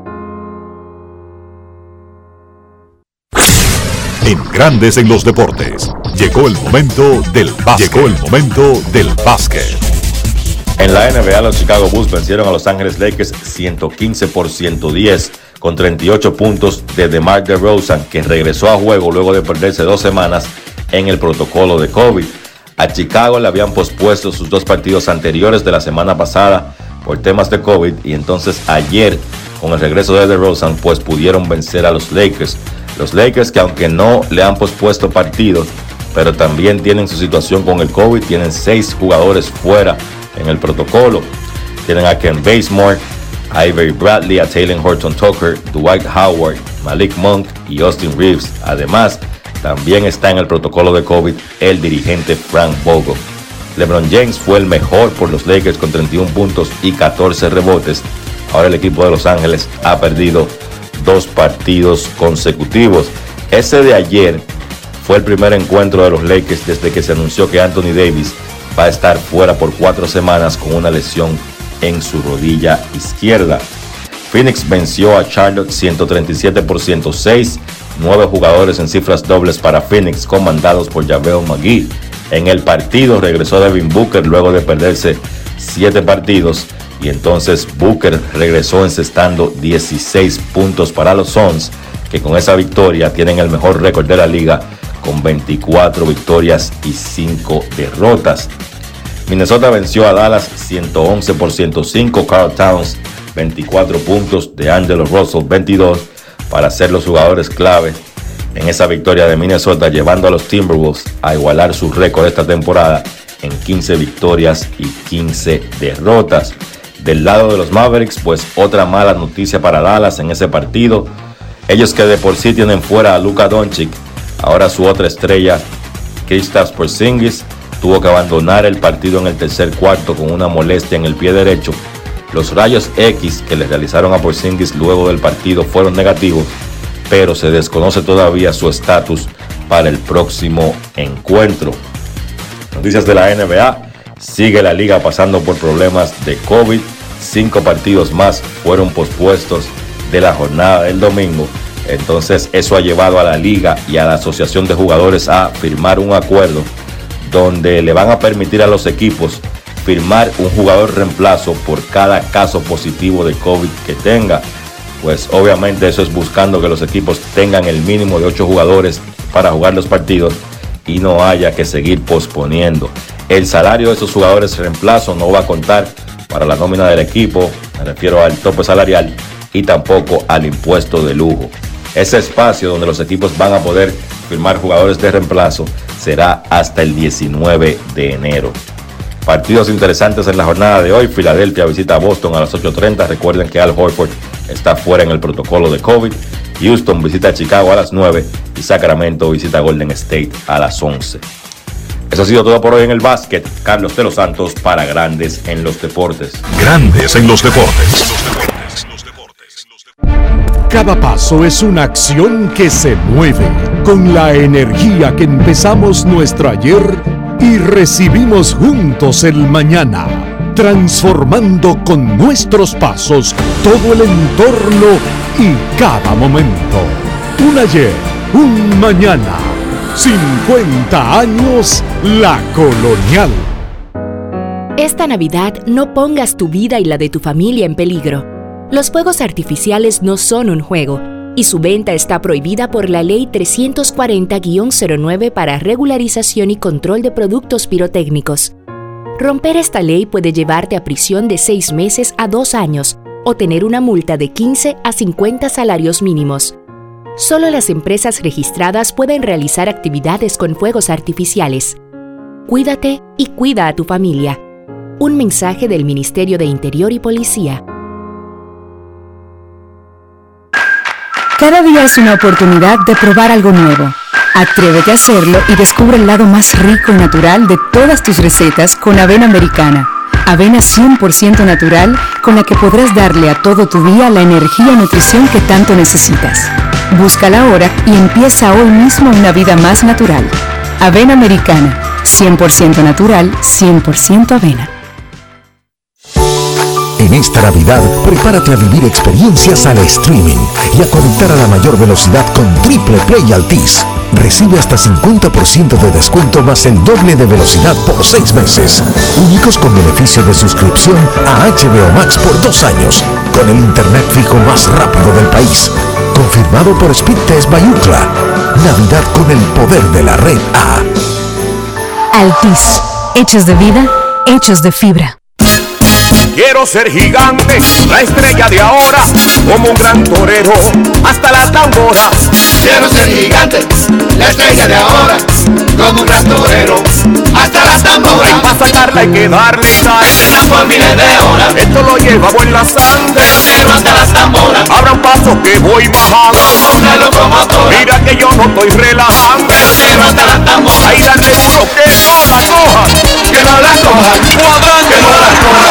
En Grandes en los Deportes, llegó el momento del básquet. En la NBA, los Chicago Bulls vencieron a Los Ángeles Lakers 115-110 con 38 puntos de DeMar DeRozan, que regresó a juego luego de perderse 2 semanas en el protocolo de COVID. A Chicago le habían pospuesto sus 2 partidos anteriores de la semana pasada por temas de COVID, y entonces ayer, con el regreso de DeRozan, pues pudieron vencer a los Lakers. Los Lakers, que aunque no le han pospuesto partidos, pero también tienen su situación con el COVID, tienen 6 jugadores fuera en el protocolo. Tienen a Ken Bazemore, a Avery Bradley, a Taylor Horton Tucker, Dwight Howard, Malik Monk y Austin Reeves. Además, también está en el protocolo de COVID el dirigente Frank Vogel. LeBron James fue el mejor por los Lakers con 31 puntos y 14 rebotes. Ahora el equipo de Los Ángeles ha perdido 2 partidos consecutivos. Ese de ayer fue el primer encuentro de los Lakers desde que se anunció que Anthony Davis va a estar fuera por 4 semanas con una lesión en su rodilla izquierda. Phoenix venció a Charlotte 137 por 106. 9 jugadores en cifras dobles para Phoenix, comandados por JaVale McGee. En el partido regresó Devin Booker luego de perderse 7 partidos. Y entonces Booker regresó encestando 16 puntos para los Suns, que con esa victoria tienen el mejor récord de la liga, con 24 victorias y 5 derrotas. Minnesota venció a Dallas 111 por 105. Karl Towns 24 puntos, DeAngelo Russell 22 para ser los jugadores clave en esa victoria de Minnesota, llevando a los Timberwolves a igualar su récord esta temporada en 15 victorias y 15 derrotas. Del lado de los Mavericks, pues otra mala noticia para Dallas en ese partido. Ellos que de por sí tienen fuera a Luka Doncic, ahora su otra estrella, Kristaps Porzingis, tuvo que abandonar el partido en el tercer cuarto con una molestia en el pie derecho. Los rayos X que le realizaron a Porzingis luego del partido fueron negativos, pero se desconoce todavía su estatus para el próximo encuentro. Noticias de la NBA. Sigue la liga pasando por problemas de COVID. 5 partidos más fueron pospuestos de la jornada del domingo. Entonces eso ha llevado a la liga y a la asociación de jugadores a firmar un acuerdo donde le van a permitir a los equipos firmar un jugador reemplazo por cada caso positivo de COVID que tenga. Pues obviamente eso es buscando que los equipos tengan el mínimo de 8 jugadores para jugar los partidos y no haya que seguir posponiendo. El salario de esos jugadores reemplazo no va a contar para la nómina del equipo, me refiero al tope salarial, y tampoco al impuesto de lujo. Ese espacio donde los equipos van a poder firmar jugadores de reemplazo será hasta el 19 de enero. Partidos interesantes en la jornada de hoy. Filadelfia visita a Boston a las 8:30. Recuerden que Al Horford está fuera en el protocolo de COVID. Houston visita a Chicago a las 9 y Sacramento visita a Golden State a las 11. Eso ha sido todo por hoy en el básquet. Carlos de los Santos para Grandes en los Deportes. Grandes en los Deportes. Cada paso es una acción que se mueve con la energía que empezamos nuestro ayer y recibimos juntos el mañana, transformando con nuestros pasos todo el entorno y cada momento. Un ayer, un mañana, 50 años La Colonial. Esta Navidad no pongas tu vida y la de tu familia en peligro. Los fuegos artificiales no son un juego y su venta está prohibida por la Ley 340-09 para regularización y control de productos pirotécnicos. Romper esta ley puede llevarte a prisión de 6 meses a 2 años o tener una multa de 15 a 50 salarios mínimos. Solo las empresas registradas pueden realizar actividades con fuegos artificiales. Cuídate y cuida a tu familia. Un mensaje del Ministerio de Interior y Policía. Cada día es una oportunidad de probar algo nuevo. Atrévete a hacerlo y descubre el lado más rico y natural de todas tus recetas con avena americana. Avena 100% natural con la que podrás darle a todo tu día la energía y nutrición que tanto necesitas. Búscala ahora y empieza hoy mismo una vida más natural. Avena americana, 100% natural, 100% avena. En esta Navidad, prepárate a vivir experiencias al streaming y a conectar a la mayor velocidad con Triple Play Altis. Recibe hasta 50% de descuento más el doble de velocidad por 6 meses. Únicos con beneficio de suscripción a HBO Max por 2 años, con el internet fijo más rápido del país. Confirmado por Speedtest by Ookla. Navidad con el poder de la red A. Altis. Hechos de vida, hechos de fibra. Quiero ser gigante, la estrella de ahora, como un gran torero, hasta la tambora. Quiero ser gigante, la estrella de ahora, como un gran torero, hasta la tambora. Y para sacarla hay que darle por miles de horas. Esto lo llevamos en la sangre, pero hasta las tamboras. Habrá un paso que voy bajando, como una locomotora. Mira que yo no estoy relajando, pero hasta las tamboras. Ahí dale duro que no la coja, que no la coja, cuadrante, que no la coja.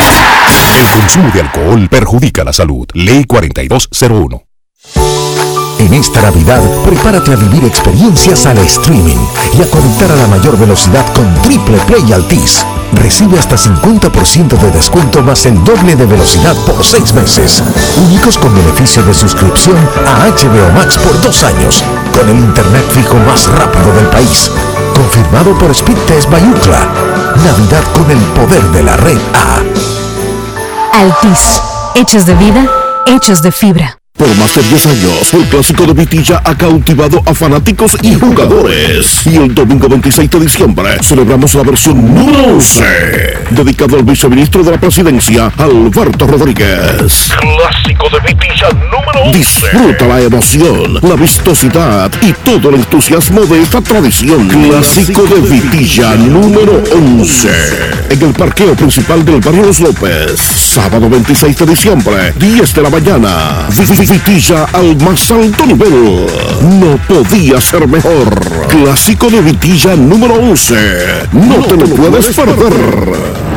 El consumo de alcohol perjudica la salud. Ley 4201. En esta Navidad, prepárate a vivir experiencias al streaming y a conectar a la mayor velocidad con Triple Play Altis. Recibe hasta 50% de descuento más el doble de velocidad por 6 meses. Únicos con beneficio de suscripción a HBO Max por 2 años, con el internet fijo más rápido del país. Confirmado por Speedtest by Ookla. Navidad con el poder de la red A. Altis. Hechos de vida, hechos de fibra. Por más de 10 años, el Clásico de Vitilla ha cautivado a fanáticos y jugadores. Y el domingo 26 de diciembre celebramos la versión número 11, dedicado al viceministro de la presidencia, Alberto Rodríguez. Clásico de Vitilla número 11. Disfruta la emoción, la vistosidad y todo el entusiasmo de esta tradición. Clásico de Vitilla número 11. En el parqueo principal del barrio Los López. Sábado 26 de diciembre, 10 de la mañana. Vitilla al más alto nivel. No podía ser mejor. Clásico de Vitilla número 11. No te lo puedes perder.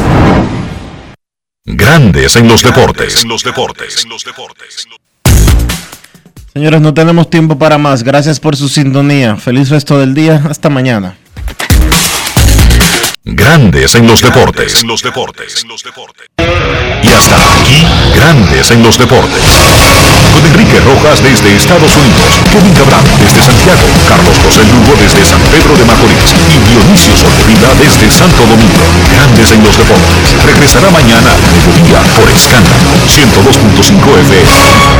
Grandes en los deportes. Señores, no tenemos tiempo para más. Gracias por su sintonía. Feliz resto del día. Hasta mañana. Grandes en los deportes. Y hasta aquí, Grandes en los deportes. Con Enrique Rojas desde Estados Unidos, Kevin Cabral desde Santiago, Carlos José Lugo desde San Pedro de Macorís y Dionisio Solterida desde Santo Domingo. Grandes en los deportes. Regresará mañana a mediodía por Escándalo 102.5 FM.